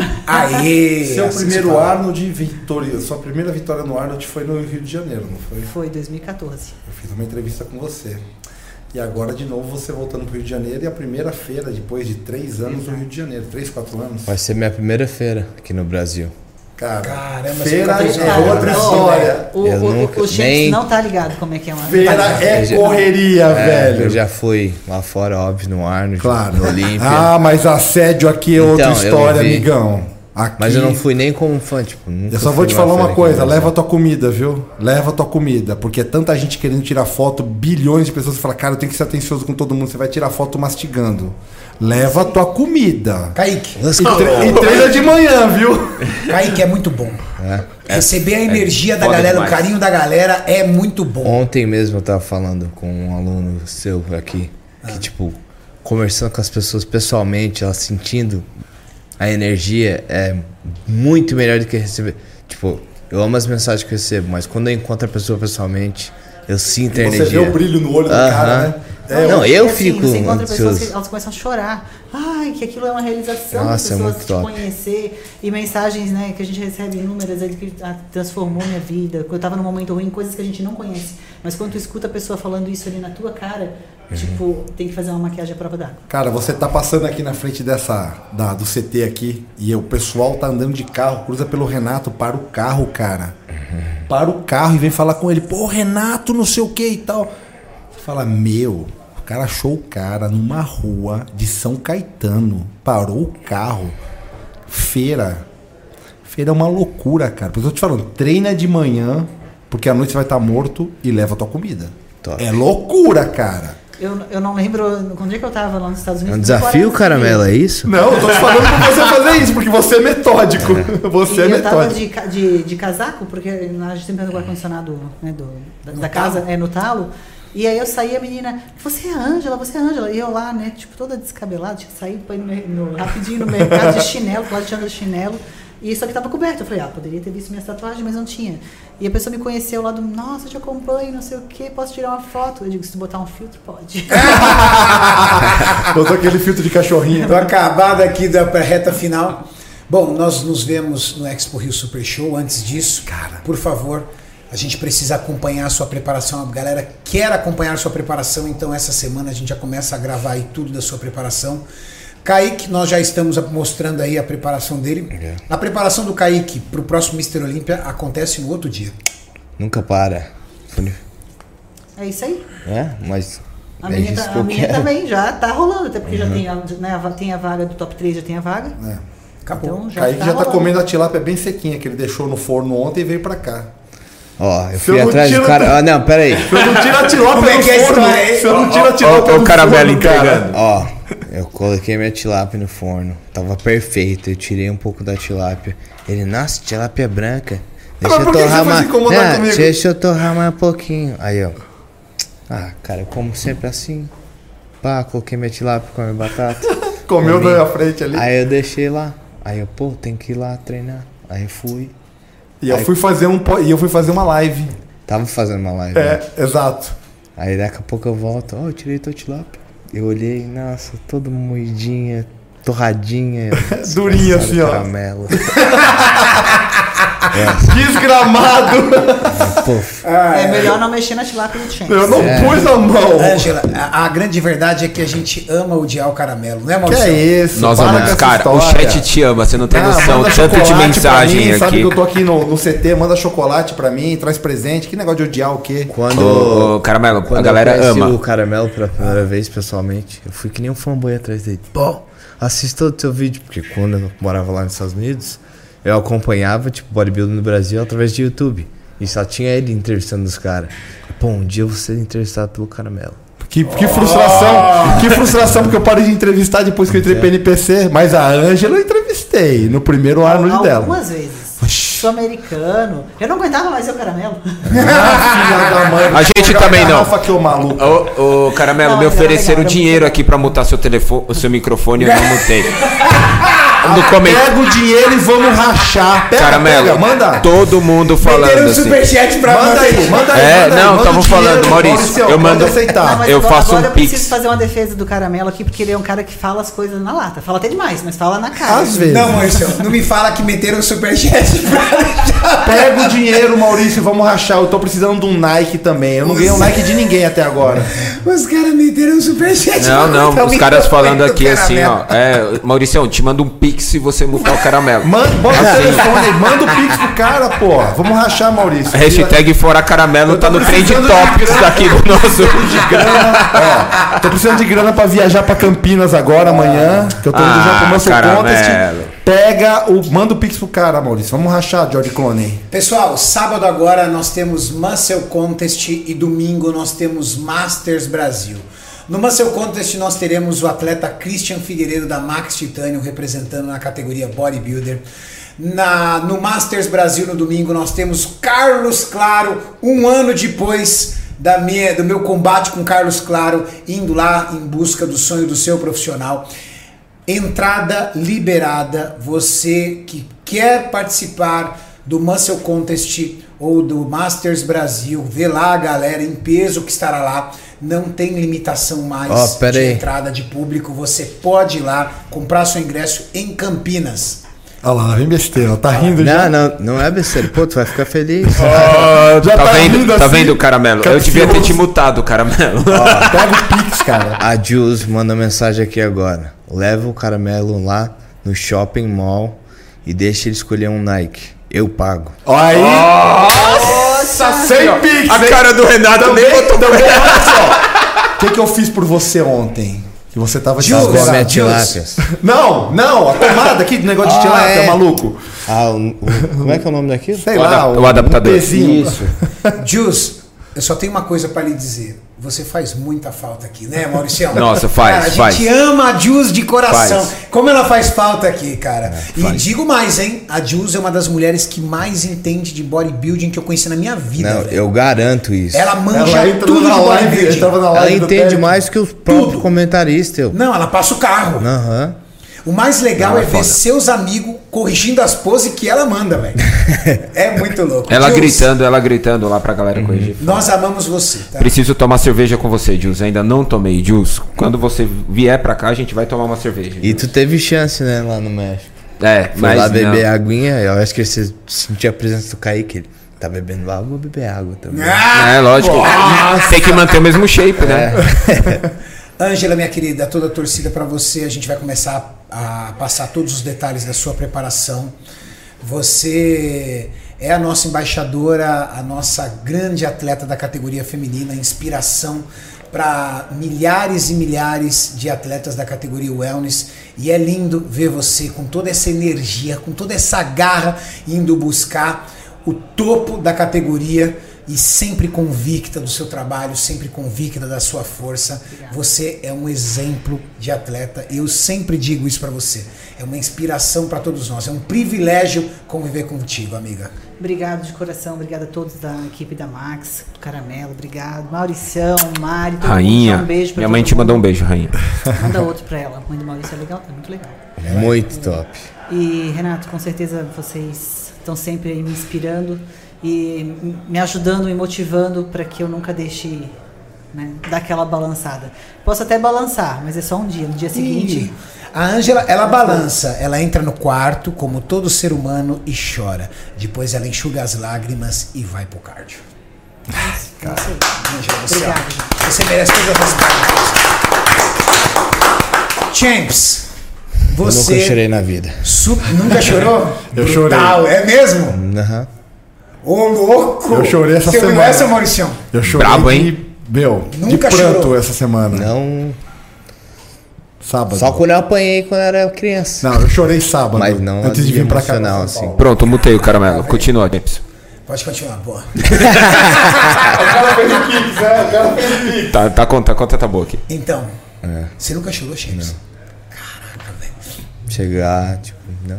Aê! Seu assim primeiro se fala. Arnold vitória, sua primeira vitória no Arnold foi no Rio de Janeiro, não foi? Foi dois mil e quatorze. Eu fiz uma entrevista com você. E agora de novo você voltando para o Rio de Janeiro e a primeira feira depois de três anos no Rio de Janeiro, três, quatro anos. Vai ser minha primeira feira aqui no Brasil. Cara, Caramba, feira você é tá outra vendo? história. O, Eu o, nunca- o, o Champs nem- não tá ligado como é que é uma Feira é Eu já- correria, É, velho. eu já fui lá fora, óbvio, no Arnold, Claro. no Olímpia. Ah, mas assédio aqui é outra Então, eu história, vivi. amigão. Aqui... Mas eu não fui nem como fã, tipo, nunca Eu só fui vou te numa falar feira uma aqui no coisa, Brasil. leva tua comida, viu? Leva tua comida, porque é tanta gente querendo tirar foto, bilhões de pessoas que falam, cara, eu tenho que ser atencioso com todo mundo, você vai tirar foto mastigando. Leva tua comida. Kaique, Let's E, go. tre- e treina de manhã, viu? Kaique é muito bom. É. Receber a energia da foda galera, demais. o carinho da galera é muito bom. Ontem mesmo eu tava falando com um aluno seu aqui, que tipo, conversando com as pessoas pessoalmente, elas sentindo a energia é muito melhor do que receber. Tipo, eu amo as mensagens que eu recebo, mas quando eu encontro a pessoa pessoalmente, eu sinto a Você energia. vê o brilho no olho do Aham. cara, né? É, Não, E eu assim, fico Você encontra pessoas ansioso. que elas começam a chorar. Ai, que aquilo é uma realização. Nossa, as é pessoas muito te top. conhecer. E mensagens, né, que a gente recebe inúmeras aí que ah, transformou minha vida. Eu tava num momento ruim, coisas que a gente não conhece. Mas quando tu escuta a pessoa falando isso ali na tua cara, Uhum. tipo, tem que fazer uma maquiagem à prova d'água. Cara, você tá passando aqui na frente dessa da, do C T aqui e o pessoal tá andando de carro, cruza pelo Renato, para o carro, cara. Para o carro e vem falar com ele, pô, Renato, não sei o que e tal. Você fala, meu, o cara achou o cara numa rua de São Caetano, parou o carro, feira. Feira é uma loucura, cara. Porque eu tô te falando, treina de manhã, porque à noite você vai estar morto e leva a tua comida. Top. É loucura, cara. Eu, eu não lembro quando é que eu tava lá nos Estados É Unidos. um desafio, Caramelo, é isso? Não, eu tô te falando pra você fazer isso, porque você é metódico. Você é E eu tava metódico. de, ca- de, de casaco, porque a gente sempre anda com o ar-condicionado, né, do, da, da casa, é no talo. E aí eu saí, a menina, você é a Ângela, você é a Ângela. E eu lá, né, tipo, toda descabelada, tinha que sair pra ir no, no, rapidinho no mercado de chinelo, lá de chinelo. E isso aqui tava coberto. Eu falei, ah, poderia ter visto minha tatuagem, mas não tinha. E a pessoa me conheceu lá do, nossa, eu te acompanho, não sei o quê, posso tirar uma foto? Eu digo, se tu botar um filtro, pode. Botou aquele filtro de cachorrinho. Tô acabado aqui da reta final. Bom, nós nos vemos no Expo Rio Super Show. Antes disso, cara, por favor, a gente precisa acompanhar a sua preparação. A galera quer acompanhar a sua preparação, então essa semana a gente já começa a gravar aí tudo da sua preparação. Kaique, nós já estamos mostrando aí a preparação dele. É. A preparação do Kaique para o próximo mister Olímpia acontece no outro dia. Nunca para. É isso aí. É, mas... A minha, tá, a minha também já tá rolando, até porque uhum. já tem a, né, tem a vaga do top três, já tem a vaga. É. Acabou. Então, já Kaique tá já rolando. Tá comendo a tilápia bem sequinha, que ele deixou no forno ontem e veio pra cá. Ó, eu fui atrás do cara... Ah, não, pera aí. Eu não tiro a tilápia no forno. Eu não tiro a tilápia no caramelo entregando. Ó, eu coloquei minha tilápia no forno. Tava perfeito. Eu tirei um pouco da tilápia. Ele, nossa, tilápia branca. Deixa eu torrar mais. Não, deixa eu torrar mais um pouquinho. Aí, ó. Ah, cara, eu como sempre assim. Pá, coloquei minha tilápia com a minha batata. Comeu na minha frente ali. Aí eu deixei lá. Aí eu, pô, tem que ir lá treinar. Aí eu fui. E eu, aí, fui fazer um, e eu fui fazer uma live. Tava fazendo uma live. É, né? Exato. Aí daqui a pouco eu volto. Ó, oh, eu tirei tua tilápia. Eu olhei, nossa, toda moidinha, torradinha. Durinha assim, ó. Caramelo. É. Desgramado. Ah, é melhor não mexer na tilápia do Chance. Eu não é. pus a mão. Ângela, a, a grande verdade é que a gente ama odiar o caramelo, não é, Maurício? Que é isso? Nós amamos, cara. História. O chat te ama, você não tem ah, noção. Tanto de mensagem mim, aqui. Sabe que eu tô aqui no, no C T, manda chocolate pra mim, traz presente. Que negócio de odiar o quê? Quando o, o caramelo, quando a galera eu ama. o caramelo pela primeira ah. vez, pessoalmente, eu fui que nem um fanboy atrás dele. Pô, assista todo o seu vídeo, porque quando eu morava lá nos Estados Unidos, eu acompanhava, tipo, bodybuilding no Brasil através de YouTube. E só tinha ele entrevistando os caras. Pô, um dia eu vou ser entrevistado pelo caramelo. Que, que frustração, oh! que frustração, porque eu parei de entrevistar depois que eu entrei é. para N P C. Mas a Ângela eu entrevistei no primeiro ano Algumas dela. Algumas vezes. Sou americano. Eu não aguentava mais ser o caramelo. Ah, mãe, a gente também não. Que eu maluco. O, o caramelo não, me ofereceram legal, dinheiro aqui para mutar seu telefone, o seu microfone e eu não mutei. No coment... Pega o dinheiro e vamos rachar. Pega, caramelo, pega, manda. Todo mundo falando um assim. Superchat pra manda aí, manda aí. É, manda não, estavam falando, Maurício. Maurício eu mando aceitar. Não, eu agora, faço agora um eu pix. preciso fazer uma defesa do caramelo aqui, porque ele é um cara que fala as coisas na lata. Fala até demais, mas fala na cara. Às vezes. Não, Maurício, não me fala que meteram o superchat pra Pega o dinheiro, Maurício, vamos rachar. Eu tô precisando de um Nike também. Eu não ganhei um Nike de ninguém até agora. Os caras meteram o superchat. Não, não, os caras falando aqui assim, ó. É, Maurício, te manda um pix se você mudar o caramelo. Manda, bota assim. o telefone, manda o pix pro cara, pô. Vamos rachar, Maurício. Hashtag fora caramelo tá no trend topics de... daqui do nosso. De grana, ó, tô precisando de grana pra viajar pra Campinas agora, amanhã. Que eu tô indo ah, já pro Muscle Contest. Pega o. Manda o pix pro cara, Maurício. Vamos rachar, George Clooney. Pessoal, sábado agora nós temos Muscle Contest e domingo nós temos Masters Brasil. No Muscle Contest nós teremos o atleta Christian Figueiredo da Max Titânio representando na categoria Bodybuilder. Na, no Masters Brasil no domingo nós temos Carlos Claro, um ano depois da minha, do meu combate com Carlos Claro, indo lá em busca do sonho do seu profissional. Entrada liberada, você que quer participar do Muscle Contest ou do Masters Brasil, vê lá a galera em peso que estará lá. Não tem limitação mais oh, de aí. entrada de público. Você pode ir lá comprar seu ingresso em Campinas. Olha lá, vem besteira, tá rindo não, já. Não, não é besteira. Pô, tu vai ficar feliz. Oh, já tá, tá vendo, assim, tá vendo, Caramelo? Capcioso. Eu devia ter te mutado, Caramelo. Oh, pega o Pix, cara. A Jules manda mensagem aqui agora. Leva o Caramelo lá no shopping mall e deixa ele escolher um Nike. Eu pago. Aí! Nossa, sem Pix! A cara do Renato também, nem botou também, olha só. O que, que eu fiz por você ontem? Que você tava tilápias. Não, não, a tomada aqui do negócio de tilápia, ah, é. maluco. Ah, o, o, como é que é o nome daquilo? Sei o lá, o, o adaptador. Um Isso. Jus, eu só tenho uma coisa para lhe dizer. você faz muita falta aqui, né, Mauricião? Nossa, faz, cara, a faz. gente ama a Jus de coração. Faz. Como ela faz falta aqui, cara. É, e faz. digo mais, hein? A Jus é uma das mulheres que mais entende de bodybuilding que eu conheci na minha vida. Não, velho. eu garanto isso. Ela manja Ela entra tudo na de live, bodybuilding. entrava na Ela live do entende Pérez. mais que os próprios Tudo. comentaristas. Eu. Não, ela passa o carro. Aham. O mais legal Não, é é ver foda. seus amigos corrigindo as poses que ela manda, velho. É muito louco. Ela Jules, gritando, ela gritando lá pra galera corrigir. Nós amamos você, tá? Preciso tomar cerveja com você, Jules. Ainda não tomei, Jules. Quando você vier pra cá, a gente vai tomar uma cerveja. E tu teve chance, né, lá no México. É, Foi mas lá beber não. aguinha, eu acho que você sentia a presença do Kaique. Ele tá bebendo água, vou beber água também. Ah, É, lógico. nossa. Tem que manter o mesmo shape, né? Ângela, minha querida, toda a torcida pra você. A gente vai começar a passar todos os detalhes da sua preparação. Você é a nossa embaixadora, a nossa grande atleta da categoria feminina, inspiração para milhares e milhares de atletas da categoria wellness. E é lindo ver você com toda essa energia, com toda essa garra, indo buscar o topo da categoria e sempre convicta do seu trabalho, sempre convicta da sua força. Obrigada. Você é um exemplo de atleta e eu sempre digo isso pra você. É uma inspiração pra todos nós. É um privilégio conviver contigo, amiga. Obrigado de coração, obrigado a todos da equipe da Max, do Caramelo, obrigado. Mauricião, Mari, todo Rainha. mundo, um beijo pra Minha mãe todo te mandou um mundo. beijo, rainha. Manda outro pra ela. A mãe do Maurício é legal, é muito legal. Muito top. E Renato, com certeza vocês estão sempre aí me inspirando e me ajudando, me motivando para que eu nunca deixe, né, dar aquela balançada. Posso até balançar, mas é só um dia. No dia seguinte, E a Ângela, ela balança, ela entra no quarto como todo ser humano e chora. Depois ela enxuga as lágrimas e vai pro cardio. é isso aí. Ângela, você, Obrigada, ó, gente. você merece todas as palmas. Champs, Eu nunca você chorei na vida. su- nunca chorou? Eu Brutal, é mesmo? Aham. Ô, louco! Eu chorei essa Você ouviu semana. essa, Mauricião? Eu chorei Brabo, de, hein? meu, Nunca de pranto chorou? essa semana. Não. Sábado. Só quando eu apanhei quando eu era criança. Não, eu chorei sábado. Mas não antes de vir pra cá. emocional, pra São Paulo. assim. Pronto, mutei o caramelo. Continua, James. Pode continuar, boa. O cara fez o Pix, né? O cara fez o Pix. Tá, tá, conta, a conta tá boa aqui. Então, É. você nunca chorou, Champs? Caraca, velho. Chegar, tipo, não.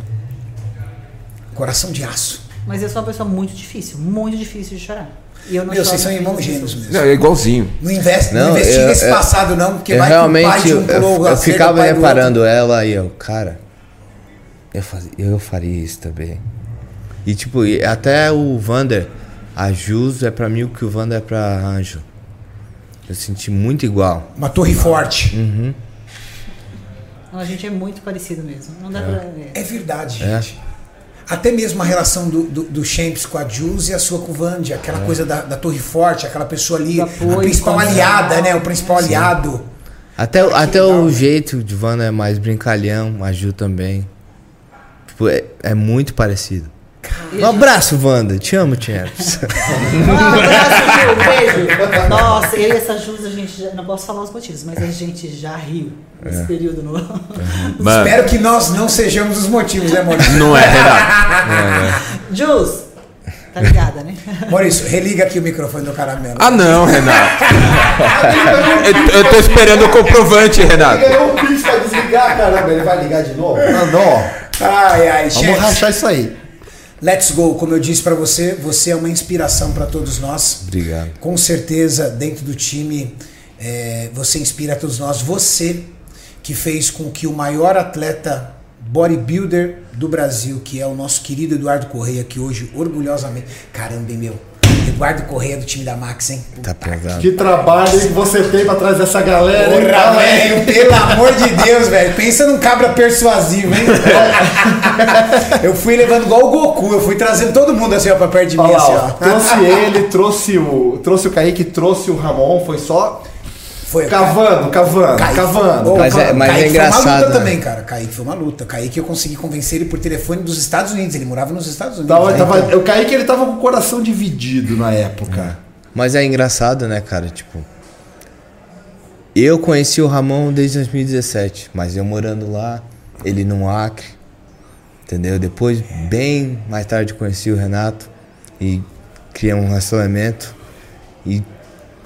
Coração de aço. Mas eu sou uma pessoa muito difícil, muito difícil de chorar. E eu não Meu, choro vocês são na frente irmãos das gêmeos pessoas. mesmo. Não, é igualzinho. Não, investe, não, Não, investiga eu- esse eu- passado, não, porque Eu vai que o pai realmente, de um eu, pulou eu a cerca ficava do pai do reparando ela e eu, cara, eu, fazia, eu faria isso também. E tipo, e até o Vander, a Jus é pra mim o que o Vander é pra Ângelo. Eu senti muito igual. outro. Uma torre forte. Uhum. Não, a gente é muito parecido mesmo. Não dá pra. É verdade, É. gente. Até mesmo a relação do, do, do Champs com a Jules e a sua com o Vandy, aquela coisa da, da torre forte, aquela pessoa ali, Do a apoio, principal incondicional. aliada, né? O principal aliado. Até, Cara, que até legal, o né? jeito de Vander é mais brincalhão, a Ju também. Tipo, é, é muito parecido. Um abraço, Wanda. Te amo, Champs. Um abraço, Ju, beijo. Nossa, eu e essa Jus, a gente já, não posso falar os motivos, mas a gente já riu nesse período no. Mano, Espero que nós não sejamos os motivos, né, Maurício? não é, Renato. Jus, tá ligada, né? Maurício, religa aqui o microfone do caramelo. Ah, não, Renato. eu, eu tô esperando o comprovante, Ele Renato. ganhou o Pix pra desligar, caramba. Ele vai ligar de novo? Não, não. Ai, ai, Vamos Champs. rachar isso aí. Let's go, como eu disse pra você, você é uma inspiração pra todos nós. Obrigado. Com certeza, dentro do time, é, você inspira a todos nós. Você que fez com que o maior atleta bodybuilder do Brasil, que é o nosso querido Eduardo Correia, que hoje, orgulhosamente... Caramba, hein, meu? Eduardo Correia do time da Max, hein? Tá pesado. Que trabalho que você tem pra trás dessa galera, hein? Porra, Fala aí. velho, pelo amor de Deus, velho. Pensa num cabra persuasivo, hein? Eu fui levando igual o Goku, eu fui trazendo todo mundo assim, ó, pra perto de mim, Olha assim, lá, ó. ó. Trouxe ele, trouxe o, trouxe o Kaique, trouxe o Ramon, foi só Foi, cavando, cavando, Kaique- cavando. Ô, Mas é- Kaique mas é foi uma engraçado, luta né? também, cara. Kaique foi uma luta. Kaique eu consegui convencer ele por telefone dos Estados Unidos. Ele morava nos Estados Unidos. Tava, né? tava, Então, o Kaique ele tava com o coração dividido na época. Mas é engraçado, né, cara? Tipo, eu conheci o Ramon desde dois mil e dezessete, mas eu morando lá, ele no Acre, entendeu? Depois, bem mais tarde, conheci o Renato e criamos um relacionamento. E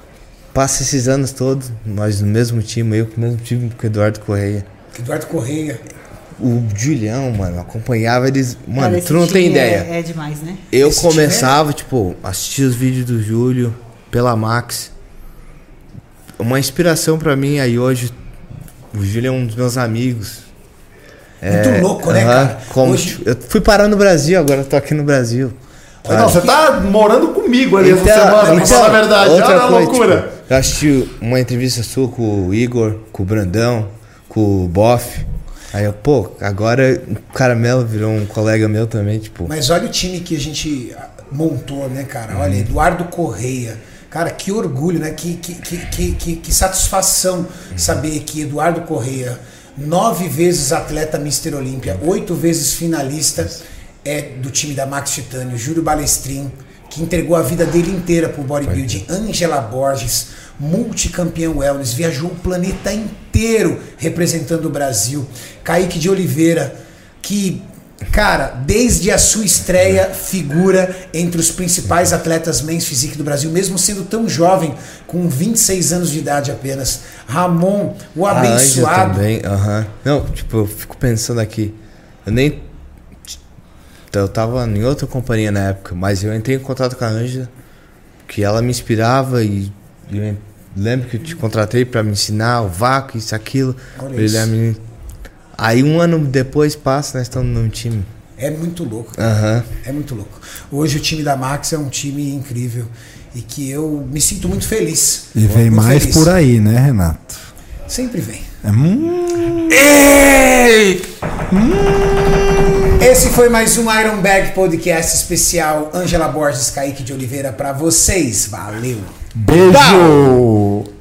passa esses anos todos, nós no mesmo time, eu com o mesmo time com o Eduardo Correia. Eduardo Correia. O Julião, mano, acompanhava eles. Mano, Cara, tu não tem time ideia. É, é demais, né? Eu Esse começava, tipo, assistir os vídeos do Júlio pela Max. Uma inspiração pra mim aí hoje. O Júlio é um dos meus amigos. Muito É, louco, né, aham, cara? como, Hoje- tipo, eu fui parar no Brasil, agora eu tô aqui no Brasil. Não, você tá morando comigo ali essa Então, semana, pra então, falar a verdade. outra Olha a coisa, loucura. tipo, eu assisti uma entrevista sua com o Igor, com o Brandão, com o Boff. Aí eu, pô, agora o Caramelo virou um colega meu também, tipo. Mas olha o time que a gente montou, né, cara? Olha, Eduardo Correia. Cara, que orgulho, né? Que, que, que, que, que, que satisfação saber que Eduardo Correia, nove vezes atleta mister Olímpia, oito vezes finalista é do time da Max Titânio, Júlio Balestrin, que entregou a vida dele inteira pro bodybuilding, Ângela Borges, multicampeão wellness, viajou o planeta inteiro representando o Brasil, Kaique de Oliveira, que, cara, desde a sua estreia figura entre os principais atletas men's physique do Brasil, mesmo sendo tão jovem, com vinte e seis anos de idade apenas. Ramon, o A Ângela abençoado. também, aham. Não, tipo, eu fico pensando aqui. Eu nem. Eu tava em outra companhia na época, mas eu entrei em contato com a Ângela, que ela me inspirava e eu lembro que eu te contratei pra me ensinar o vácuo, isso, aquilo. Olha Ele isso. é me- Aí um ano depois passa, nós estamos num time. É muito louco. Aham. É muito louco. Hoje o time da Max é um time incrível e que eu me sinto muito feliz. E vem Muito mais feliz. por aí, né, Renato? Sempre vem. É, hum, Ei! Esse foi mais um Iron Bag Podcast especial Ângela Borges, Kaique de Oliveira pra vocês. Valeu! beijo!